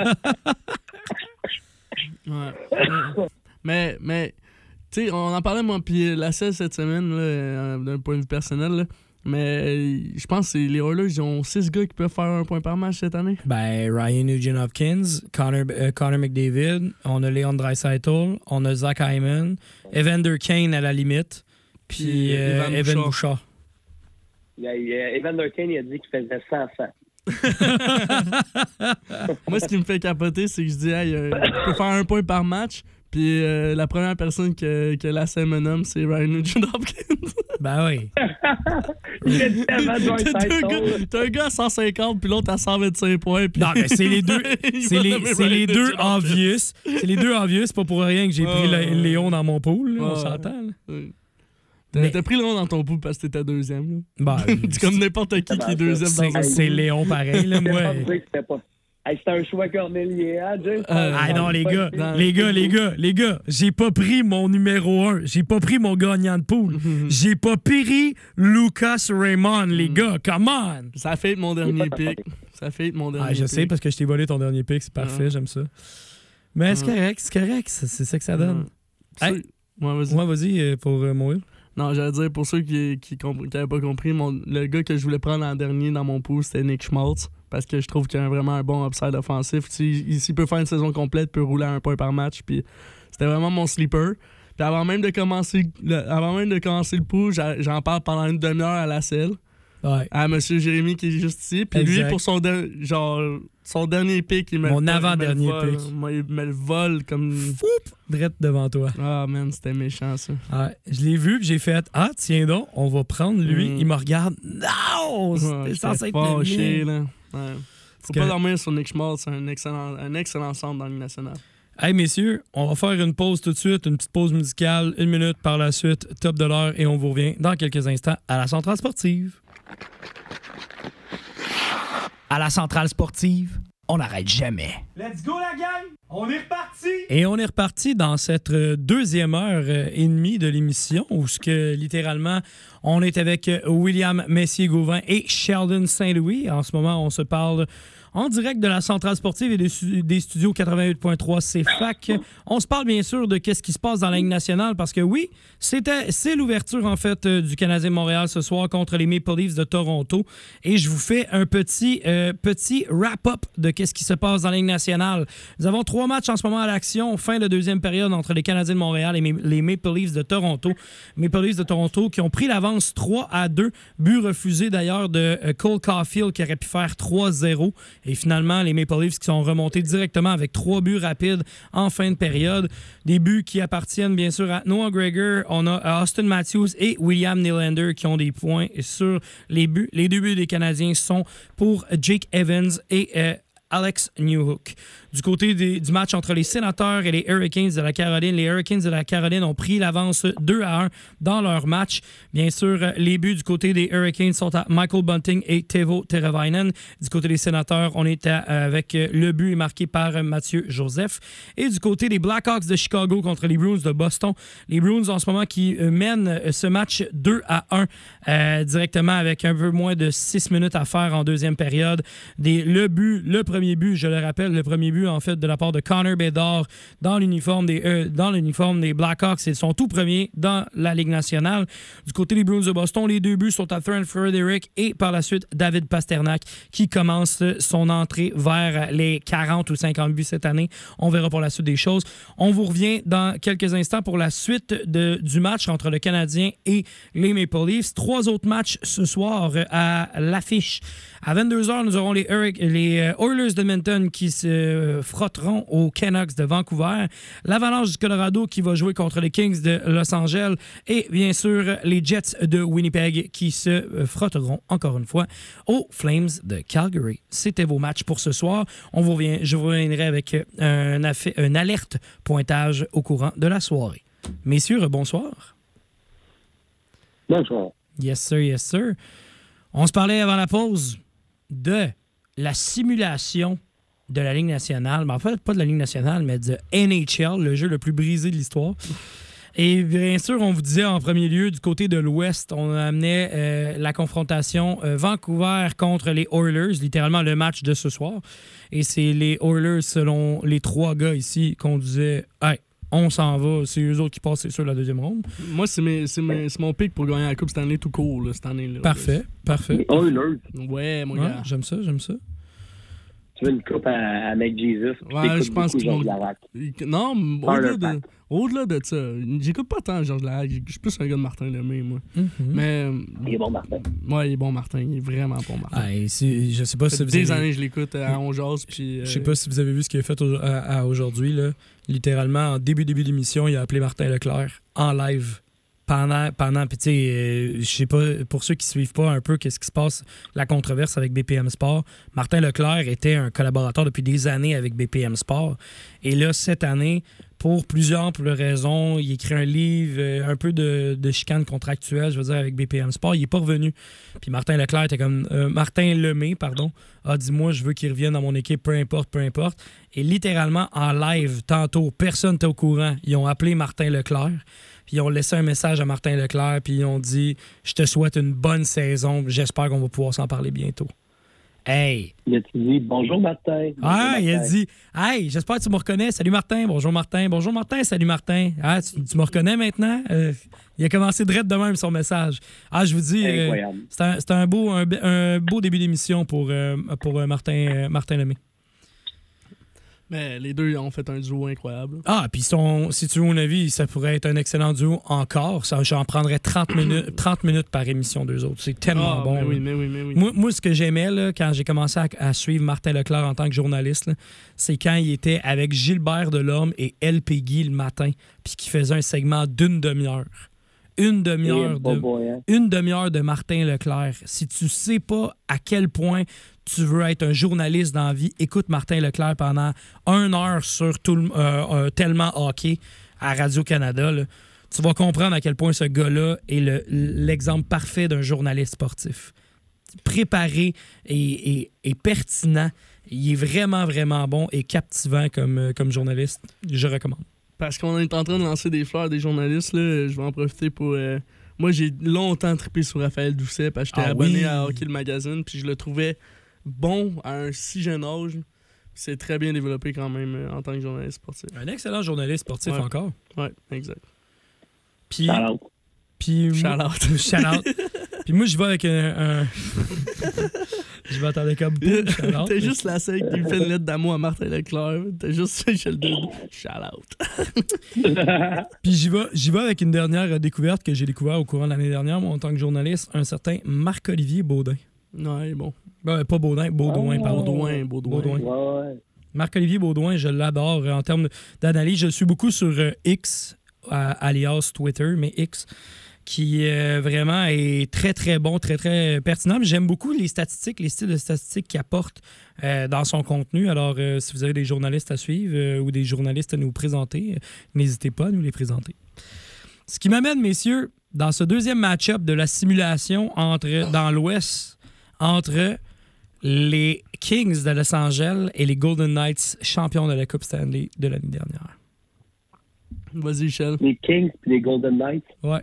ouais. Mais, mais, tu sais, on en parlait, moi, puis la C E S cette semaine, là, d'un point de vue personnel, là, mais je pense que les Oilers, ils ont six gars qui peuvent faire un point par match cette année. Ben, Ryan Nugent-Hopkins, Connor, euh, Connor McDavid, on a Leon Draisaitl, on a Zach Hyman, Evander Kane à la limite, puis euh, Evan, Evan Bouchard. Bouchard. Il y a, il y a, Evander Kane, il a dit qu'il faisait cent cent. Moi, ce qui me fait capoter, c'est que je dis, hey, euh, il peut faire un point par match. Puis euh, la première personne que, que la scène me nomme, c'est Ryan Nugent-Hopkins. Ben oui. t'as, deux gars, t'as un gars à cent cinquante, puis l'autre à cent vingt-cinq points. Puis... Non, mais c'est les deux. c'est les, c'est les deux obvious. C'est les deux obvious. C'est pas pour rien que j'ai pris oh, le, Léon dans mon pool. Là, oh, on s'entend. Là. Ouais. T'as, mais... t'as pris Léon dans ton pool parce que t'étais deuxième. Ben, c'est comme n'importe qui qui est deuxième c'est, dans un C'est Léon pareil. Là, moi. Hey, c'était un choix cornélien, hein, Jay? Euh, ah non, les gars, les gars, les gars, les gars, j'ai pas pris mon numéro un. J'ai pas pris mon gagnant de poule. J'ai pas pris Lucas Raymond, les gars. Come on! Ça a fait mon dernier pick. Ça a fait mon dernier ah, je pick. sais, parce que je t'ai volé ton dernier pick. C'est parfait, ouais. J'aime ça. Mais c'est correct, c'est correct. C'est, c'est ça que ça donne. Ouais, hey, ouais, vas-y. Moi, vas-y pour euh, mourir. Non, j'allais dire, pour ceux qui qui n'avaient pas compris, mon, le gars que je voulais prendre en dernier dans mon pool, c'était Nick Schmaltz, parce que je trouve qu'il a vraiment un bon upside offensif. S'il, s'il peut faire une saison complète, il peut rouler à un point par match, puis c'était vraiment mon sleeper. Puis avant même de commencer le, avant même de commencer le pool, j'en parle pendant une demi-heure à la selle. Ouais. À M. Jérémy qui est juste ici. Puis lui, pour son, de, genre, son dernier pick, il me Mon le avant-dernier il me le pick. vole. Moi, il me le vole comme. Foup! Drette devant toi. Ah, man, c'était méchant, ça. Ouais. Je l'ai vu, puis j'ai fait ah, tiens donc, on va prendre lui. Mm. Il me regarde. Non! Ouais, C'est censé être le fâché, mien. là. Ouais. Faut que- pas dormir sur Nick Schmaltz, c'est un excellent, un excellent centre dans la Ligue nationale. Hey, messieurs, on va faire une pause tout de suite, une petite pause musicale, une minute par la suite, top de l'heure, et on vous revient dans quelques instants à la Centrale Sportive. À la centrale sportive, on n'arrête jamais. Let's go, la gang! On est reparti! Et on est reparti dans cette euh, deuxième heure euh, et demie de l'émission où ce que, littéralement, on est avec euh, William Messier-Gauvin et Sheldon Saint-Louis. En ce moment, on se parle en direct de la Centrale Sportive et des, stu- des studios quatre-vingt-huit point trois C F A C. On se parle bien sûr de qu'est-ce qui se passe dans la Ligue nationale parce que oui, c'était, c'est l'ouverture en fait euh, du Canadien de Montréal ce soir contre les Maple Leafs de Toronto. Et je vous fais un petit, euh, petit wrap-up de qu'est-ce qui se passe dans la Ligue nationale. Nous avons trois matchs en ce moment à l'action, fin de deuxième période entre les Canadiens de Montréal et les Maple Leafs de Toronto. Maple Leafs de Toronto qui ont pris l'avance trois à deux, but refusé d'ailleurs de euh, Cole Caulfield qui aurait pu faire trois zéro. Et finalement, les Maple Leafs qui sont remontés directement avec trois buts rapides en fin de période. Des buts qui appartiennent bien sûr à Noah Gregor. On a Austin Matthews et William Nylander qui ont des points sur les buts. Les deux buts des Canadiens sont pour Jake Evans et euh, Alex Newhook. Du côté des, du match entre les Sénateurs et les Hurricanes de la Caroline, les Hurricanes de la Caroline ont pris l'avance deux à un dans leur match. Bien sûr, les buts du côté des Hurricanes sont à Michael Bunting et Teuvo Teravainen. Du côté des Sénateurs, on est à, avec le but marqué par Mathieu Joseph. Et du côté des Blackhawks de Chicago contre les Bruins de Boston, les Bruins en ce moment qui mènent ce match deux à un euh, directement avec un peu moins de six minutes à faire en deuxième période. Des, le but, le premier but, je le rappelle, le premier but en fait de la part de Connor Bedard dans l'uniforme des euh, dans l'uniforme des Blackhawks. C'est son tout premier dans la Ligue nationale. Du côté des Bruins de Boston, les deux buts sont à Trent Frederick et par la suite David Pasternak qui commence son entrée vers les quarante ou cinquante buts cette année. On verra pour la suite des choses. On vous revient dans quelques instants pour la suite de, du match entre le Canadien et les Maple Leafs. Trois autres matchs ce soir à l'affiche. À vingt-deux heures, nous aurons les, Hurric- les Oilers d'Edmonton qui se frotteront aux Canucks de Vancouver, l'Avalanche du Colorado qui va jouer contre les Kings de Los Angeles et bien sûr les Jets de Winnipeg qui se frotteront encore une fois aux Flames de Calgary. C'était vos matchs pour ce soir. On vous revient, je vous reviendrai avec un, affi- un alerte pointage au courant de la soirée. Messieurs, bonsoir. Bonsoir. Yes sir, yes sir. On se parlait avant la pause de la simulation de la Ligue nationale, mais en fait, pas de la Ligue nationale, mais de N H L, le jeu le plus brisé de l'histoire. Et bien sûr, on vous disait en premier lieu, du côté de l'Ouest, on amenait euh, la confrontation euh, Vancouver contre les Oilers, littéralement le match de ce soir. Et c'est les Oilers, selon les trois gars ici, qu'on disait « Hey, on s'en va, c'est eux autres qui passent, c'est sûr, la deuxième ronde. » Moi, c'est, mes, c'est, mes, c'est mon pick pour gagner la Coupe Stanley tout court, là, cette année. Là, Parfait, parfait. Les Oilers. Ouais, mon Ouais, gars. j'aime ça, j'aime ça. Tu veux une coupe à, à Mec Jesus? puis Ouais, t'écoutes je pense beaucoup qu'ils vont. Georges Larac. Non, Parle au-delà le de, pack. au-delà de ça, j'écoute pas tant Georges Larac. Je suis plus un gars de Martin Lemay, moi. Mm-hmm. Mais. Il est bon, Martin. Ouais, il est bon, Martin. Il est vraiment bon, Martin. Ah, et c'est- je sais pas Ça si fait vous des avez... années que je l'écoute à On Jase, puis. euh, Je sais pas si vous avez vu ce qu'il a fait au- à, à aujourd'hui. Là. Littéralement, en début début d'émission, il a appelé Martin Leclerc en live. Pendant, pendant puis tu sais, euh, je sais pas, pour ceux qui suivent pas un peu qu'est-ce qui se passe, la controverse avec B P M Sport, Martin Leclerc était un collaborateur depuis des années avec B P M Sport. Et là, cette année, pour plusieurs raisons, il écrit un livre, euh, un peu de, de chicane contractuelle, je veux dire, avec B P M Sport. Il est pas revenu. Puis Martin Leclerc était comme... Euh, Martin Lemay, pardon, a dit, moi, je veux qu'il revienne dans mon équipe, peu importe, peu importe. Et littéralement, en live, tantôt, personne n'était au courant. Ils ont appelé Martin Leclerc. Puis ils ont laissé un message à Martin Leclerc, puis ils ont dit « Je te souhaite une bonne saison, j'espère qu'on va pouvoir s'en parler bientôt. » Hey! Il a dit bonjour Martin. Bonjour, Ah, Martin. il a dit hey, j'espère que tu me reconnais. Salut Martin, bonjour Martin, bonjour Martin, salut Martin. Ah, tu, tu me reconnais maintenant? Euh, il a commencé direct de même son message. Ah, je vous dis, euh, Incroyable. c'est un, c'est un, beau, un, un beau début d'émission pour, euh, pour euh, Martin, euh, Martin Lemay. Mais les deux ils ont fait un duo incroyable. Ah, puis son, si tu veux mon avis, ça pourrait être un excellent duo encore. Ça, j'en prendrais trente minutes, trente minutes par émission d'eux autres. C'est tellement Ah, bon. mais là. oui, mais oui, mais oui. Moi, moi, ce que j'aimais là, quand j'ai commencé à, à suivre Martin Leclerc en tant que journaliste, là, c'est quand il était avec Gilbert Delorme et L. Peggy le matin, puis qu'il faisait un segment d'une demi-heure. Une demi-heure Eh, pas de, bon, hein? une demi-heure de Martin Leclerc. Si tu sais pas à quel point tu veux être un journaliste dans la vie, écoute Martin Leclerc pendant une heure sur tout le, euh, euh, Tellement Hockey à Radio-Canada. Là. Tu vas comprendre à quel point ce gars-là est le- l'exemple parfait d'un journaliste sportif. Préparé et, et- et pertinent. Il est vraiment, vraiment bon et captivant comme, euh, comme journaliste. Je recommande. Parce qu'on est en train de lancer des fleurs des journalistes, là, je vais en profiter pour... euh, Moi, j'ai longtemps trippé sur Raphaël Doucet parce que j'étais Ah abonné oui. à Hockey le magazine, puis je le trouvais bon à un si jeune âge. C'est très bien développé quand même euh, en tant que journaliste sportif. Un excellent journaliste sportif Ouais. encore. Ouais, exact. Puis, Alors, puis moi- Shout-out. Shout-out. Puis moi, je vais avec un... un- je vais attendre comme boum, shout-out. T'es juste la seule qui me fait une lettre d'amour à Martin Leclerc. T'es juste je le donne. Shout-out. Puis j'y vais, j'y vais avec une dernière euh, découverte que j'ai découvert au courant de l'année dernière, moi, en tant que journaliste, un certain Marc-Olivier Baudin. Ouais, bon. Ben, pas Baudin, Baudouin, Oh. pardon. Baudouin, Baudouin. Baudouin. ouais, ouais. Marc-Olivier Baudouin, je l'adore euh, en termes d'analyse. Je le suis beaucoup sur euh, X, euh, alias Twitter, mais X, qui euh, vraiment est très, très bon, très, très pertinent. Mais j'aime beaucoup les statistiques, les styles de statistiques qu'il apporte euh, dans son contenu. Alors, euh, si vous avez des journalistes à suivre euh, ou des journalistes à nous présenter, euh, n'hésitez pas à nous les présenter. Ce qui m'amène, messieurs, dans ce deuxième match-up de la simulation entre, dans l'Ouest entre les Kings de Los Angeles et les Golden Knights, champions de la Coupe Stanley de l'année dernière. Vas-y, Michel. Les Kings et les Golden Knights. Ouais.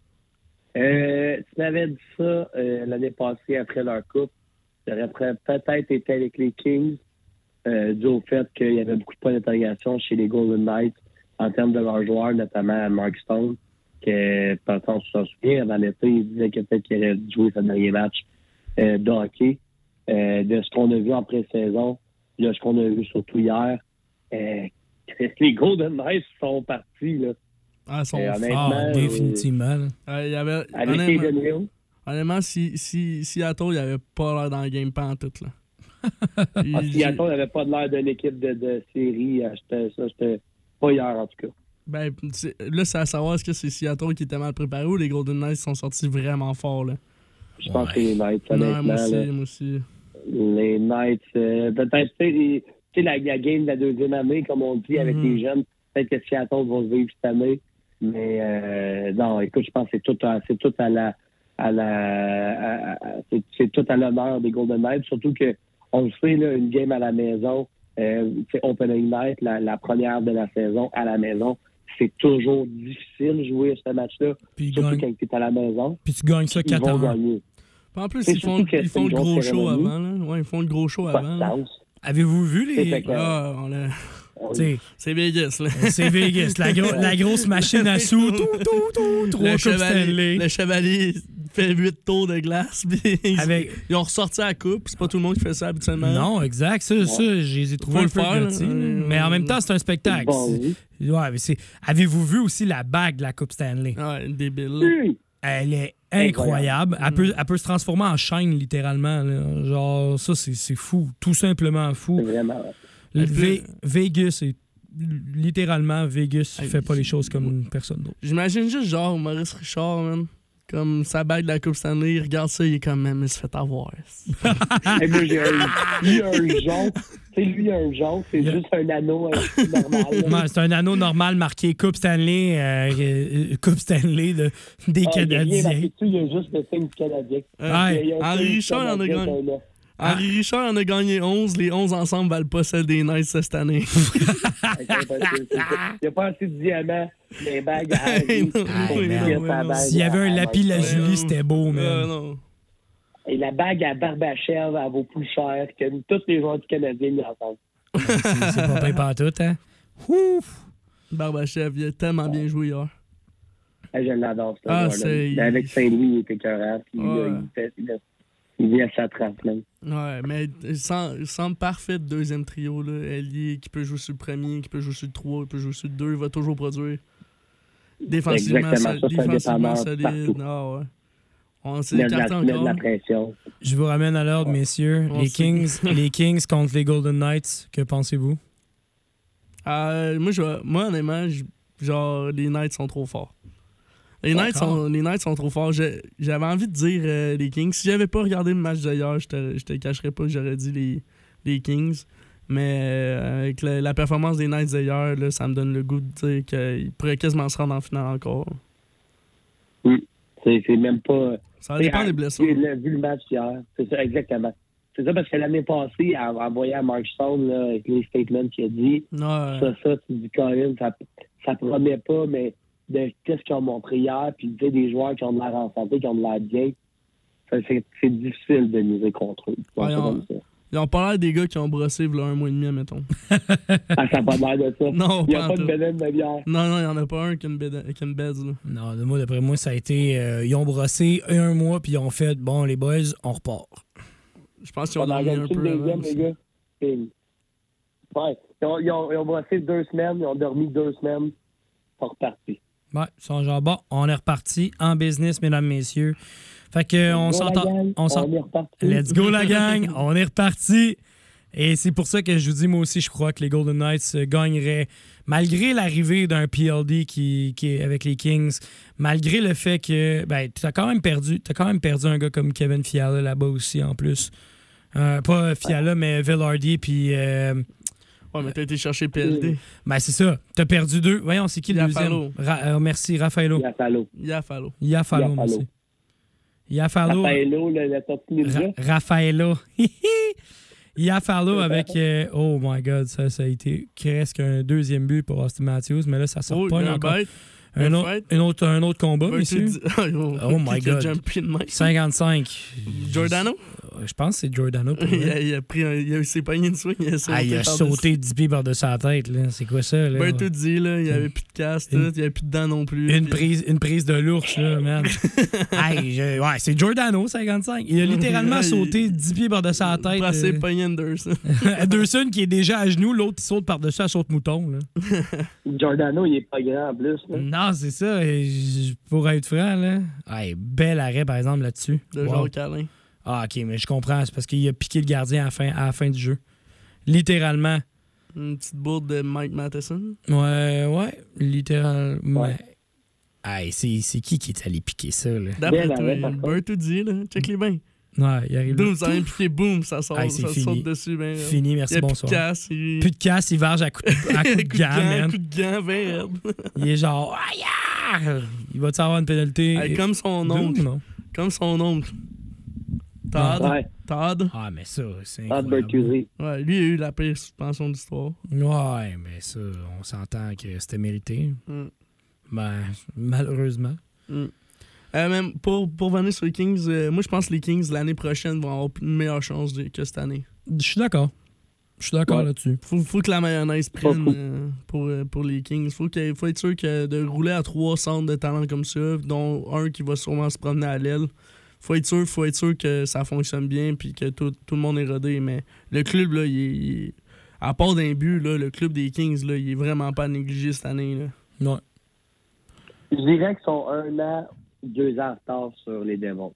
Euh, tu m'avais dit ça euh, l'année passée après leur coupe. J'aurais pré- peut-être été avec les Kings euh, dû au fait qu'il y avait beaucoup de points d'interrogation chez les Golden Knights en termes de leurs joueurs, notamment Mark Stone, que pourtant, on s'en souvient, avant l'été, il disait que peut-être qu'il aurait dû jouer son dernier match euh, de hockey. Euh, de ce qu'on a vu en pré-saison, de ce qu'on a vu surtout hier, euh, les Golden Knights sont partis, là. Ah, son Euh, fort. honnêtement, Ah, euh, définitivement. là. Euh, il y avait, Avec honnêtement, Aiden Hill. honnêtement, si, si, Seattle, il avait pas l'air dans le game pas en tout, là. Il- Ah, Seattle n'avait pas de l'air d'une équipe de, de série. euh, j'étais- Ça, c'était pas hier, en tout cas. Ben, c'est- là, c'est à savoir est-ce que c'est Seattle qui était mal préparé ou les Golden Knights sont sortis vraiment forts, là. Je pense Ouais. que les Knights, Non, honnêtement. moi aussi, là, moi aussi. les Knights, euh, peut-être, tu sais, les- tu sais, la, la game de la deuxième année, comme on dit, avec Mhm. les jeunes, peut-être que Seattle va se vivre cette année. Mais euh, non, écoute, je pense que c'est tout à, c'est tout à la... À la à- à- c'est, c'est tout à l'honneur des Golden Knights, surtout que on le sait, là, une game à la maison, euh, c'est Opening Night, la, la première de la saison à la maison, c'est toujours difficile de jouer ce match-là, Puis, ils surtout gagnent- quand tu es à la maison. puis tu gagnes ça Ils quatre vont à un. gagner. En plus, C'est ils font, surtout que ils c'est font une le gros grosse show cérémonie. avant, là. Ouais, ils font le gros show Pas avant, de là. chance. Avez-vous vu C'est les. fait que- Ah, on l'a- T'sais, c'est Vegas, là. c'est Vegas, la, gro- la grosse machine à sous. Tout, tout, tout, trois Le Coupes chevalier, Stanley. le chevalier fait huit tours de glace, puis ils, Avec- ils ont ressorti la coupe. C'est pas tout le monde qui fait ça habituellement. Non, exact. Ça, ça je les ai trouvés Faut un le peu faire, gâtés, là. là. Mais en même temps, c'est un spectacle. Bon, C'est- oui. Ouais, mais c'est... Avez-vous vu aussi la bague de la Coupe Stanley? Ouais, débile. Oui. Elle est incroyable. Elle peut, elle peut se transformer en chaîne, littéralement. là. Genre, ça, c'est, c'est fou. Tout simplement C'est fou. vraiment... Le Elle peut- Ve- Vegas est... Littéralement, Vegas Hey, fait pas les choses comme personne d'autre. J'imagine juste genre Maurice Richard, man. Comme sa bague de la Coupe Stanley, il regarde ça, il est comme, même, il se fait avoir. Et moi, j'ai un, lui, un jaune. Tu sais, lui, un jaune, c'est Yeah. juste un anneau euh, normal. là. Ouais, c'est un anneau normal marqué Coupe Stanley, euh, euh, Coupe Stanley de- des Ah, il y a rien Canadiens. marqué dessus, il y a juste le signe du Canadien. Ouais. Il y a un Henri signe Richard en a canadien, gagné. c'est un là. Henri Richard en a gagné onze. Les onze ensemble valent pas celle des Knights cette année. Il n'y a pas assez de diamants, les bagues à Henri. Non, pour oui, qu'il non, ait oui, sa non. bague S'il y avait à- un à lapis Mike. lazuli, c'était beau, Euh, man. non. Et la bague à Barbashev, elle vaut plus cher que tous les joueurs du Canadien mis ensemble. C'est, c'est pas pire pantoute, hein? Ouf! Barbachev, il a tellement bien joué hier. Hey, je l'adore, ce Ah, joueur-là. c'est- Avec Saint-Louis, il était écœurant. Puis, Ouais. là, il, fait, il, il vient à sa trappe, même. Ouais, mais il semble, il semble parfait de deuxième trio, là. Ailier qui peut jouer sur le premier, qui peut jouer sur le trois, qui peut jouer sur le deux, il va toujours produire. Défensivement, Exactement, sol- ça, c'est un défensivement dépanneur solide. partout. Ah ouais. On s'est Il y a de la, écarté il y a de encore. la pression. Je vous ramène à l'ordre, messieurs. On Les sait. Kings, les Kings contre les Golden Knights, que pensez-vous? Euh, moi, je, moi, honnêtement, je- genre, les Knights sont trop forts. Les Knights D'accord. sont, les Knights sont trop forts. Je- j'avais envie de dire euh, les Kings. Si j'avais pas regardé le match d'hier, je te, je te cacherais pas que j'aurais dit les, les Kings. Mais euh, avec la, la performance des Knights d'hier, là, ça me donne le goût de dire qu'ils pourraient quasiment se rendre en finale encore. C'est, c'est même pas... Ça dépend T'sais, des blessures. J'ai vu le match hier. C'est ça, exactement. C'est ça parce que l'année passée, en, en voyant à Mark Stone, là, avec les statements qu'il a dit, Ouais. ça, ça, tu dis quand même, ça, ça promet pas, mais de qu'est-ce qu'ils ont montré hier, puis tu sais, des joueurs qui ont de l'air en santé, qui ont de l'air bien, ça, c'est, c'est difficile de miser contre eux. Ouais, C'est on- comme ça. Ils ont pas l'air des gars qui ont brossé v'là un mois et demi, mettons. Ah, ça n'a pas l'air de ça. Non, Il n'y pas a en pas de tout. bedaine de bière. Non, non, il n'y en a pas un qui a une bed- qui a une bed, là. Non, de moi, d'après moi, ça a été. euh, ils ont brossé un mois, puis ils ont fait bon, les boys, on repart. Je pense qu'ils ont On en dormi un gagne-tu peu le avant deuxième, aussi. les gars? Film. Ouais. Ils ont, ils, ont, ils ont brossé deux semaines, ils ont dormi deux semaines, ils sont repartis. Ouais, ils sont genre bon, on est reparti en business, mesdames, messieurs. Fait que on Go, la s'entend. gang, On s'en- on est reparti. Let's go, la gang! On est reparti! Et c'est pour ça que je vous dis, moi aussi, je crois que les Golden Knights euh, gagneraient, malgré l'arrivée d'un P L D qui, qui est avec les Kings, malgré le fait que ben, tu as quand même perdu t'as quand même perdu un gars comme Kevin Fiala là-bas aussi, en plus. Euh, pas Fiala, mais Velarde, puis... euh, Ouais, mais t'as été chercher P L D. ben, c'est ça. T'as perdu deux. Voyons, c'est qui le Iafallo. deuxième? Ra- euh, merci, Raffaello. Il y a Fallo. Iafallo. Iafallo, Iafallo. merci. Iafallo. Raffaello, le, le top ninja. Ra- Raffaello. Iafallo avec... euh, oh my God, ça, ça a été presque un deuxième but pour Austin Matthews, mais là, ça sort Oh, pas il y a un encore. bête. Un, un autre, fight. un, autre, un autre combat, Ben, messieurs. tu dis- Oh, Oh my qui a God. jumpé de même. cinquante-cinq. Giordano? Je- Je pense que c'est Giordano. Pour il, vrai. a, il a pris un, il a, il s'est pogné une swing, il a sauté. Ah, il a par-dessus. sauté dix pieds par-dessus la tête. Là. C'est quoi ça? Là? Ben, tout dit, là, il n'y avait plus de casse, tout, Une- il n'y avait plus de dents non plus. Une puis- prise, une prise de l'ours, là, man. Hey, je- ouais, c'est Giordano, cinquantacinq. Il a littéralement Ouais, sauté il- dix pieds par-dessus la tête. Brassé euh, pogné Anderson. Anderson qui est déjà à genoux, l'autre qui saute par-dessus, elle saute mouton. Là. Giordano, il est pas grand en plus. Là. Non, c'est ça. et j- Pour être franc, là. Hey, bel arrêt, par exemple, là-dessus. De Wow. genre câlin. Ah, OK, mais je comprends. C'est parce qu'il a piqué le gardien à la fin, à la fin du jeu. Littéralement. Une petite bourde de Mike Matheson. Ouais, ouais. Littéralement. Ouais. Hey, c'est, c'est qui qui est allé piquer ça, là? D'après Bien, toi, arrête, par contre. Bird tout dit, là. Check les bains. Ouais, il arrive là. Boum, ça vient piquer, boum, ça sort, Hey, c'est ça fini. saute dessus. Ben, Fini, il merci, y a plus bonsoir. de casse. Il... Plus de casse, il varge à coup de, à coup de coup de gant, gant, man. coup de gant, ben raide. Il est genre, aïe, ah! Il va-tu avoir une pénalité? Hey, comme son Deux ou oncle. non? Comme son oncle. Todd. Ouais, Todd. Ah, mais ça, c'est Todd incroyable. Bertuzzi. Ouais, lui, il a eu la pire suspension de l'histoire. Ouais, mais ça, on s'entend que c'était mérité. Mm. Ben, malheureusement. Mm. Euh, même pour, pour venir sur les Kings, euh, moi, je pense que les Kings, l'année prochaine, vont avoir une meilleure chance de- que cette année. Je suis d'accord. Je suis d'accord Ouais. là-dessus. Faut, faut que la mayonnaise Pas prenne fou. euh, pour, euh, pour les Kings. Faut, qu'il- faut être sûr que de rouler à trois centres de talent comme ça, dont un qui va sûrement se promener à l'aile. Faut être sûr, faut être sûr que ça fonctionne bien puis que tout, tout le monde est rodé. Mais le club, là, il est, il est- à part d'un but, là, le club des Kings, là, il est vraiment pas négligé cette année. Là. Ouais. Je dirais qu'ils sont un an, deux ans en retard sur les Devils.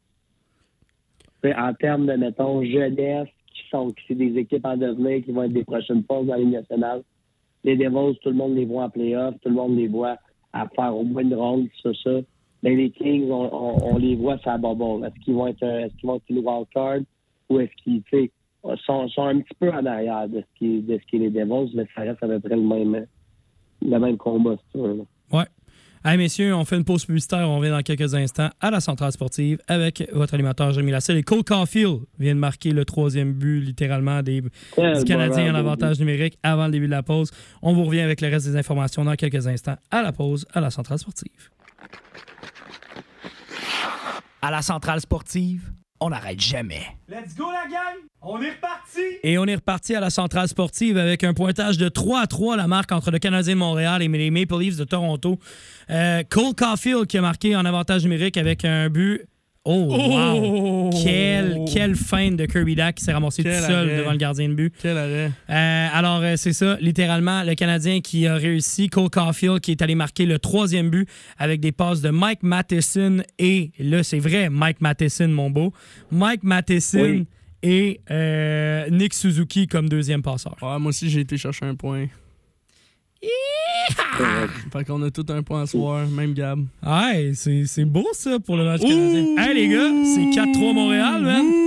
T'sais, en termes de, mettons, jeunesse, qui sont, qui c'est des équipes en devenir qui vont être des prochaines forces dans la Ligue nationale. Les Devils, tout le monde les voit en playoff, tout le monde les voit à faire au moins une ronde, ça, ça. Mais les Kings, on, on, on les voit sur la bubble. Est-ce qu'ils vont être, euh, est-ce qu'ils vont être une wildcard ou est-ce qu'ils, tu sais, sont, sont un petit peu en arrière de ce qui, de ce qui est les Devils, mais ça reste à peu près le même, le même combat, c'est sûr, là. Ouais. Hey, messieurs, on fait une pause publicitaire. On revient dans quelques instants à la Centrale Sportive avec votre animateur Jérémy Lasselle. Et Cole Caulfield vient de marquer le troisième but, littéralement, des, Quel du Canadien en bonheur, avantage numérique avant le début de la pause. On vous revient avec le reste des informations dans quelques instants à la pause à la Centrale Sportive. À la Centrale Sportive, on n'arrête jamais. Let's go, la gang! On est reparti! Et on est reparti à la centrale sportive avec un pointage de trois à trois, la marque entre le Canadien de Montréal et les Maple Leafs de Toronto. Euh, Cole Caulfield qui a marqué en avantage numérique avec un but. Oh, wow! Oh! Quelle, quelle feinte de Kirby Dach qui s'est ramassé tout seul arrêt. devant le gardien de but. Quel arrêt. Euh, alors, euh, c'est ça, littéralement, le Canadien qui a réussi, Cole Caulfield qui est allé marquer le troisième but avec des passes de Mike Matheson et, là, c'est vrai, Mike Matheson, mon beau, Mike Matheson oui. et euh, Nick Suzuki comme deuxième passeur. Ouais, moi aussi, j'ai été chercher un point. Yeah! Fait qu'on a tout un point à soir, même Gab. Ouais, c'est, c'est beau ça pour le match canadien. Hey les gars, c'est quatre trois Montréal,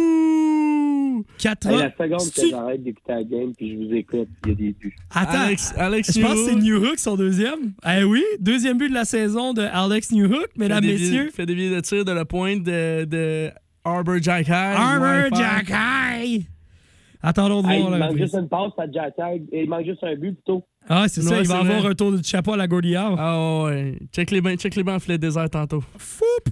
man. quatre trois. Hey, la seconde que j'arrête d'écouter la game puis je vous écoute, il y a des buts. Attends, Alex, Alex je pense que c'est Newhook son deuxième. Eh oui, deuxième but de la saison de Alex Newhook, mesdames, fait messieurs. Dévier, fait des billets de tir de la pointe de, de Arbor Jack High. Arbor Jack High. Attendons de hey, voir. Il là, manque juste une passe à Jack High. Il manque juste un but plutôt. Ah, c'est ouais, ça, il c'est va vrai. avoir un tour de chapeau à la Gordillard. Ah ouais. Check les bains, check les bains en filet désert tantôt. Foup!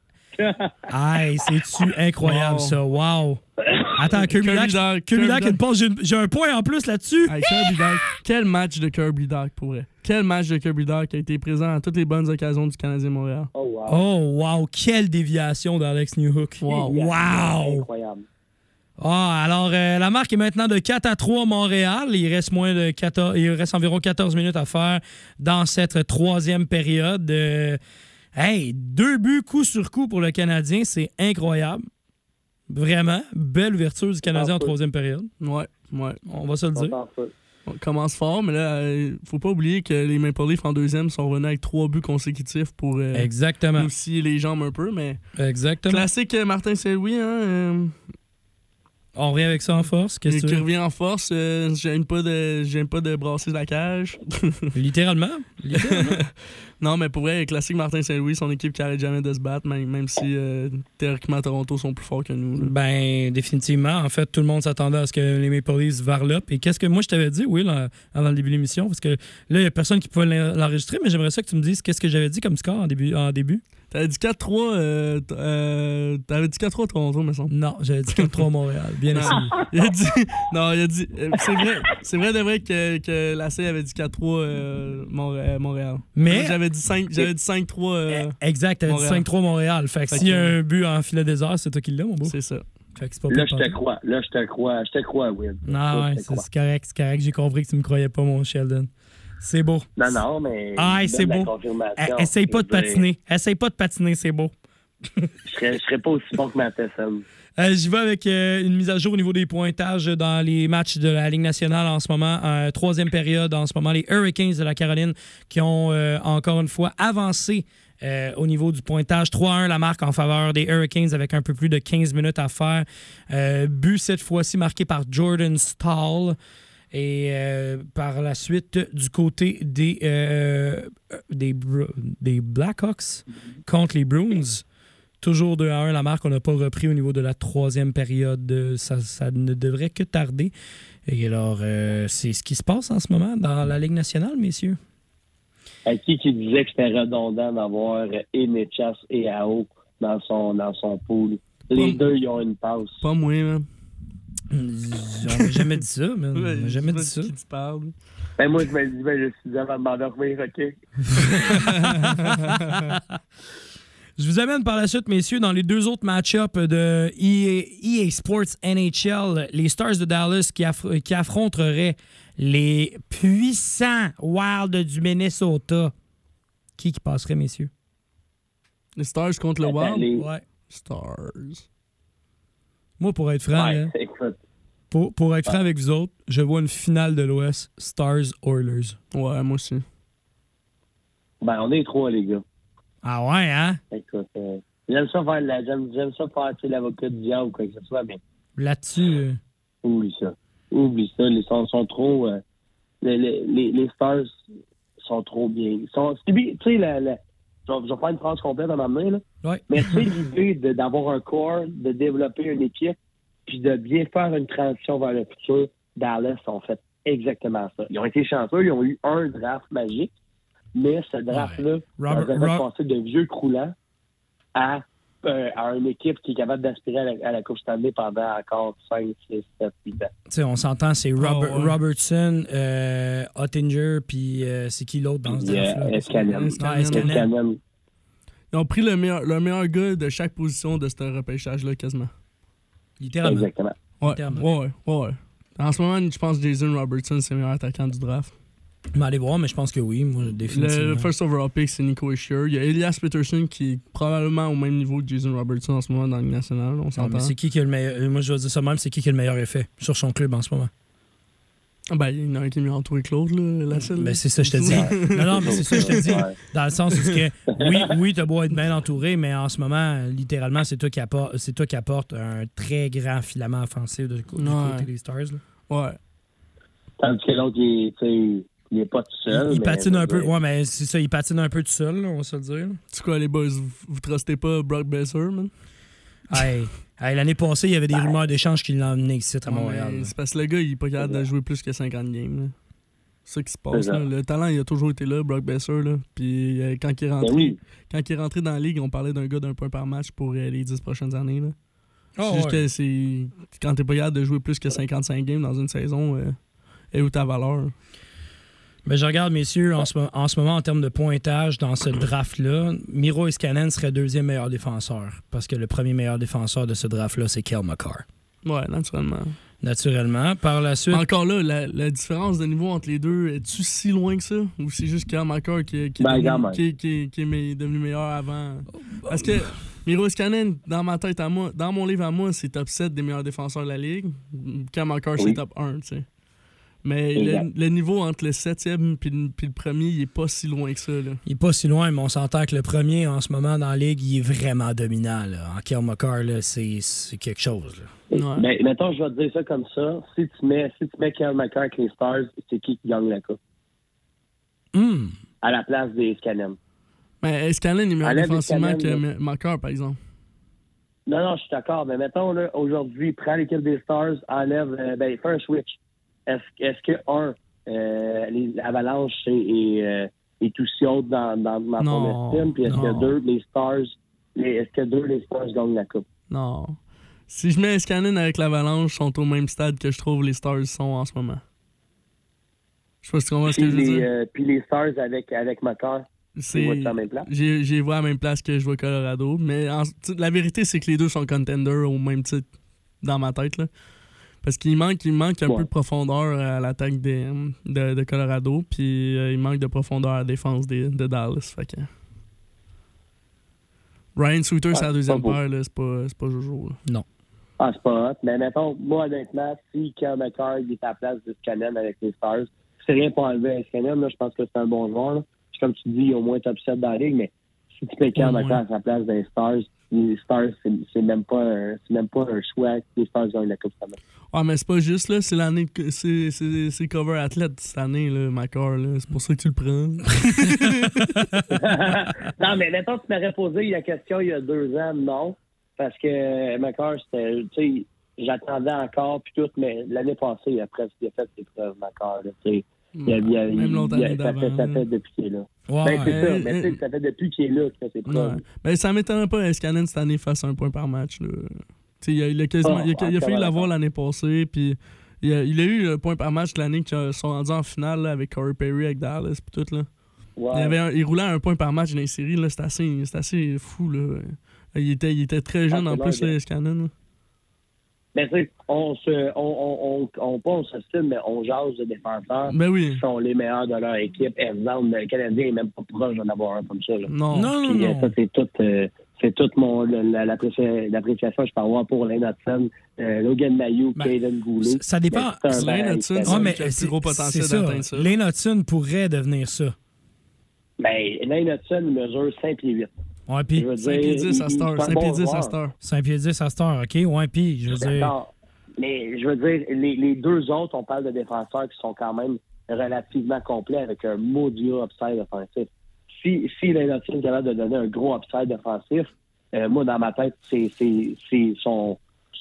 Hey, c'est-tu incroyable, wow. ça? Wow! Attends, Kirby Kirby Dach, Dach, Kirby Kirby Dach, Dach. une passe, j'ai, une- j'ai un point en plus là-dessus. Hey, Kirby Dach. Quel match de Kirby Dach pour vrai. Quel match de Kirby Dach qui a été présent à toutes les bonnes occasions du Canadien Montréal. Oh, wow. Oh, wow! Quelle déviation d'Alex Newhook. Wow. Wow! Incroyable. Ah, alors, euh, la marque est maintenant de quatre à trois Montréal. Il reste moins de quatorze, il reste environ quatorze minutes à faire dans cette troisième période. Euh, hey, deux buts coup sur coup pour le Canadien, c'est incroyable. Vraiment, belle ouverture du Canadien en troisième période. Ouais, ouais. On va se le On dire. s'en fout. On commence fort, mais là, euh, faut pas oublier que les Maple Leafs en deuxième sont revenus avec trois buts consécutifs pour euh, Exactement. nous scier les jambes un peu, mais Exactement. classique euh, Martin Saint-Louis, hein. Euh, On revient avec ça en force. Qu'est-ce qui que tu veux? revient en force. Euh, j'aime pas de j'aime pas de brasser la cage. Littéralement. Littéralement. Non, mais pour vrai, classique Martin Saint-Louis, son équipe qui arrête jamais de se battre, même, même si euh, théoriquement Toronto sont plus forts que nous. Là. Ben, définitivement. En fait, tout le monde s'attendait à ce que les Maple Leafs varlopent. Et qu'est-ce que moi je t'avais dit, oui, là, avant le début de l'émission? Parce que là, il n'y a personne qui pouvait l'enregistrer, mais j'aimerais ça que tu me dises qu'est-ce que j'avais dit comme score en début. En début. T'avais dit quatre trois, euh, t- euh, t'avais dit quatre trois Toronto, me semble. Non, j'avais dit quatre trois Montréal. Bien Non. essayé. Il a dit. Non, il a dit. euh, C'est vrai, c'est vrai de vrai que, que la C avait dit quatre trois euh, Montré- Montréal. Mais- Moi, J'avais dit cinq j'avais dit cinq trois. Euh, Eh, Exact, t'avais dit Montréal. cinq trois Montréal. Fait que Fait s'il y a que- un but en filet désert, c'est toi qui l'as, mon beau. c'est ça. Fait que c'est pas Là, pire je te pantoute. crois. Là, je te crois. Je te crois, Will. Non, Là, ouais, je te c'est, crois. c'est correct, c'est correct. J'ai compris que tu me croyais pas, mon Sheldon. C'est beau. Non, non, mais. Ah, il c'est donne la beau. confirmation. Eh, essaye pas de Je veux dire, patiner. Essaye pas de patiner, c'est beau. Je serais, je serais pas aussi bon que Matheson. Euh, j'y vais avec euh, une mise à jour au niveau des pointages dans les matchs de la Ligue nationale en ce moment. Euh, troisième période en ce moment. Les Hurricanes de la Caroline qui ont euh, encore une fois avancé euh, au niveau du pointage. trois à un la marque en faveur des Hurricanes avec un peu plus de quinze minutes à faire. Euh, but cette fois-ci marqué par Jordan Staal. Et euh, par la suite, du côté des, euh, des, Bru- des Blackhawks contre les Bruins. Toujours deux à un la marque, on n'a pas repris au niveau de la troisième période. Ça, ça ne devrait que tarder. Et alors, euh, c'est ce qui se passe en ce moment dans la Ligue nationale, messieurs. À qui qui disait que c'était redondant d'avoir et Netchas et Ao dans son, dans son pool? Les Pas- deux, ils ont une passe. Pas moi, man. J'aurais jamais dit ça, man. Ouais, J'aurais jamais je dit sais ça. pas de qui tu parles. Ben, moi, je me dis, ben, je suis dit avant de m'endormir, OK? Je vous amène par la suite, messieurs, dans les deux autres match-ups de E A, E A Sports N H L. Les Stars de Dallas qui, aff- qui affronteraient les puissants Wild du Minnesota. Qui qui passerait, messieurs? Les Stars contre le Attends, Wild. les- Ouais. Stars. Moi, pour être franc, Ouais, là, écoute. pour, pour être franc avec vous autres, je vois une finale de l'Ouest, Stars-Oilers. Ouais, moi aussi. Ben, on est trois, les gars. Ah ouais, hein? Écoute, euh, j'aime ça faire la, j'aime, j'aime ça faire, tu sais, l'avocat du diable ou quoi que ce soit, mais Là-dessus, euh, oublie ça. Oublie ça. Les Stars sont trop, euh, les, les, les, les Stars sont trop bien. Ils sont, c'est bien, tu sais, la, la, je vais, je vais faire une phrase complète à m'amener, là. ouais. Mais tu sais, l'idée de, d'avoir un corps, de développer une équipe, puis de bien faire une transition vers le futur, Dallas ont fait exactement ça. Ils ont été chanceux, ils ont eu un draft magique, mais ce draft-là, Robert- ça a fait Rob- passer de vieux croulants à euh, à une équipe qui est capable d'aspirer à la, à la Coupe Stanley pendant encore cinq, six, sept, huit ans. Tu sais, on s'entend, c'est Robert, Oh, ouais. Robertson, euh, Ottinger, puis euh, c'est qui l'autre dans ce Yeah, draft-là? Escanen. Ah, Escanen. Escanen. Ils ont pris le meilleur, le meilleur gars de chaque position de ce repêchage-là, quasiment. Littéralement. Exactement. Ouais, Littéralement. ouais, ouais, ouais. En ce moment, je pense que Jason Robertson, c'est le meilleur attaquant du draft. Je vais aller voir, mais je pense que oui, moi, définitivement. Le first overall pick, c'est Nico Hischier. Il y a Elias Pettersson qui est probablement au même niveau que Jason Robertson en ce moment dans la Ligue nationale. On Non, s'entend. mais c'est qui qui a le meilleur... Moi, je vais dire ça même, c'est qui qui a le meilleur effet sur son club en ce moment? Ah ben, il y en a un qui est mieux entouré que l'autre, là, la seule. Ben, c'est ça, je te dis. Non, non, mais c'est ça, je te dis. Ouais. Dans le sens où, que, oui, oui tu as beau être bien entouré, mais en ce moment, littéralement, c'est toi qui apporte, c'est toi qui apporte un très grand filament offensif de, du côté Ouais. des Stars. Là. Ouais. Tandis que l'autre, il, est, tu sais, il est pas tout seul. Il, il mais- patine un peu. mais- Ouais, mais c'est ça, il patine un peu tout seul, là, on va se le dire. C'est quoi, les boys? Vous, vous trustez pas Brock Besser, man? Hey, hey, l'année passée, il y avait des rumeurs d'échange qui l'emmenaient ici à Ouais, Montréal. mais là. C'est parce que le gars, il est pas capable de jouer plus que cinquante games, là. C'est ça qui se passe, C'est ça. là. Le talent, il a toujours été là, Brock Besser, là. Puis euh, quand il est rentré, Ben oui. quand il est rentré dans la ligue, on parlait d'un gars d'un point par match pour euh, les dix prochaines années, là. Oh, c'est juste ouais. que c'est... Quand t'es pas capable de jouer plus que cinquante-cinq games dans une saison, euh, est où ta valeur? Ben, je regarde, messieurs, en ce, mo- en ce moment, en termes de pointage dans ce draft-là, Miro Iskanen serait deuxième meilleur défenseur. Parce que le premier meilleur défenseur de ce draft-là, c'est Kel McCarr. Ouais, naturellement. Naturellement. Par la suite. Encore là, la, la différence de niveau entre les deux, es-tu si loin que ça? Ou c'est juste Cam McCarr qui, qui, est Ben, quand devenu, même. qui, qui- qui est me- devenu meilleur avant? Parce que Miro Iskanen, dans ma tête à moi, dans mon livre à moi, c'est top sept des meilleurs défenseurs de la ligue. Cam McCarr, c'est Oui. top un, tu sais. Mais le, Exact. le niveau entre le septième et le, puis le premier, il est pas si loin que ça, là. Il n'est pas si loin, mais on s'entend que le premier, en ce moment, dans la Ligue, il est vraiment dominant. Là. En Kel McCarr, là, c'est, c'est quelque chose. Là. Ouais. Ben, mettons, je vais te dire ça comme ça. Si tu mets, si tu mets Kel McCarr avec les Stars, c'est qui qui gagne la coupe? Hum. À la place des Scanem. Mais Iskanen est meilleur Enlève défensivement que Iskanen, M- McCarr, par exemple. Non, non, je suis d'accord. Mais mettons, là, aujourd'hui, prends l'équipe des Stars, enlève, euh, ben, fais un switch. Est-ce, est-ce que, un, euh, les Avalanches est, est, euh, est aussi haute dans, dans, dans Non, ton estime? Puis est-ce non. que deux, les Stars, les, est-ce que deux, les Stars gagnent la coupe? Non. Si je mets Iskanen avec l'Avalanche, ils sont au même stade que je trouve les Stars sont en ce moment. Je sais pas si tu comprends ce Puis que je veux les, dire. euh, puis les Stars avec, avec McCarr, tu C'est... vois à la même place? J'ai, j'ai vois à la même place que je vois Colorado. Mais en- tu- la vérité, c'est que les deux sont contenders au même titre dans ma tête, là. Parce qu'il manque, il manque un Ouais. peu de profondeur à l'attaque des, de, de Colorado. Puis euh, il manque de profondeur à la défense des, de Dallas. Fait que... Ryan Suter, Ah, c'est la c'est deuxième pas beau. paire, là. C'est pas, c'est pas Jojo, là. Ah, c'est pas hot. Mais mettons, moi, honnêtement, si Kel McCarr il est à la place de Scanen avec les Stars, c'est rien pour enlever Scanen, là, je pense que c'est un bon joueur. Là. Puis comme tu dis, il est au moins top sept dans la ligue, mais si tu mets Kel Au moins. McCarr à sa place des Stars, les Stars, c'est, c'est même pas un, c'est même pas un choix que les Stars gagnent la Coupe Stanley. Ah, mais c'est pas juste, là. C'est l'année de... C'est, c'est, c'est cover athlète cette année, là, McCarr, là. C'est pour ça que tu le prends. Non, mais mettons, tu m'aurais posé la question il y a deux ans, non. Parce que McCarr, c'était, tu sais, j'attendais encore, puis tout, mais l'année passée, il a presque il a fait ses preuves, McCarr, là, tu sais. Il a- il a- Même il- longtemps il a- l'année ça fait, d'avant, ça là. fait depuis qu'il est là. Ouais, Ben, c'est euh, ça, mais tu euh, sais, ça fait depuis qu'il est là qu'il fait ses preuves. Ouais. Ben, ça m'étonnerait pas Iskanen cette année fasse un point par match, là. Tu sais, il a, il a quasiment... Ah, il a, il a ouais, failli ça va, l'avoir d'accord. l'année passée, puis... Il a, il a eu un point par match l'année qu'ils sont rendus en finale là, avec Corey Perry, avec Dallas, puis tout, là. Ouais. Il, avait un- il roulait à un point par match dans les séries, là. C'était assez, c'était assez fou, là. Il était, il était très jeune Ah, en c'est plus, long, là, Iskanen, là. Mais tu sais, on se, on, on, on, on, pas on s'estime, mais on jase de défenseurs Ben oui. qui sont les meilleurs de leur équipe. Exemple, le Canadien n'est même pas proche d'en avoir un comme ça, là. Non. Non, non, Puis, euh, non. ça, c'est tout, euh, c'est tout mon, le- la- l'apprécia- l'appréciation que je peux avoir pour Lane Hudson, euh, Logan Mayou, Ben, Caden Goulet. ça- ça dépend. Mais c'est un Lane bail, Hudson, c'est- c'est- Ah, mais qui a le c'est, plus gros potentiel c'est ça. d'atteindre ça. Lane Hudson pourrait devenir ça. Ben, Lane Hudson il mesure cinq pieds huit. Ouais, puis Je veux cinq pieds dire, dix à il- Star. c'est un cinq bon pieds dix à joueur. Star. cinq pieds dix à cette heure, OK? Ouais, puis je veux dire... D'accord. Mais je veux dire, les, les deux autres, on parle de défenseurs qui sont quand même relativement complets avec un maudit upside offensif. Si, si Lane Hudson est capable de donner un gros upside offensif, euh, moi, dans ma tête, c'est, c'est, c'est son,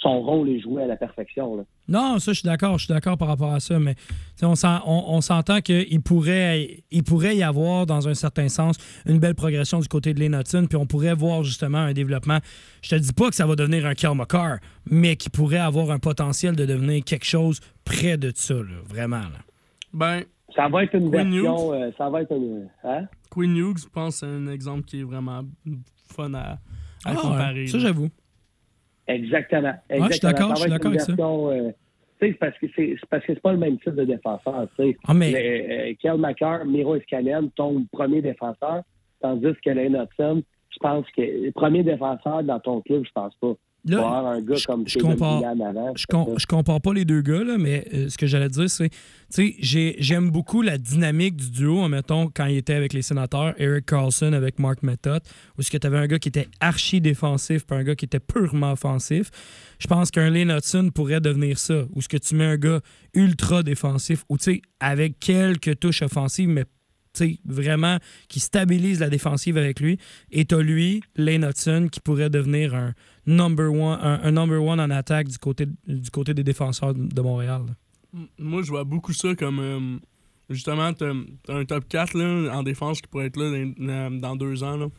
son rôle est joué à la perfection. Là. Non, ça, je suis d'accord. Je suis d'accord par rapport à ça, mais on, s'en, on, on s'entend qu'il pourrait, il pourrait y avoir, dans un certain sens, une belle progression du côté de Lane Hutson, puis on pourrait voir justement un développement. Je te dis pas que ça va devenir un Cale Makar, mais qui pourrait avoir un potentiel de devenir quelque chose près de ça, là, vraiment. Là. Ben, ça va être une Quinn version... Euh, ça va être une... Hein? Quinn Hughes, je pense que c'est un exemple qui est vraiment fun à, à ah, comparer. Ouais, ça, là. j'avoue. Exactement. Exactement. Ouais, je suis d'accord, ça je suis d'accord avec version, euh, c'est parce que c'est, c'est parce que c'est pas le même type de défenseur. Ah, mais... Le, euh, Cale Makar, Miro Iskanen, ton premier défenseur, tandis que Lane Hutson, je pense que le premier défenseur dans ton club, je pense pas. Là, avoir un gars je, comme je compare, avant, je, com- je compare pas les deux gars, là, mais euh, ce que j'allais dire, c'est, tu sais, j'ai, j'aime beaucoup la dynamique du duo, mettons, quand il était avec les Sénateurs, Erik Karlsson avec Mark Method, où est-ce que tu avais un gars qui était archi défensif puis un gars qui était purement offensif. Je pense qu'un Lane Hutson pourrait devenir ça, où est-ce que tu mets un gars ultra défensif, ou tu sais, avec quelques touches offensives, mais t'sais, vraiment, qui stabilise la défensive avec lui. Et t'as lui, Lane Hutson, qui pourrait devenir un number one, un, un number one en attaque du côté, du côté des défenseurs de Montréal. Moi, je vois beaucoup ça comme... Euh, justement, t'as, t'as un top quatre là, en défense qui pourrait être là dans, dans deux ans, là,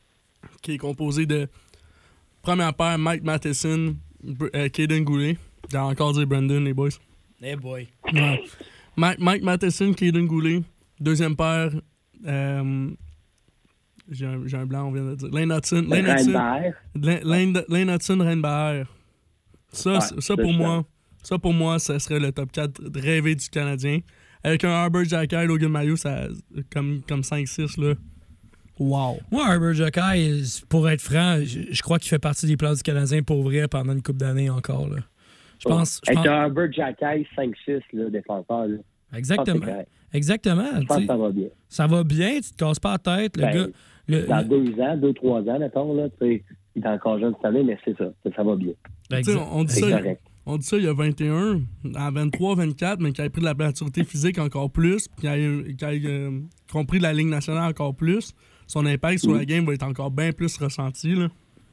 qui est composé de première paire, Mike Matheson, euh, Kaden Goulet. J'ai encore dit Brandon, les boys. Hey boy. Ouais. Mike, Mike Matheson, Kaden Goulet. Deuxième paire, euh, j'ai, un, j'ai un blanc, on vient de dire. Lane Hutson. Lane Hutson, Lane, Lane Hutson, Reinbaer. Ça, ouais, ça, ça pour moi, ça pour moi, ça serait le top quatre rêvé du Canadien. Avec un Arbor Xhekaj, Logan Mailloux, ça, comme, comme cinq six, là. Wow. Moi, Arbor Xhekaj, pour être franc, je, je crois qu'il fait partie des plans du Canadien pour vrai pendant une couple d'années encore, là. Je pense... Avec pense... un Arbor Xhekaj cinq six, là, défenseur, là. Exactement. Exactement. Je pense que ça va bien. Ça va bien, tu te casses pas la tête. Le ben, gars, le, dans le... deux ans, deux, trois ans, mettons, là, tu sais, il est encore jeune cette année, mais c'est ça, ça, ça va bien. Exact. On, dit ça, on dit ça il y a vingt et un, à vingt-trois, vingt-quatre, mais qui a pris de la maturité physique encore plus, puis qui a, qui a euh, compris de la Ligue nationale encore plus, son impact sur mmh. la game va être encore bien plus ressenti. Là.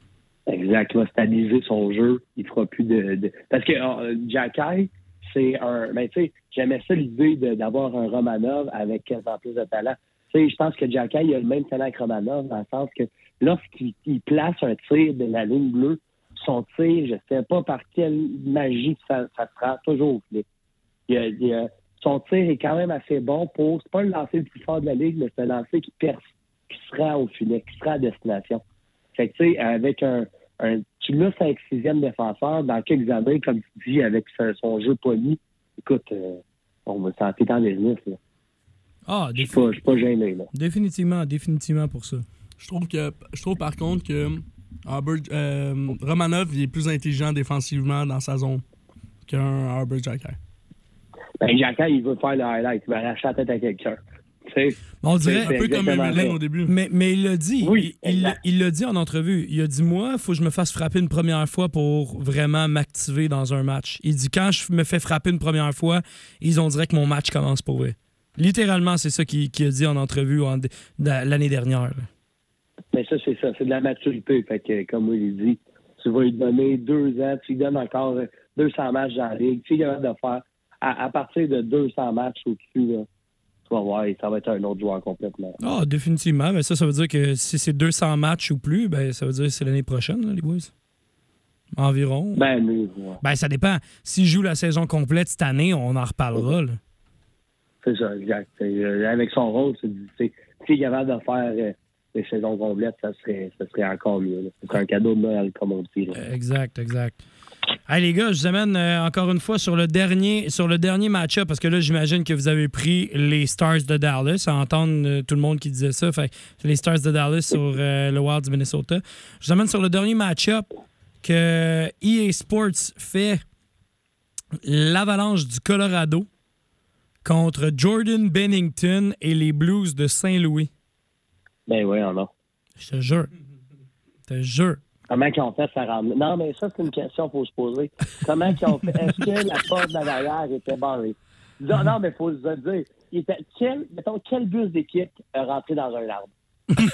Exact, il va stabiliser son jeu, il fera plus de... de... Parce que euh, Xhekaj, c'est un... Ben, tu sais, j'aimais ça l'idée de, d'avoir un Romanov avec quinze ans plus de talent. Tu sais, je pense que Xhekaj, il a le même talent que Romanov, dans le sens que lorsqu'il il place un tir de la ligne bleue, son tir, je ne sais pas par quelle magie ça, ça se rend toujours au filet. Il a, il a, son tir est quand même assez bon pour... C'est pas un lancer le plus fort de la ligue, mais c'est un lancer qui perce, qui se rend au filet, qui se rend à destination. Fait que, tu sais, avec un... un tu l'as cinq sixième défenseur, dans quelques années, comme tu dis, avec son, son jeu poli, écoute, euh, on va se sentir dans les listes, là. Ah, je suis pas, pas gêné, là. Définitivement, définitivement pour ça. Je trouve que je trouve par contre que Arbor, euh, Romanov il est plus intelligent défensivement dans sa zone qu'un Arbor Xhekaj. Ben, Xhekaj, il veut faire le highlight, il va arracher la tête à quelqu'un. On dirait un peu comme Emelin au début. Mais, mais il l'a dit. Oui, il, il, il l'a dit en entrevue. Il a dit, moi, il faut que je me fasse frapper une première fois pour vraiment m'activer dans un match. Il dit, quand je me fais frapper une première fois, ils ont dirait que mon match commence pour vrai. Littéralement, c'est ça qu'il, qu'il a dit en entrevue en, de, l'année dernière. Là. Mais ça, c'est ça. C'est de la maturité. Fait que, comme il dit, tu vas lui donner deux ans, tu lui donnes encore deux cents matchs dans la ligue. Tu es capable de faire, à, à partir de deux cents matchs au-dessus, là, tu vas voir, ça va être un autre joueur complètement. Ah, oh, définitivement. Mais ça, ça veut dire que si c'est deux cents matchs ou plus, ben ça veut dire que c'est l'année prochaine, là, les boys. Environ. Ben, mais, ouais. Ben, ça dépend. S'il joue la saison complète cette année, on en reparlera, là. C'est ça, exact. Euh, avec son rôle, c'est, c'est, s'il est capable de faire euh, les saisons complètes, ça serait, ça serait encore mieux. Là. C'est un cadeau de Noël, comme on dit. Là. Exact, exact. Hey, les gars, je vous amène euh, encore une fois sur le dernier sur le dernier match-up, parce que là, j'imagine que vous avez pris les Stars de Dallas, à entendre euh, tout le monde qui disait ça. Fait les Stars de Dallas sur euh, le Wild du Minnesota. Je vous amène sur le dernier match-up que E A Sports fait l'Avalanche du Colorado contre Jordan Bennington et les Blues de Saint-Louis. Ben oui, on a. Je te jure. Je te jure. Comment ils ont fait ça rendre? Non, mais ça, c'est une question qu'il faut se poser. Comment ils ont fait? Est-ce que la porte de l'arrière était barrée? Non, non, mais il faut se dire. Il était, quel, mettons, quel bus d'équipe est rentré dans un arbre?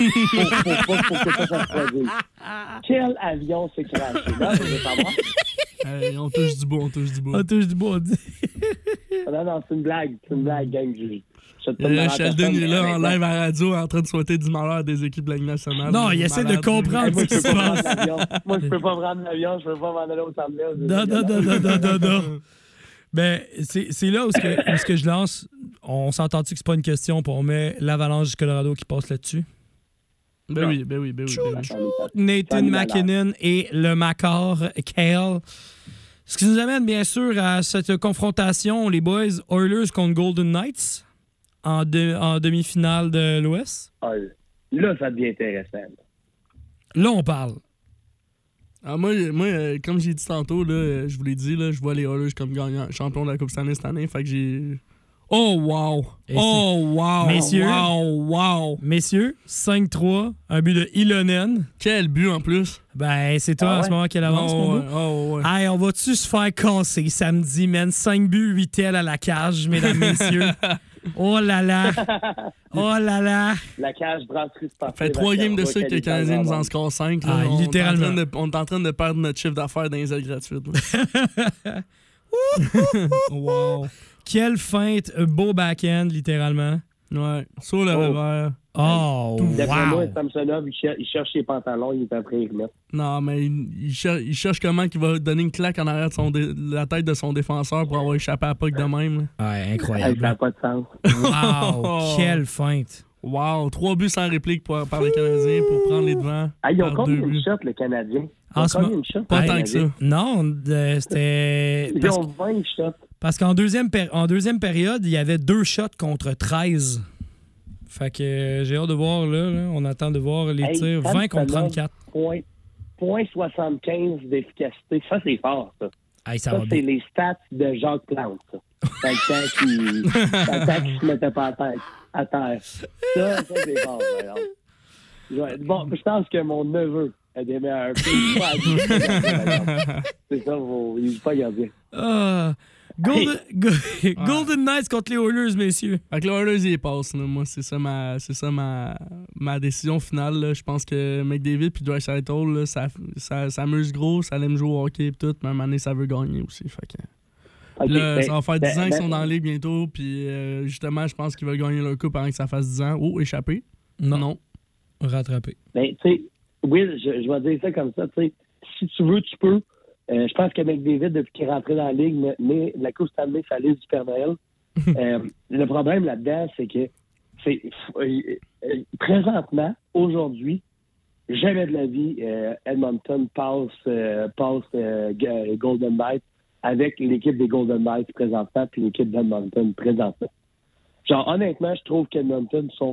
Pour, pour, pour, pour que ça se produise. Quel avion s'est crashé? Là, je veux savoir. Hey, on touche du bois, on touche du bois. On touche du bois, on dit. Non, non, c'est une blague. C'est une blague, gang. Je, je souhaite pas de Euh, malheur à Sheldon personne, il est là mais en live à la radio en train de souhaiter du malheur à des équipes de la Ligue nationale. Non, il essaie de Malade. comprendre Moi, ce je qui peux se pas prendre passe. l'avion. Moi, je peux pas prendre l'avion. Je peux pas m'en aller au Centre Bell. Non, non, non, non, non, non, non. Ben, c'est c'est là où, ce que, où ce que je lance. On s'entend-tu que c'est pas une question, puis on met l'Avalanche du Colorado qui passe là-dessus? Ben oui, ben oui, ben oui. Ben oui. Nathan Salut, McKinnon et le Macar Kale. Ce qui nous amène bien sûr à cette confrontation, les boys, Oilers contre Golden Knights en, de- en demi-finale de l'Ouest. Ah, là, ça devient intéressant. là. Là, on parle. Ah, moi, moi euh, comme j'ai dit tantôt, là, euh, je vous l'ai dit, là, je vois les Oilers comme gagnants, champions de la Coupe Stanley cette année. Fait que j'ai. Oh, wow! Et Oh, wow! Messieurs. Wow! Wow! Messieurs, cinq trois, un but de Ilonen. Quel but en plus! Ben, c'est toi Ah en ouais? ce moment qui avance, oh, mon ouais, beau. oh, ouais. Hey, on va-tu se faire casser samedi, man? cinq buts, huit ailes à la cage, mesdames, messieurs. Oh là là! Oh là là! La cage brasserie sportive. Ça fait trois games de suite que les Canadiens nous en scorent cinq. Là. Ah, on, littéralement. Est en train de, on est en train de perdre notre chiffre d'affaires dans les ailes gratuites. là. Wow! Quelle feinte, un beau back-end, littéralement. Ouais, sur le Oh. revers. Oh, D'après moi, wow! Samsonov, il, cher- il cherche ses pantalons, il est après y remettre. Non, mais il, il cher- il cherche comment il va donner une claque en arrière de son dé- la tête de son défenseur pour avoir échappé à la puck de même. là. Ouais, Hey, ça incroyable. n'a pas de sens. Wow! Quelle feinte! Wow! Trois buts sans réplique pour- par les Canadiens pour prendre les devants. Ah, ils ont par combien deux de buts. shots, le Canadien? Ils En ont ce combien moment- de shots? Pas le tant que Canadien? ça. Non, euh, c'était. Ils Parce, ont vingt shots. parce qu'en deuxième, péri- en deuxième période, il y avait deux shots contre treize. Fait que euh, j'ai hâte de voir, là, là, on attend de voir les Hey, tirs. Sam vingt contre Samsonov, trente-quatre. Point, point soixante-quinze d'efficacité. Ça, c'est fort, ça. Hey, ça Ça, va c'est bien. les stats de Jacques Plante, ça. Dans le temps qu'il dans le temps qu'il se mettait pas à terre. À terre. Ça, ça c'est fort, par exemple. Ouais, bon, je pense que mon neveu a des meilleurs prix. Il joue pas à dix, par exemple. C'est ça, faut- il joue pas gardien. Ah, Golden, Go- Golden Knights contre les Oilers, messieurs. Fait que les Oilers, ils passent. là. Moi, c'est ça ma, c'est ça ma, ma décision finale. là. Je pense que McDavid puis Draisaitl, là, ça, ça, ça amuse gros, ça aime jouer au hockey et tout, mais à un moment donné, ça veut gagner aussi. Fait que... Ok, Là, ben, ça va faire ben, dix ans qu'ils ben, sont dans la ligue bientôt, puis euh, justement, je pense qu'ils veulent gagner leur coupe avant que ça fasse dix ans. Oh, échappé. Non. Non. Rattrapé. Ben, tu sais, Will, je, je vais dire ça comme ça, tu sais, si tu veux, tu peux. Euh, je pense que McDavid, depuis qu'il est rentré dans la Ligue, mais, mais la Coupe Stanley, ça liste du Père Noël. Euh, le problème là-dedans, c'est que c'est euh, euh, présentement, aujourd'hui, jamais de la vie, euh, Edmonton passe, euh, passe euh, G- Golden Knights avec l'équipe des Golden Knights présentement puis l'équipe d'Edmonton présentement. Genre, honnêtement, je trouve qu'Edmonton sont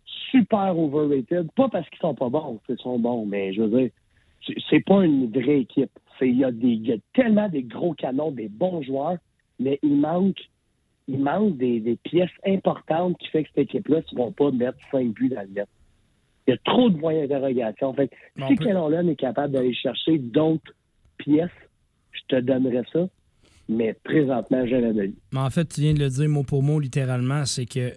super overrated. Pas parce qu'ils sont pas bons, ils sont bons, mais je veux dire, c'est- c'est pas une vraie équipe. C'est- Il y, a des- il y a tellement des gros canons, des bons joueurs, mais il manque, il manque des, des pièces importantes qui fait que cette équipe-là ne vont pas mettre cinq buts dans le net. Il y a trop de moyens d'interrogation. Fait que On si peut- Kellen est capable d'aller chercher d'autres pièces, je te donnerais ça. Mais présentement, j'ai la vie. Mais en fait, tu viens de le dire mot pour mot, littéralement, c'est que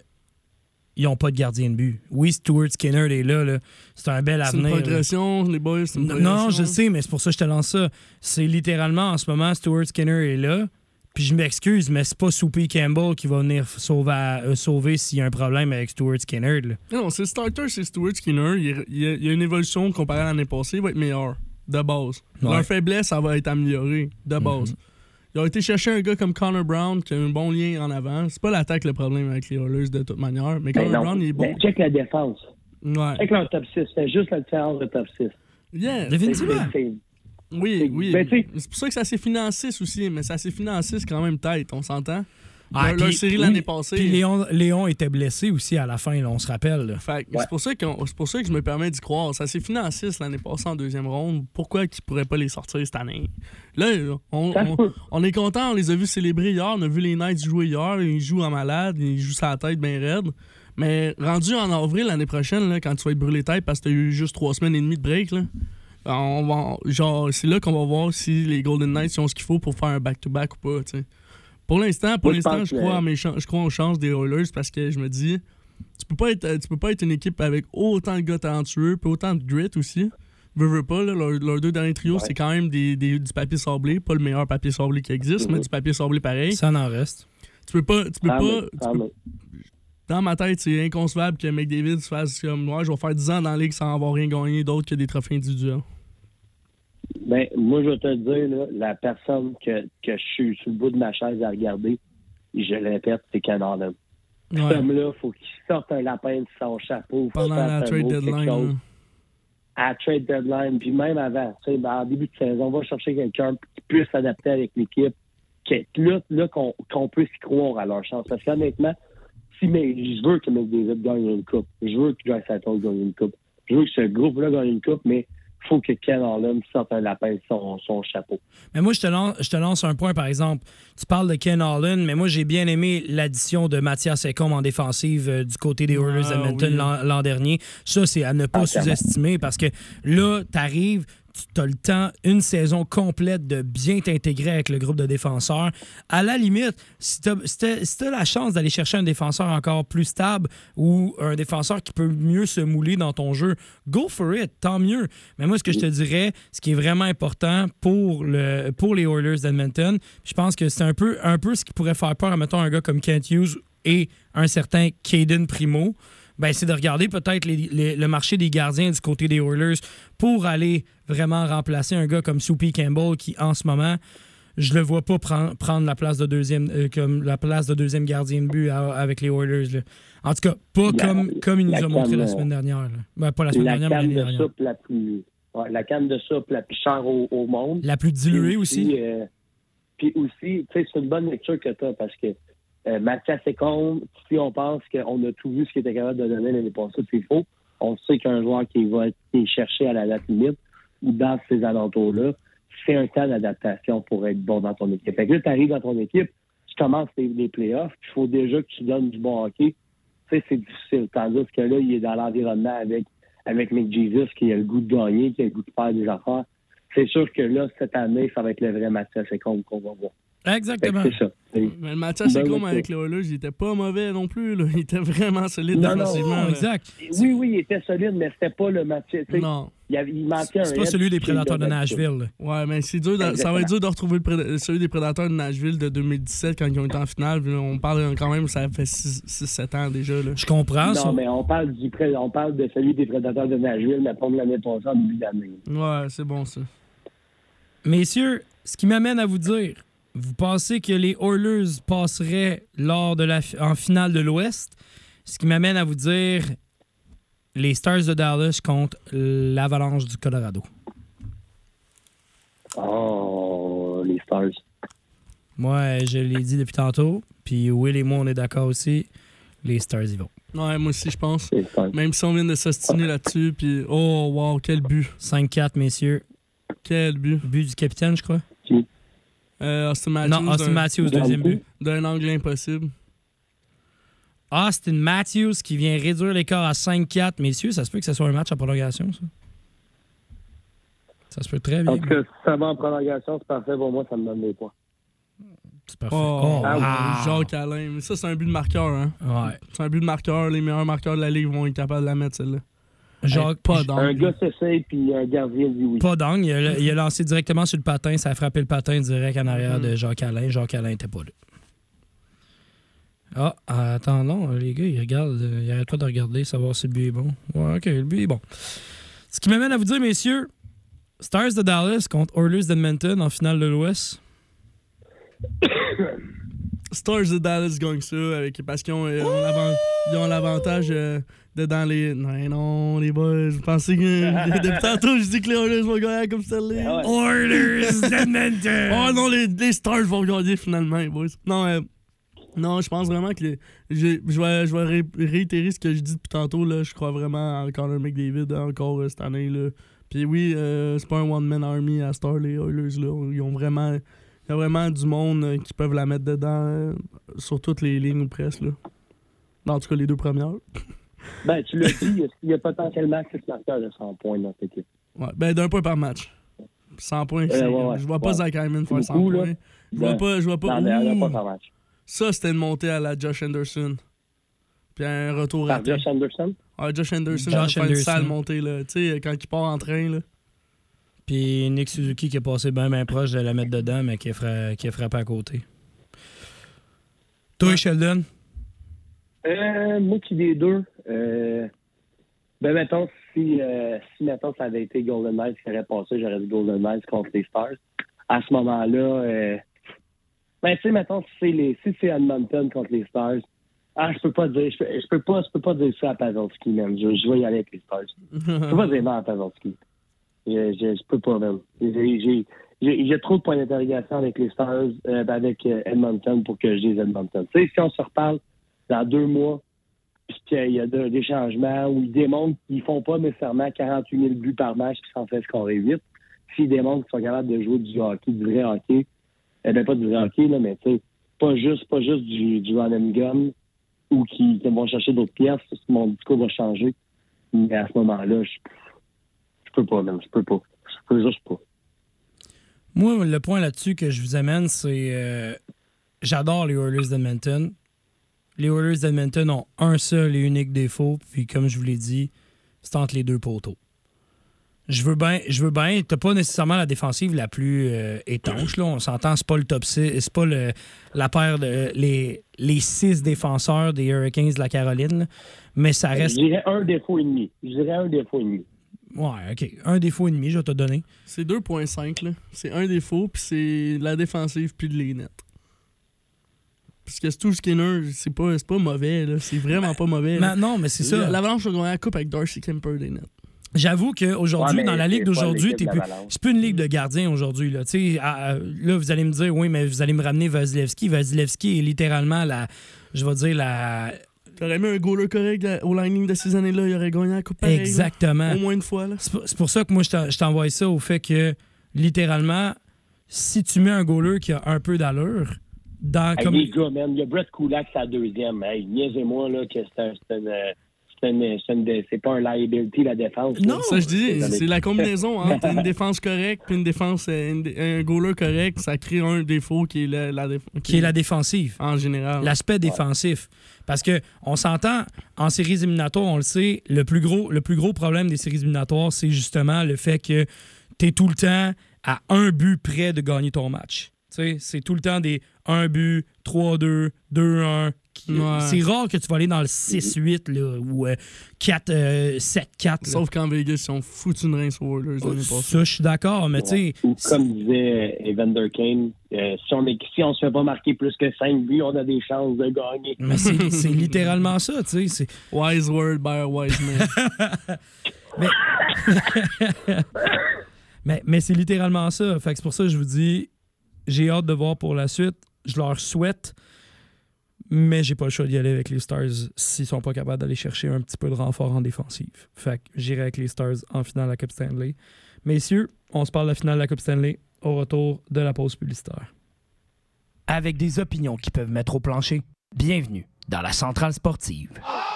ils n'ont pas de gardien de but. Oui, Stuart Skinner est là, là. C'est un bel C'est une avenir. là. progression, les boys, c'est une Non, progression. non, je sais, mais c'est pour ça que je te lance ça. C'est littéralement, en ce moment, Stuart Skinner est là. Puis je m'excuse, mais c'est pas Soupy Campbell qui va venir sauver, euh, sauver s'il y a un problème avec Stuart Skinner. Là. Non, c'est starter, c'est Stuart Skinner. Il, est- il y a, il y a une évolution comparée à l'année passée. Il va être meilleur, de base. Ouais. Leur faiblesse, ça va être amélioré, de base. Ils ont été chercher un gars comme Connor Brown qui a un bon lien en avant. C'est pas l'attaque le problème avec les Oilers de toute manière, mais Ben Connor non. Brown, il est bon. Ben, check la défense. Ouais. Check leur top six. C'est juste la différence de top six. Yeah. Définitivement. C'est- c'est- Oui, oui. Ben, tu sais- C'est pour ça que ça s'est fini en six aussi, mais ça s'est fini en six quand même tête, on s'entend? Ah, leur, leur puis- série oui, l'année passée. Puis Léon, Léon était blessé aussi à la fin, là, on se rappelle. là. Fait que Ouais. c'est pour ça qu'on- c'est pour ça que je me permets d'y croire. Ça s'est fini en six l'année passée en deuxième ronde. Pourquoi qu'ils pourraient pas les sortir cette année? Là, on, Ça se on, peut. on est content, on les a vus célébrer hier. On a vu les Knights jouer hier. Ils jouent en malade, ils jouent sa tête bien raide. Mais rendu en avril l'année prochaine, là, quand tu vas être brûlé tête parce que tu as eu juste trois semaines et demie de break, là, on va, genre, c'est là qu'on va voir si les Golden Knights ont ce qu'il faut pour faire un back-to-back ou pas. T'sais. Pour l'instant, pour Moi, je l'instant, pense je que- crois, à mes chan- je crois aux chances des Oilers parce que je me dis, tu peux pas être, tu peux pas être une équipe avec autant de gars talentueux puis autant de grit aussi veux, veux pas, là, leurs leur deux derniers trios, Ouais. c'est quand même des, des, du papier sablé. Pas le meilleur papier sablé qui existe, Mm-hmm. mais du papier sablé pareil. Ça en reste. Tu peux pas... Tu peux Ah, pas mais- tu ah, peux- mais- dans ma tête, c'est inconcevable que McDavid se fasse comme... Ouais, je vais faire dix ans dans la ligue sans avoir rien gagné d'autre que des trophées individuels. Ben, moi, je vais te dire, là, la personne que, que je suis sur le bout de ma chaise à regarder, je le répète, c'est Ken Holland. Cet Ouais. homme-là, il faut qu'il sorte un lapin de son chapeau. faut Pendant faire la un trade mot, quelque deadline. chose. là. À trade deadline, puis même avant, tu sais, ben, en début de saison, on va chercher quelqu'un qui puisse s'adapter avec l'équipe, que, là, là qu'on, qu'on peut s'y croire à leur chance. Parce qu'honnêtement, si mais, je veux que McDavid gagne une coupe, je veux que Dry Saddle gagne une coupe, je veux que ce groupe-là gagne une coupe, mais il faut que Ken Holland sorte un lapin de son, son chapeau. Mais moi, je te, lance, je te lance un point, par exemple. Tu parles de Ken Holland, mais moi, j'ai bien aimé l'addition de Mathias Ekholm en défensive euh, du côté des Oilers Ah, d'Edmonton oui. l'an, l'an dernier. Ça, c'est à ne pas Ah, sous-estimer parce que là, tu arrives, tu as le temps, une saison complète de bien t'intégrer avec le groupe de défenseurs. À la limite, si tu as si la chance d'aller chercher un défenseur encore plus stable ou un défenseur qui peut mieux se mouler dans ton jeu, go for it, tant mieux. Mais moi, ce que je te dirais, ce qui est vraiment important pour, le, pour les Oilers d'Edmonton, je pense que c'est un peu, un peu ce qui pourrait faire peur à, mettons, un gars comme Kent Hughes et un certain Caden Primo. Ben, c'est de regarder peut-être les- les- le marché des gardiens du côté des Oilers pour aller vraiment remplacer un gars comme Soupy Campbell qui, en ce moment, je le vois pas prendre prendre la place de deuxième euh, comme la place de deuxième gardien de but à- avec les Oilers. Là. En tout cas, pas La- comme, comme il nous la a montré la canne, semaine dernière. Là. Ben, pas la semaine La dernière, mais canne l'année de dernière. soupe la plus... ouais, la canne de soupe la plus chère au, au monde. La plus diluée Puis aussi. euh, Puis aussi, tu sais, c'est une bonne lecture que tu as parce que euh, Mathias Ekholm, si on pense qu'on a tout vu ce qu'il était capable de donner l'année passée, c'est faux. On sait qu'un joueur qui va être qui est cherché à la date limite ou dans ces alentours-là, c'est un temps d'adaptation pour être bon dans ton équipe. Fait que là, tu arrives dans ton équipe, tu commences les, les playoffs, il faut déjà que tu donnes du bon hockey. Tu sais, c'est difficile. Tandis que là, il est dans l'environnement avec, avec McJesus qui a le goût de gagner, qui a le goût de faire des affaires. C'est sûr que là, cette année, ça va être le vrai Mathias Ekholm qu'on va voir. Fait que Exactement. c'est ça. C'est- Mais le Mathias Ben, Ekholm oui, avec c'est- les Oilers, il était pas mauvais non plus. Là. Il était vraiment solide Non, non, défensivement. Non, là. exact. Oui, oui, il était solide, mais c'était pas le Mathias. tu sais, Non. Il, avait- il manquait un C'est pas edge celui des qui Prédateurs de le- Nashville. là. Ouais, mais c'est dur de- ça va Exactement. être dur de retrouver le préda- celui des Prédateurs de Nashville de deux mille dix-sept quand ils ont été en finale. Puis là, on parle quand même, ça fait six sept ans déjà. Là. Je comprends ça. Non, mais on parle du pré- on parle de celui des Prédateurs de Nashville, mais pas de l'année passée en début d'année. Ouais, c'est bon ça. Messieurs, ce qui m'amène à vous dire, vous pensez que les Oilers passeraient lors de la fi- en finale de l'Ouest? Ce qui m'amène à vous dire les Stars de Dallas contre l'Avalanche du Colorado. Oh, les Stars. Moi, je l'ai dit depuis tantôt, puis Will et moi, on est d'accord aussi. Les Stars y vont. Ouais, moi aussi, je pense. Les Stars. Même si on vient de s'ostiner là-dessus, puis oh, wow, quel but. cinq quatre, messieurs. Quel but. But du capitaine, je crois. Euh, Austin Matthews. Non, Austin d'un- Matthews, deuxième but. D'un angle impossible. Austin Matthews qui vient réduire l'écart à cinq quatre. Messieurs, ça se peut que ce soit un match en prolongation, ça? Ça se peut très bien. En tout cas, si ça va en prolongation, c'est parfait pour moi, ça me donne des points. C'est parfait. Oh, Oh, ah wow. Jacques Alain. Mais ça, c'est un but de marqueur, hein. Ouais. C'est un but de marqueur. Les meilleurs marqueurs de la Ligue vont être capables de la mettre, celle-là. Jacques, Hey, pas Un d'angle. gars s'essaye, puis un gardien dit oui. pas d'angle. Il, a- il a lancé directement sur le patin. Ça a frappé le patin direct en arrière Mhm. de Jacques Alain. Jacques Alain n'était pas là. Ah, attends, non, les gars, ils regardent. euh, Ils arrêtent pas de regarder, savoir si le but est bon. Ouais, OK, le but est bon. Ce qui m'amène à vous dire, messieurs, Stars de Dallas contre Oilers d'Edmonton en finale de l'Ouest. Stars de Dallas gagnent ça avec, parce qu'ils ont, euh, ont l'avan- ils ont l'avantage euh, de dans les. Non, non, les boys, je pensais que. Depuis tantôt, je dis que les Oilers vont gagner comme Stanley. Ah ouais. Oilers d'Edmonton! Oh non, les, les Stars vont gagner finalement, les boys. Non, euh, non, je pense vraiment que. les- j'ai- Je vais, je vais ré- réitérer ce que je dis depuis tantôt. Là. Je crois vraiment en Connor McDavid encore euh, cette année. Là. Puis oui, euh, c'est pas un one-man army à Star, les Oilers. Là. Ils ont vraiment. Il y a vraiment du monde euh, qui peuvent la mettre dedans euh, sur toutes les lignes ou presque. Là. En tout cas, les deux premières. Ben, tu l'as dit, il y a- il y a potentiellement six marqueurs de cent points dans cette équipe. Ouais, ben d'un point par match. cent points, c'est- ouais, ouais, je vois pas ouais. Zach Hyman faire C'est cent beaucoup, là. points. Je vois Ben, pas, je vois pas. Dans le Ouh. pas par match. Ça, c'était une montée à la Josh Anderson. Puis un retour Par raté. Josh Anderson? Ah, Josh Anderson, Josh il a fait une Anderson. sale montée, là. Tu sais, quand il part en train, là. Puis Nick Suzuki qui est passé bien, bien proche de la mettre dedans, mais qui a, fra... qui a frappé à côté. Toi, ouais. Sheldon? Euh, moi qui des deux, euh, ben mettons, si, euh, si mettons, ça avait été Golden Knights qui aurait passé, j'aurais dit Golden Knights contre les Stars. À ce moment-là, euh, ben tu sais, mettons, si c'est, les, si c'est Edmonton contre les Stars, ah, je peux pas dire, je peux, je peux pas, je peux pas dire ça à Pavelski, même. Je, je vais y aller avec les Stars. Je peux pas dire non à Pavelski. Je, je, je peux pas, même. J'ai, j'ai, j'ai, j'ai trop de points d'interrogation avec les Stars, euh, avec euh, Edmonton pour que je dise Edmonton. Tu sais, si on se reparle dans deux mois, puis qu'il y a de, des changements où ils démontrent qu'ils font pas nécessairement quarante-huit mille buts par match qui s'en fait scorer huit, s'ils démontrent qu'ils sont capables de jouer du hockey, du vrai hockey, eh bien pas du vrai hockey, là, mais tu sais, pas juste, pas juste du, du run and gun, ou qui, qui vont chercher d'autres pièces, mon discours va changer. Mais à ce moment-là, je, je peux pas, même. Je peux pas. Je peux juste pas. Moi, le point là-dessus que je vous amène, c'est... Euh, j'adore les Oilers d'Edmonton. Les Oilers d'Edmonton ont un seul et unique défaut, puis comme je vous l'ai dit, c'est entre les deux poteaux. Je veux bien, je veux bien, t'as pas nécessairement la défensive la plus euh, étanche, là. On s'entend, c'est pas le top six, c'est pas le, la paire de les, les six défenseurs des Hurricanes de la Caroline, là. Mais ça reste. Je dirais un défaut et demi. Je dirais un défaut et demi. Ouais, OK. Un défaut et demi, je vais te donner. C'est deux virgule cinq, là. C'est un défaut, puis c'est la défensive, puis de les nets. Parce que Stu Skinner, c'est pas, c'est pas mauvais, là. C'est vraiment ben, pas mauvais. Ben, non, mais c'est ça. L'Avalanche a gagné la coupe avec Darcy Kemper des nets. J'avoue qu'aujourd'hui, ouais, dans la ligue d'aujourd'hui, t'es plus, c'est plus une ligue de gardiens aujourd'hui. Là. À, là, vous allez me dire, oui, mais vous allez me ramener Vasilevski. Vasilevski est littéralement la. Je vais dire la. T'aurais mis un goaler correct au lining de ces années-là, il aurait gagné la coupe pareil. Exactement. Là, au moins une fois. Là. C'est, pour, c'est pour ça que moi, je t'envoie ça au fait que, littéralement, si tu mets un goaler qui a un peu d'allure, dans. Hey, comme... les gars, man, il y a Brett Kulak, c'est la deuxième. Hey, niaisez-moi, là, que c'est un. C'est une, C'est, une, c'est, une, c'est pas un liability, la défense. Non, là. Ça, je dis, c'est la combinaison entre une défense correcte et une défense, une, un goaler correct. Ça crée un défaut qui est la, la défense. Qui, qui est la défensive. En général. L'aspect défensif. Parce que on s'entend, en séries éliminatoires, on le sait, le plus gros, le plus gros problème des séries éliminatoires, c'est justement le fait que tu es tout le temps à un but près de gagner ton match. Tu sais, c'est tout le temps des un but, trois deux, deux un. Ouais. C'est rare que tu vas aller dans le six huit là, ou euh, quatre sept quatre. Sauf qu'en Vegas, ils sont foutus une rince aux Oilers. Oh, ça, je suis d'accord, mais ouais. tu sais... Comme disait Evander Kane, euh, si on est, si on se fait pas marquer plus que cinq buts, on a des chances de gagner. Mais c'est, c'est littéralement ça, tu sais. Wise word by a wise man. mais... mais, mais c'est littéralement ça. Fait que c'est pour ça que je vous dis, j'ai hâte de voir pour la suite. Je leur souhaite... Mais j'ai pas le choix d'y aller avec les Stars s'ils sont pas capables d'aller chercher un petit peu de renfort en défensive. Fait que j'irai avec les Stars en finale de la Coupe Stanley. Messieurs, on se parle de la finale de la Coupe Stanley au retour de la pause publicitaire. Avec des opinions qui peuvent mettre au plancher, bienvenue dans la Centrale Sportive.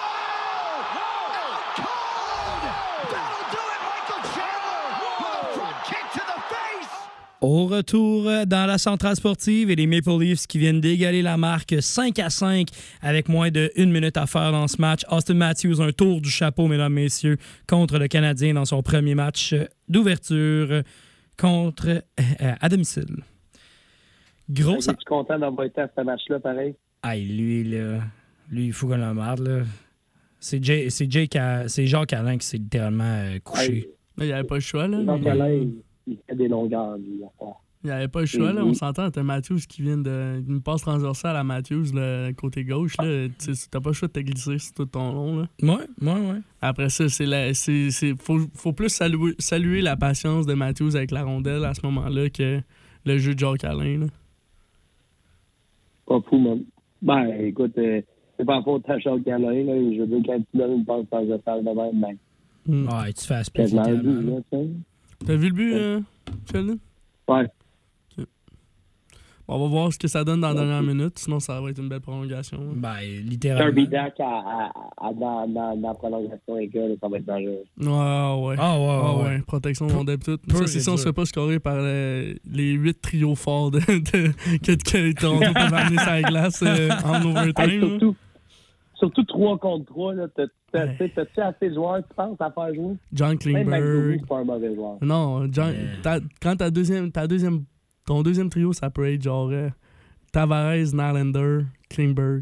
Au retour dans la Centrale Sportive et les Maple Leafs qui viennent d'égaler la marque cinq à cinq avec moins de une minute à faire dans ce match. Austin Matthews, un tour du chapeau, mesdames, messieurs, contre le Canadien dans son premier match d'ouverture contre euh, à domicile. Gros. Es-tu content d'avoir été à ce match-là, pareil? Ah, lui, là, lui, il faut qu'on la marde, là. C'est, Jay, c'est, Jay a, c'est Jacques Alain qui s'est littéralement euh, couché. Il n'y avait pas le choix, là. Jacques Alain, il fait des longueurs, lui. Il n'y avait pas le choix, là. On s'entend. T'as Matthews qui vient de. Une passe transversale à Matthews, le côté gauche, là. T'as pas le choix de te glisser sur tout ton long, là. Ouais, ouais, ouais. Après ça, c'est la. C'est, c'est, faut, faut plus saluer, saluer la patience de Matthews avec la rondelle à ce moment-là que le jeu de Jacques Alain, là. Pas fou, man. Ben, écoute, euh, c'est pas faute à Jacques Alain, là. Je veux dire, quand tu donnes une passe transversale de même, ben. Mm. Ouais, tu fais aspirer. T'as vu le but, euh, Sheldon? Ouais. Okay. Bon, on va voir ce que ça donne dans la dernière minute, sinon ça va être une belle prolongation. Hein. Ben, littéralement. Kirby Dack à, à, à, dans, dans, dans la prolongation, les gars, ça va être dangereux. Ouais, ouais. Ah, ouais, ah, ouais. ouais. Protection de rondelle tout. Ça, c'est si on se fait pas scorer par les, les huit trios forts de, de, que, que Toronto peut amener sur la glace euh, en overtime. Hey, surtout, surtout trois contre trois, là, t'as, t'as- t'sais, t'as-tu assez de joueurs, tu penses, à faire jouer? John Même McDougall, Klingberg. c'est pas un mauvais joueur. Non, John, Yeah. t'as- quand ta deuxième, ta deuxième, ton deuxième trio, ça peut être genre euh, Tavares, Nylander, Klingberg,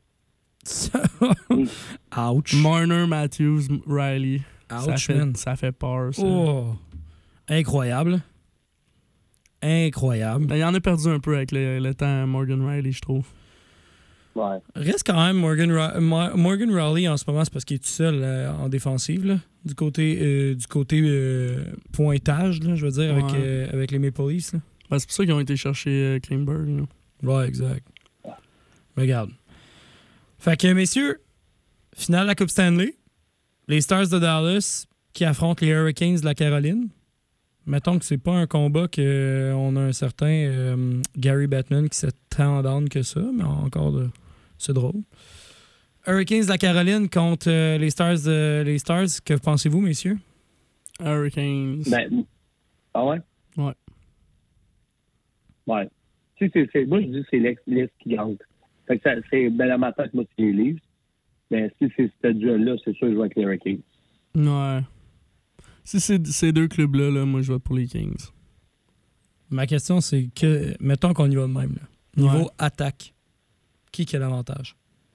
Ouch. Marner, Matthews, Riley. ça, Ouch, fait, man. ça fait peur, ça. Oh. Incroyable. Incroyable. Ben, il en a perdu un peu avec le, le temps Morgan Riley, je trouve. Ouais. Reste quand même Morgan, Ra- Mo- Morgan Raleigh en ce moment, c'est parce qu'il est tout seul euh, en défensive, là, du côté, euh, du côté euh, pointage, là, je veux dire, avec, Ouais. euh, avec les Maple Leafs. Là. Ben, c'est pour ça qu'ils ont été chercher euh, Klingberg. là. Ouais, exact. Mais regarde. Fait que, messieurs, finale de la Coupe Stanley. Les Stars de Dallas qui affrontent les Hurricanes de la Caroline. Mettons que c'est pas un combat qu'on a un certain euh, Gary Bettman qui s'est tant down que ça, mais encore, de, c'est drôle. Hurricanes de la Caroline contre euh, les Stars. de- les Stars, que pensez-vous, messieurs? Hurricanes. Ben, ah ouais? Ouais. Ouais. Tu sais, c'est, c'est, moi, je dis que c'est l'ex l'Est qui gagne. Fait que ça, c'est ben, dans ma tête, moi, c'est les Leafs. Mais si c'est ce duel-là, c'est sûr que je joue avec les Hurricanes. Ouais. Si c'est ces deux clubs-là, là, moi, je vote pour les Kings. Ma question, c'est que, mettons qu'on y va de même. Là. Niveau Ouais. attaque, qui qui a l'avantage?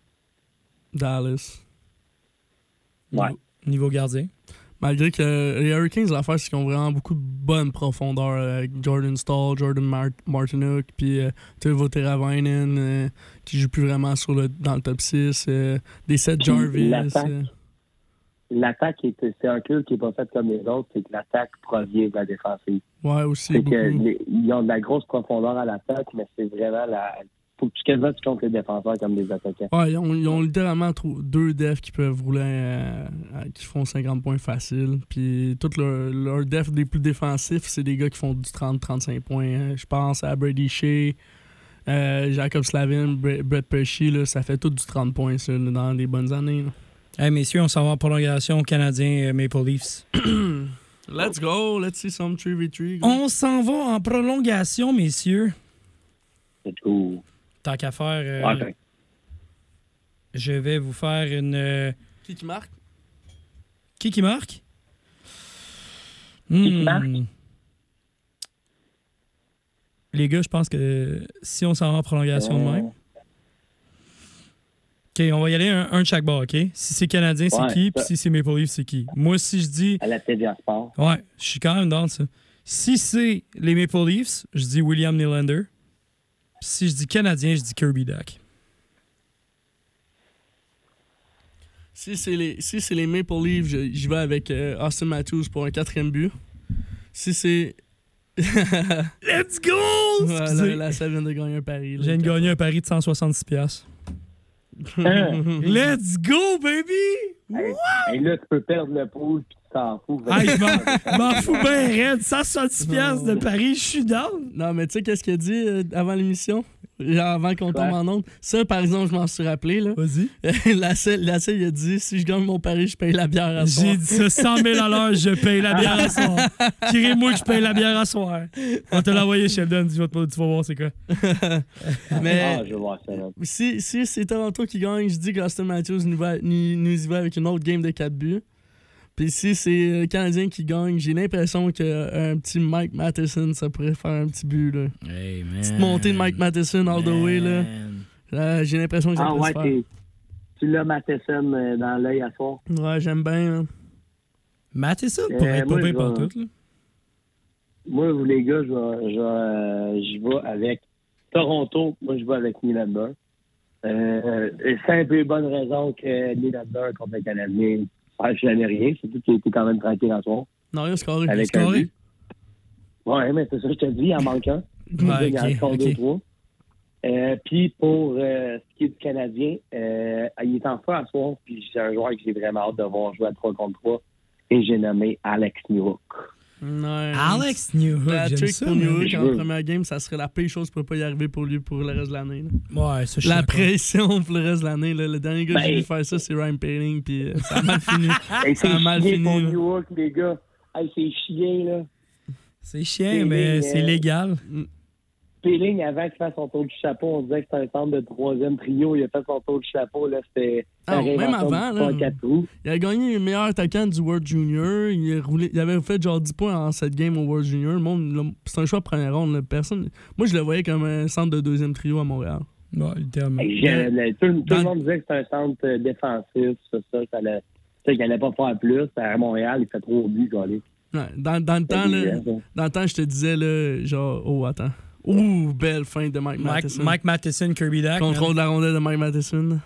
Dallas. Ouais. Niveau, niveau gardien? Malgré que les Hurricanes, l'affaire, c'est qu'ils ont vraiment beaucoup de bonne profondeur euh, avec Jordan Stahl, Jordan Mart- Martinook, puis euh, Teuvo Teravainen, euh, qui joue plus vraiment sur le, dans le top six, euh, des Seth Puis Jarvis. l'attaque. euh. L'attaque, est, c'est un club qui n'est pas fait comme les autres, c'est que l'attaque provient de la défensive. Ouais, aussi. C'est que beaucoup. les- ils ont de la grosse profondeur à l'attaque, mais c'est vraiment la. Faut que tu quasiment tu comptes les défenseurs comme des attaquants. Ouais, ils ont, ils ont littéralement trou- deux defs qui peuvent rouler, euh, euh, qui font cinquante points faciles. Puis tous leurs leur defs des plus défensifs, c'est des gars qui font du trente à trente-cinq points. hein. Je pense à Brady Shea, euh, Jacob Slavin, Bre- Brett Pesci, là, ça fait tout du trente points ça, là, dans les bonnes années. là. Hey, messieurs, on s'en va en prolongation Canadien euh, Maple Leafs. Let's go, let's see some three v three. On s'en va en prolongation, messieurs. C'est cool. Tant qu'à faire, euh, Ouais, je vais vous faire une... euh, Qui qui marque? Qui qui marque? qui Hmm. marque? Les gars, je pense que si on s'en va en prolongation de même... OK, on va y aller un, un de chaque bord, OK? Si c'est Canadien, c'est Ouais, qui? ça. Puis si c'est Maple Leafs, c'est qui? Moi, si je dis... À la T V A Sport. Ouais, je suis quand même dans ça. Si c'est les Maple Leafs, je dis William Nylander. Puis si je dis Canadien, je dis Kirby Duck. Si c'est les, si c'est les Maple Leafs, je- j'y vais avec euh, Austin Matthews pour un quatrième but. Si c'est. Let's go! Ouais, Excusez. là, là, ça vient de gagner un pari. là. Je viens de gagner un pari de cent soixante-six piastres. Hein? Let's go, baby! Hey, hey, là, tu peux perdre le pool puis tu t'en fous. Ah, je m'en- m'en fous bien raide. cent soixante-six piastres de pari, je suis down. Non, mais tu sais, qu'est-ce qu'il a dit euh, avant l'émission? Genre, avant qu'on tombe Ouais. en onde. Ça, par exemple, je m'en suis rappelé. Là. Vas-y. la selle, la selle, il a dit si je gagne mon pari, je paye la bière à soir. J'ai dit ça cent mille à l'heure, je paye la bière à soir. Tirez-moi que je paye la bière à soir. On va te l'envoyer, Sheldon. Tu vas, te- tu vas voir c'est quoi. Mais Ah, je vais voir ça. Là. si, si c'est Toronto qui gagne, je dis qu'Austin Matthews nous, va, nous, nous y va avec une autre game de quatre buts. Puis si c'est le Canadien qui gagne, j'ai l'impression qu'un petit Mike Matheson, ça pourrait faire un petit but. Là. Hey, man. Petite montée de Mike Matheson all the way. Là. Là, j'ai l'impression que ça Ah peut ouais, se faire. t'es- tu l'as Matheson euh, dans l'œil à soir. Ouais, j'aime bien. hein. Matheson Euh, pourrait être moi, pas je pire vais- partout. Là. Moi, vous les gars, je vais, je vais, euh, j'y vais avec Toronto. Moi, je vais avec Nylander. Euh, simple et bonne raison que Nylander contre le Canadien, ça ne jamais rien. Surtout qu'il a été quand même tranquille en soir. Non, il a scoré. Avec Il a un scoré? but. Ouais, mais c'est ça, je te dis, il en manque un. Ouais, il en ok, score ok. deux, trois. Euh, puis pour euh, ce qui est du Canadien, euh, il est en feu à soir, puis c'est un joueur que j'ai vraiment hâte de voir jouer à trois contre trois. Et j'ai nommé Alex Newhook. Ouais. Alex Newhook, La j'aime trick ça. pour man. Newhook Je en veux. première game, ça serait la pire chose pour pas y arriver pour lui pour le reste de l'année. là. Ouais, ça, je suis La d'accord. pression pour le reste de l'année. là. Le dernier gars que Ben- j'ai vu faire ça, c'est Ryan Paling, puis euh, ça a mal fini. Hey, Ça c'est a mal chiant fini. pour là. Newhook, les gars. Hey, c'est chiant, là. C'est chiant, C'est- mais euh, c'est légal. Peeling, avant qu'il fasse son tour du chapeau, on disait que c'était un centre de troisième trio. Il a fait son tour du chapeau. Là, c'était Ah, même avant, là, quatre roues. il a gagné le meilleur attaquant du World Junior. Il, a roulé, il avait fait genre dix points en sept games au World Junior. Le monde, là, c'est un choix de première ronde. Là. Personne, moi, je le voyais comme un centre de deuxième trio à Montréal. Ouais, littéralement. Hey, j'ai- tout, tout Dans- le monde disait que c'était un centre euh, défensif, ça, ça, ça allait, qu'il n'allait pas faire plus. À Montréal, il fait trop buts, Gallé. Ouais, dans, dans le temps, là, dans le temps, je te disais, là, genre, oh, attends. Ouh, belle fin de Mike, Mike, Matheson. Mike Matheson, Kirby Dack. Contrôle de la rondelle de Mike Matheson.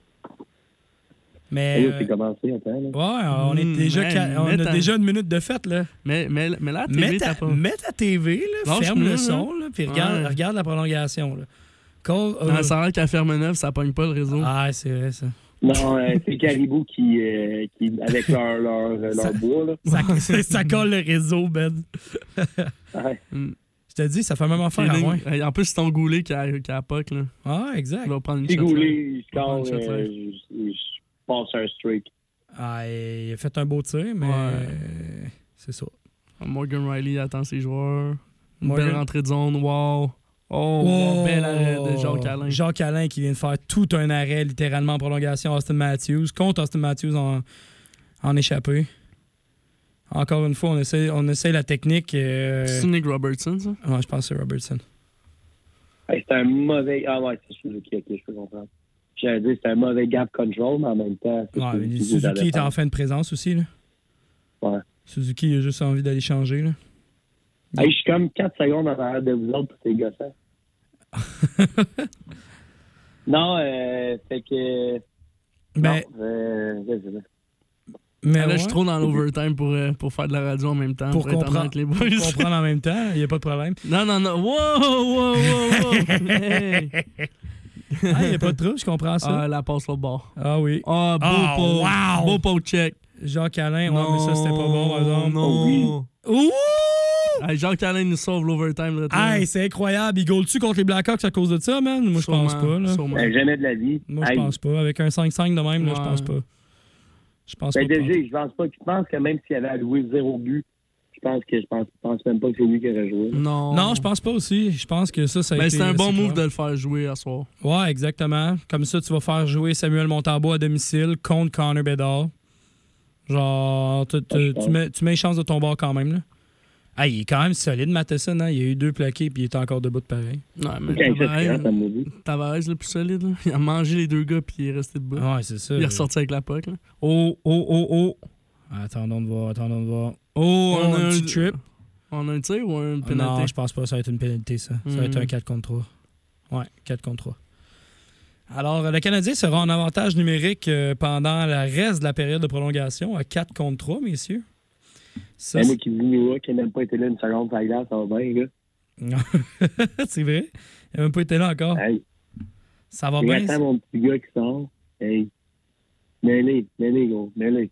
Mais. C'est commencé, attends. Là. Ouais, on, est Mmh, déjà, man, ca- on mets a ta- déjà une minute de fête, là. Mais, mais, mais là, T V, Mets ta, t'as pas. mets ta T V, là, Lâche-moi, ferme le là. son, là, puis regarde, Ouais. regarde la prolongation. Là. Cole, euh, Non, ça a l'air qu'à Ferme-Neuve, ça pogne pas le réseau. Ah, c'est vrai, ça. Non, euh, c'est Caribou qui, euh, qui avec leur, leur, leur Ça- bois. Là. Ça, ça colle le réseau, Ben. Ouais. Je te dis, ça fait même affaire à moins. Feeling- En plus, c'est ton goulet qui a, qui a Puck, là. Ah, exact. Il va prendre une Si shot. Goulet, là. il score, prendre une shot, euh, là. je je passe un streak. Ah, il a fait un beau tir, mais Ouais. euh, c'est ça. Morgan Riley attend ses joueurs. Une Morgan- belle rentrée de zone. Wow. Oh, bel arrêt de Jacques Alain. Jacques Alain qui vient de faire tout un arrêt, littéralement en prolongation. Austin Matthews, contre Austin Matthews en, en échappé. Encore une fois, on essaie, on essaie la technique. euh, C'est Nick Robertson, ça? Ouais, je pense que c'est Robertson. Hey, c'est un mauvais. Ah ouais, c'est Suzuki, ok, je peux comprendre. J'allais dire c'est un mauvais gap control, mais en même temps. c'est Ouais, mais qui Suzuki nous est en avait fin de présence aussi. Là. Ouais. Suzuki il a juste envie d'aller changer. Là. fait. Hey, je suis comme quatre secondes en arrière de vous autres pour ces gossins. non, euh, fait que. Ben, non, euh, je sais pas. mais Ah, là, ouais, je suis trop dans l'overtime pour, euh, pour faire de la radio en même temps. pour, être comprendre, honnête, les pour boys. comprendre en même temps, il n'y a pas de problème. Non, non, non. Wow, wow, wow, wow. Hey. Ah, il n'y a pas de trouble, je comprends ça. Ah, la passe au bord. Ah oui. Ah, beau Ah, pot. wow. Beau pot check. Jacques Alain, ouais, mais ça, c'était pas bon, par exemple. Non. Ouh! Hey, Jacques Alain nous sauve l'overtime. là, toi. Hey, c'est incroyable. Il goal-tu contre les Blackhawks à cause de ça, man? Moi, je pense Sûrement, pas, là. sûrement. Ben, jamais de la vie. Moi, je Hey, pense pas. Avec un cinq cinq de même, là, je Ouais. pense pas. Je pense Ben, pas. D G, je pense pas. Je pense que même s'il avait alloué zéro but, je pense que je pense, je pense même pas que c'est lui qui aurait joué. Non. Non, je pense pas aussi. Je pense que ça, ça a Ben, été... c'est un bon assez move clair. de le faire jouer à soir. Ouais, exactement. Comme ça, tu vas faire jouer Samuel Montembeault à domicile contre Connor Bedard. Genre, tu, tu- Ouais, je tu pense. mets, tu mets une chance de ton bord quand même, là. Ah, il est quand même solide, Matheson, hein? Il a eu deux plaqués, puis il est encore debout de pareil. Ouais, mais Quand il fait Tavares, ça me dit. Tavares, le plus solide, là. Il a mangé les deux gars, puis il est resté debout. Ouais, c'est ça. Il est ressorti avec la puck, là. Oh, oh, oh, oh. Attendons de voir, attendons de voir. Oh, Oh, un petit trip. On a un tir ou un Ah, pénalité? non, je pense pas. Ça va être une pénalité, ça. Ça va être Hmm. un quatre contre trois. Ouais, quatre contre trois. Alors, le Canadien sera en avantage numérique euh, pendant le reste de la période de prolongation à quatre contre trois, messieurs. Ça, Ben, moi qui dis Noah qui n'a même pas été là une seconde sur la glace, ça va bien, gars. c'est- c'est vrai. Il n'a même pas été là encore. Hey, Ça va bien. j'attends mon petit gars qui sort. Hey, mets-les, mets-les, gros, mets-les.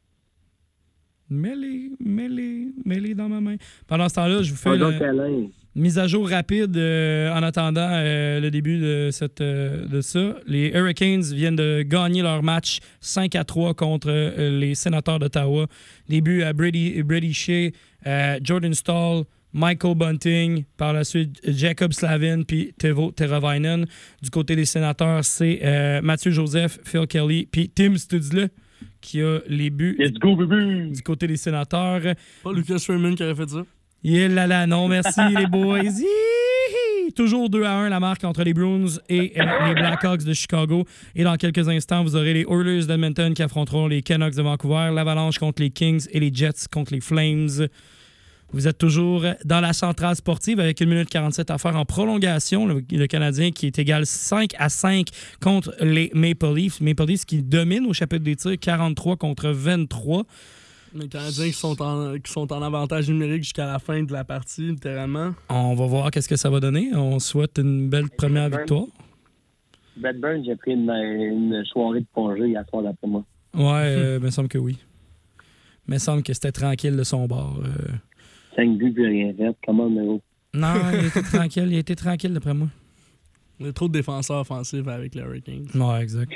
Mets-les, mets-les, mets-les dans ma main. Pendant ce temps-là, je vous fais Un le- gars câlin. mise à jour rapide euh, en attendant euh, le début de, cette, euh, de ça. Les Hurricanes viennent de gagner leur match cinq à trois contre euh, les Sénateurs d'Ottawa. Début à Brady, Brady Shea, euh, Jordan Stahl, Michael Bunting, par la suite Jacob Slavin puis Teuvo Teravainen. Du côté des Sénateurs, c'est euh, Mathieu Joseph, Phil Kelly puis Tim Stutzle qui a les buts Let's go, bébé! du côté des Sénateurs. Pas Lucas Raymond qui aurait fait ça. Il là là, non, merci les boys. Hihi! Toujours deux à un la marque entre les Bruins et euh, les Blackhawks de Chicago. Et dans quelques instants, vous aurez les Oilers d'Edmonton qui affronteront les Canucks de Vancouver, l'Avalanche contre les Kings et les Jets contre les Flames. Vous êtes toujours dans la centrale sportive avec une minute quarante-sept à faire en prolongation. Le, le Canadien qui est égal cinq à cinq contre les Maple Leafs. Maple Leafs qui domine au chapitre des tirs quarante-trois contre vingt-trois. Les Canadiens qui sont en, qui sont en avantage numérique jusqu'à la fin de la partie, littéralement. On va voir qu'est-ce que ça va donner. On souhaite une belle première victoire. Brad Burns, j'ai pris une, une soirée de congé hier soir d'après moi. Ouais, euh, il me semble que oui. Il me semble que c'était tranquille de son bord. euh. Cinq buts, plus rien fait. Comment, numéro? Non, il était tranquille. Il était tranquille d'après moi. Il y a trop de défenseurs offensifs avec les Hurricanes. Ouais, exact.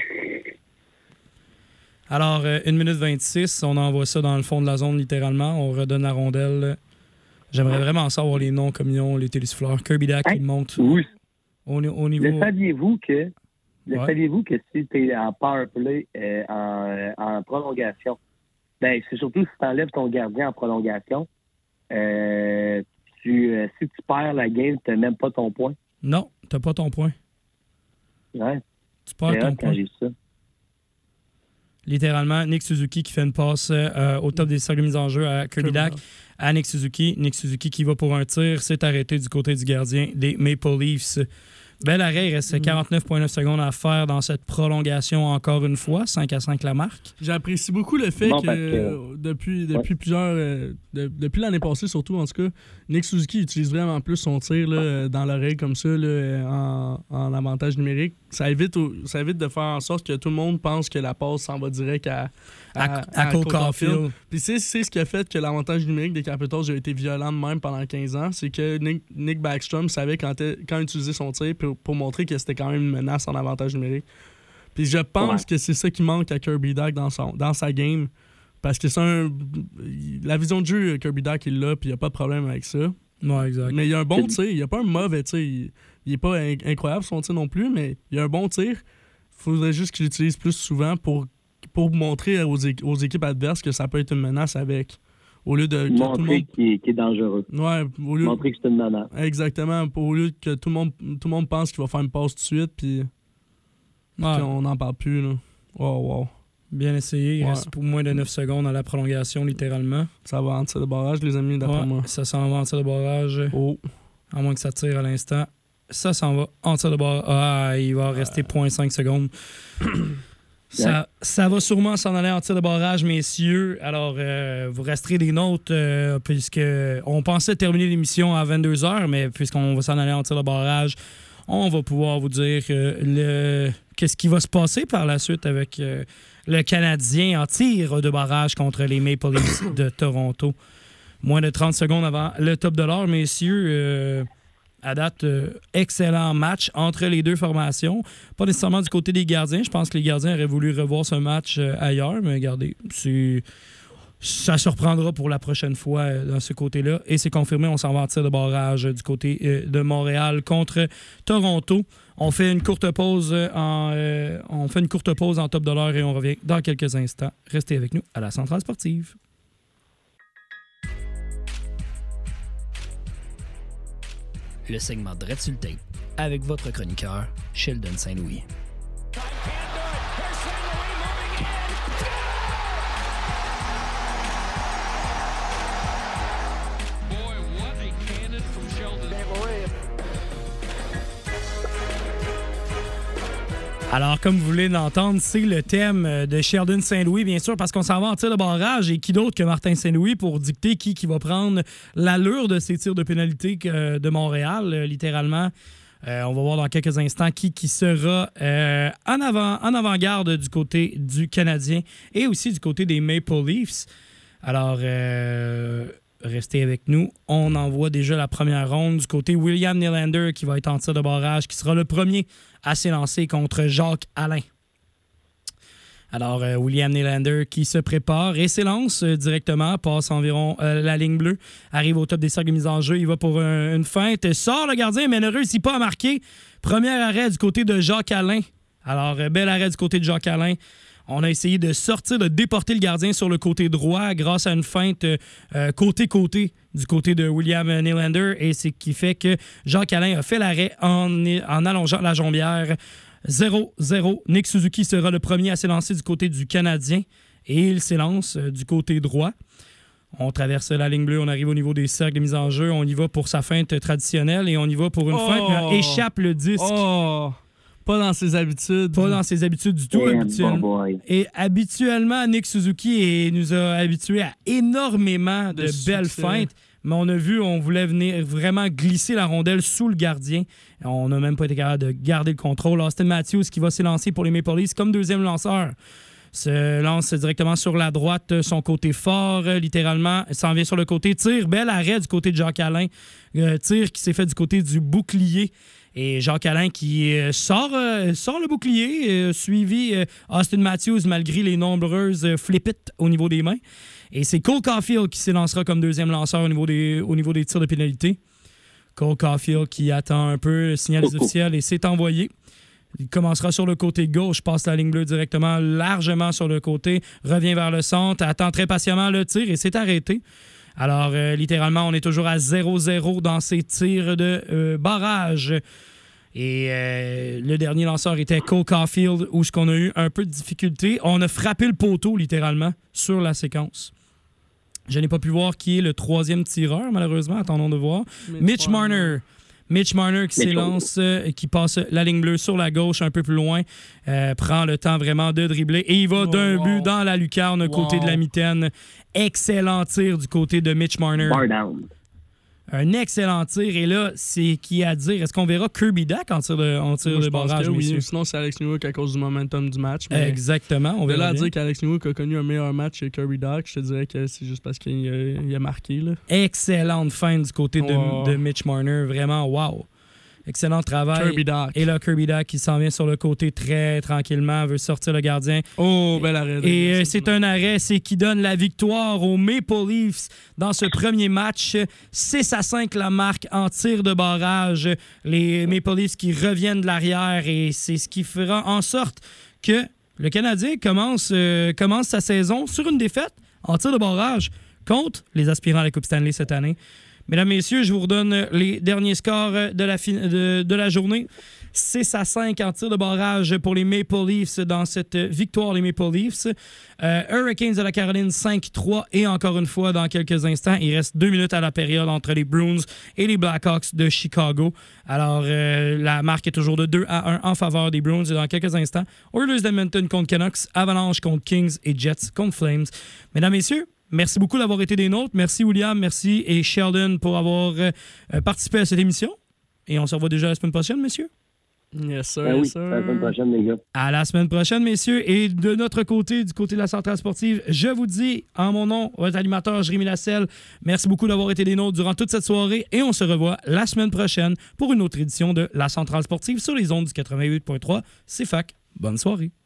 Alors, euh, une minute vingt-six, on envoie ça dans le fond de la zone littéralement. On redonne la rondelle J'aimerais vraiment savoir les noms comme ils ont, les télésouffleurs. Kirby Dack Hey, qui monte Oui. au, au niveau... Le saviez-vous que, le Ouais. saviez-vous que si tu es en power play euh, en, en prolongation, ben c'est surtout si tu enlèves ton gardien en prolongation, euh, tu, euh, si tu perds la game, tu n'as même pas ton point. Non, t'as pas ton point. Ouais. Tu perds C'est ton hot quand point. j'ai vu ça. Littéralement, Nick Suzuki qui fait une passe euh, au top des cercles de mise en jeu à Kirby Dack, à Nick Suzuki. Nick Suzuki qui va pour un tir, s'est arrêté du côté du gardien des Maple Leafs. Bel arrêt, il reste quarante-neuf virgule neuf secondes à faire dans cette prolongation encore une fois, cinq à cinq la marque. J'apprécie beaucoup le fait Bon, que, parce que- euh, depuis, depuis plusieurs. euh, de- depuis l'année passée, surtout, en tout cas, Nick Suzuki utilise vraiment plus son tir là, euh, dans l'oreille comme ça, là, euh, en, en avantage numérique. Ça évite, au- ça évite de faire en sorte que tout le monde pense que la passe s'en va direct à, À, à Cole Caulfield. Puis c'est, c'est ce qui a fait que l'avantage numérique des Capitals a été violent de même pendant quinze ans. C'est que Nick, Nick Backstrom savait quand, t'es- quand utiliser son tir pour, pour montrer que c'était quand même une menace en avantage numérique. Puis je pense Ouais. que c'est ça qui manque à Kirby Dack dans, son, dans sa game. Parce que c'est un. La vision de jeu, Kirby Dack, il l'a, puis il n'y a pas de problème avec ça. Ouais, exact. Mais il y a un bon tir. Il n'y a pas un mauvais tir. Il n'est pas in- incroyable son tir non plus, mais il y a un bon tir. Il faudrait juste qu'il l'utilise plus souvent pour, pour montrer aux, é- aux équipes adverses que ça peut être une menace avec. Au lieu de. Que tout le Montrer monde... qu'il est, qu'il est dangereux. Ouais, au lieu... Montrer que c'est une menace. Exactement. Au lieu que tout le monde, tout le monde pense qu'il va faire une passe tout de suite, puis Ouais, qu'on n'en parle plus. Là. Wow, wow. bien essayé. Il Ouais. reste pour moins de neuf secondes à la prolongation, littéralement. Ça va en tir de barrage, les amis, d'après Ouais, moi. ça s'en va en tir de barrage, Oh. à moins que ça tire à l'instant. Ça s'en va en tir de barrage. Ah, il va rester zéro virgule cinq secondes. Ça, ça va sûrement s'en aller en tir de barrage, messieurs. Alors, euh, vous resterez des nôtres, euh, puisque on pensait terminer l'émission à vingt-deux heures, mais puisqu'on va s'en aller en tir de barrage, on va pouvoir vous dire euh, le qu'est-ce qui va se passer par la suite avec euh, le Canadien en tir de barrage contre les Maple Leafs de Toronto. Moins de trente secondes avant le top de l'heure, messieurs. Euh, à date, euh, excellent match entre les deux formations. Pas nécessairement du côté des gardiens. Je pense que les gardiens auraient voulu revoir ce match euh, ailleurs, mais regardez, c'est... ça surprendra pour la prochaine fois euh, dans ce côté-là. Et c'est confirmé, on s'en va en tir de barrage euh, du côté euh, de Montréal contre Toronto. On fait une courte pause euh, en euh, on fait une courte pause en top de l'heure et on revient dans quelques instants. Restez avec nous à la Centrale Sportive. Le segment Dread sur le tape avec votre chroniqueur, Sheldon Saint-Louis. Alors, comme vous voulez l'entendre, c'est le thème de Sheldon Saint-Louis, bien sûr, parce qu'on s'en va en tir de barrage. Et qui d'autre que Martin Saint-Louis pour dicter qui, qui va prendre l'allure de ces tirs de pénalité que- de Montréal, euh, littéralement. Euh, on va voir dans quelques instants qui, qui sera euh, en, avant, en avant-garde du côté du Canadien et aussi du côté des Maple Leafs. Alors, euh, restez avec nous. On envoie déjà la première ronde du côté William Nylander qui va être en tir de barrage, qui sera le premier à s'élancer contre Jacques Alain. Alors, euh, William Nylander qui se prépare et s'élance euh, directement, passe environ euh, la ligne bleue, arrive au top des cercles de mise en jeu, il va pour un- une feinte, sort le gardien, mais ne réussit pas à marquer. Premier arrêt du côté de Jacques Alain. Alors, euh, bel arrêt du côté de Jacques Alain. On a essayé de sortir, de déporter le gardien sur le côté droit grâce à une feinte euh, euh, côté-côté du côté de William Nylander. Et c'est ce qui fait que Jacques Alain a fait l'arrêt en, en allongeant la jambière. zéro zéro. Nick Suzuki sera le premier à s'élancer du côté du Canadien. Et il s'élance euh, du côté droit. On traverse la ligne bleue, on arrive au niveau des cercles de mise en jeu. On y va pour sa feinte traditionnelle et on y va pour une Oh! feinte, mais échappe le disque. Oh! Pas dans ses habitudes. Pas dans ses habitudes du tout. Eh, habituellement. bon boy. Et habituellement, Nick Suzuki est- nous a habitués à énormément de, De belles succès. feintes. Mais on a vu, on voulait venir vraiment glisser la rondelle sous le gardien. On n'a même pas été capable de garder le contrôle. Austin Matthews qui va s'élancer pour les Maple Leafs comme deuxième lanceur. se lance directement sur la droite, son côté fort, euh, littéralement. Il s'en vient sur le côté. Tir, bel arrêt du côté de Jacques-Alain. Euh, tir qui s'est fait du côté du bouclier. Et Jacques-Alain qui euh, sort, euh, sort le bouclier, euh, suivi euh, Austin Matthews malgré les nombreuses euh, flip-it au niveau des mains. Et c'est Cole Caulfield qui s'élancera comme deuxième lanceur au niveau des, au niveau des tirs de pénalité. Cole Caulfield qui attend un peu le signal des officiels et s'est envoyé. Il commencera sur le côté gauche, passe la ligne bleue directement, largement sur le côté, revient vers le centre, attend très patiemment le tir et s'est arrêté. Alors, euh, littéralement, on est toujours à zéro zéro dans ces tirs de euh, barrage. Et euh, le dernier lanceur était Cole Caulfield, où on a eu un peu de difficulté. On a frappé le poteau, littéralement, sur la séquence. Je n'ai pas pu voir qui est le troisième tireur, malheureusement. Attendons de voir. Mitch, Mitch Marner. Marner. Mitch Marner qui s'élance, euh, qui passe la ligne bleue sur la gauche un peu plus loin, euh, prend le temps vraiment de dribbler et il va wow, d'un wow. but dans la lucarne wow. côté de la mitaine. Excellent tir du côté de Mitch Marner. Bar down. Un excellent tir. Et là, c'est qui à dire? Est-ce qu'on verra Kirby Dach en tir de, en tir Moi, de barrage? Oui, sinon, c'est Alex Newhook à cause du momentum du match. Mais exactement. On de là à dire qu'Alex Newhook a connu un meilleur match chez Kirby Dach, je te dirais que c'est juste parce qu'il a, il a marqué. Là. Excellente fin du côté de, wow. de Mitch Marner. Vraiment, wow. Excellent travail. Kirby Dach. Et là, Kirby Dach qui s'en vient sur le côté très tranquillement, veut sortir le gardien. Oh, bel arrêt. Et euh, c'est un arrêt, c'est qui donne la victoire aux Maple Leafs dans ce premier match. six à cinq la marque en tir de barrage. Les Maple Leafs qui reviennent de l'arrière et c'est ce qui fera en sorte que le Canadien commence, euh, commence sa saison sur une défaite en tir de barrage contre les aspirants à la Coupe Stanley cette année. Mesdames, Messieurs, je vous redonne les derniers scores de la, fin, de, de la journée. six à cinq en tir de barrage pour les Maple Leafs dans cette victoire des Maple Leafs. Euh, Hurricanes de la Caroline cinq trois et encore une fois, dans quelques instants, il reste deux minutes à la période entre les Bruins et les Blackhawks de Chicago. Alors, euh, la marque est toujours de deux à un en faveur des Bruins et dans quelques instants, Oilers d'Edmonton contre Canucks, Avalanche contre Kings et Jets contre Flames. Mesdames, Messieurs, merci beaucoup d'avoir été des nôtres. Merci William, merci et Sheldon pour avoir euh, participé à cette émission. Et on se revoit déjà la semaine prochaine, messieurs. Yes, sir. Ben oui, yes, sir. à la semaine prochaine, les gars. À la semaine prochaine, messieurs. Et de notre côté, du côté de la Centrale Sportive, je vous dis, en mon nom, votre animateur, Jérémy Lasselle, merci beaucoup d'avoir été des nôtres durant toute cette soirée. Et on se revoit la semaine prochaine pour une autre édition de la Centrale Sportive sur les ondes du quatre-vingt-huit point trois. C'est F A C. Bonne soirée.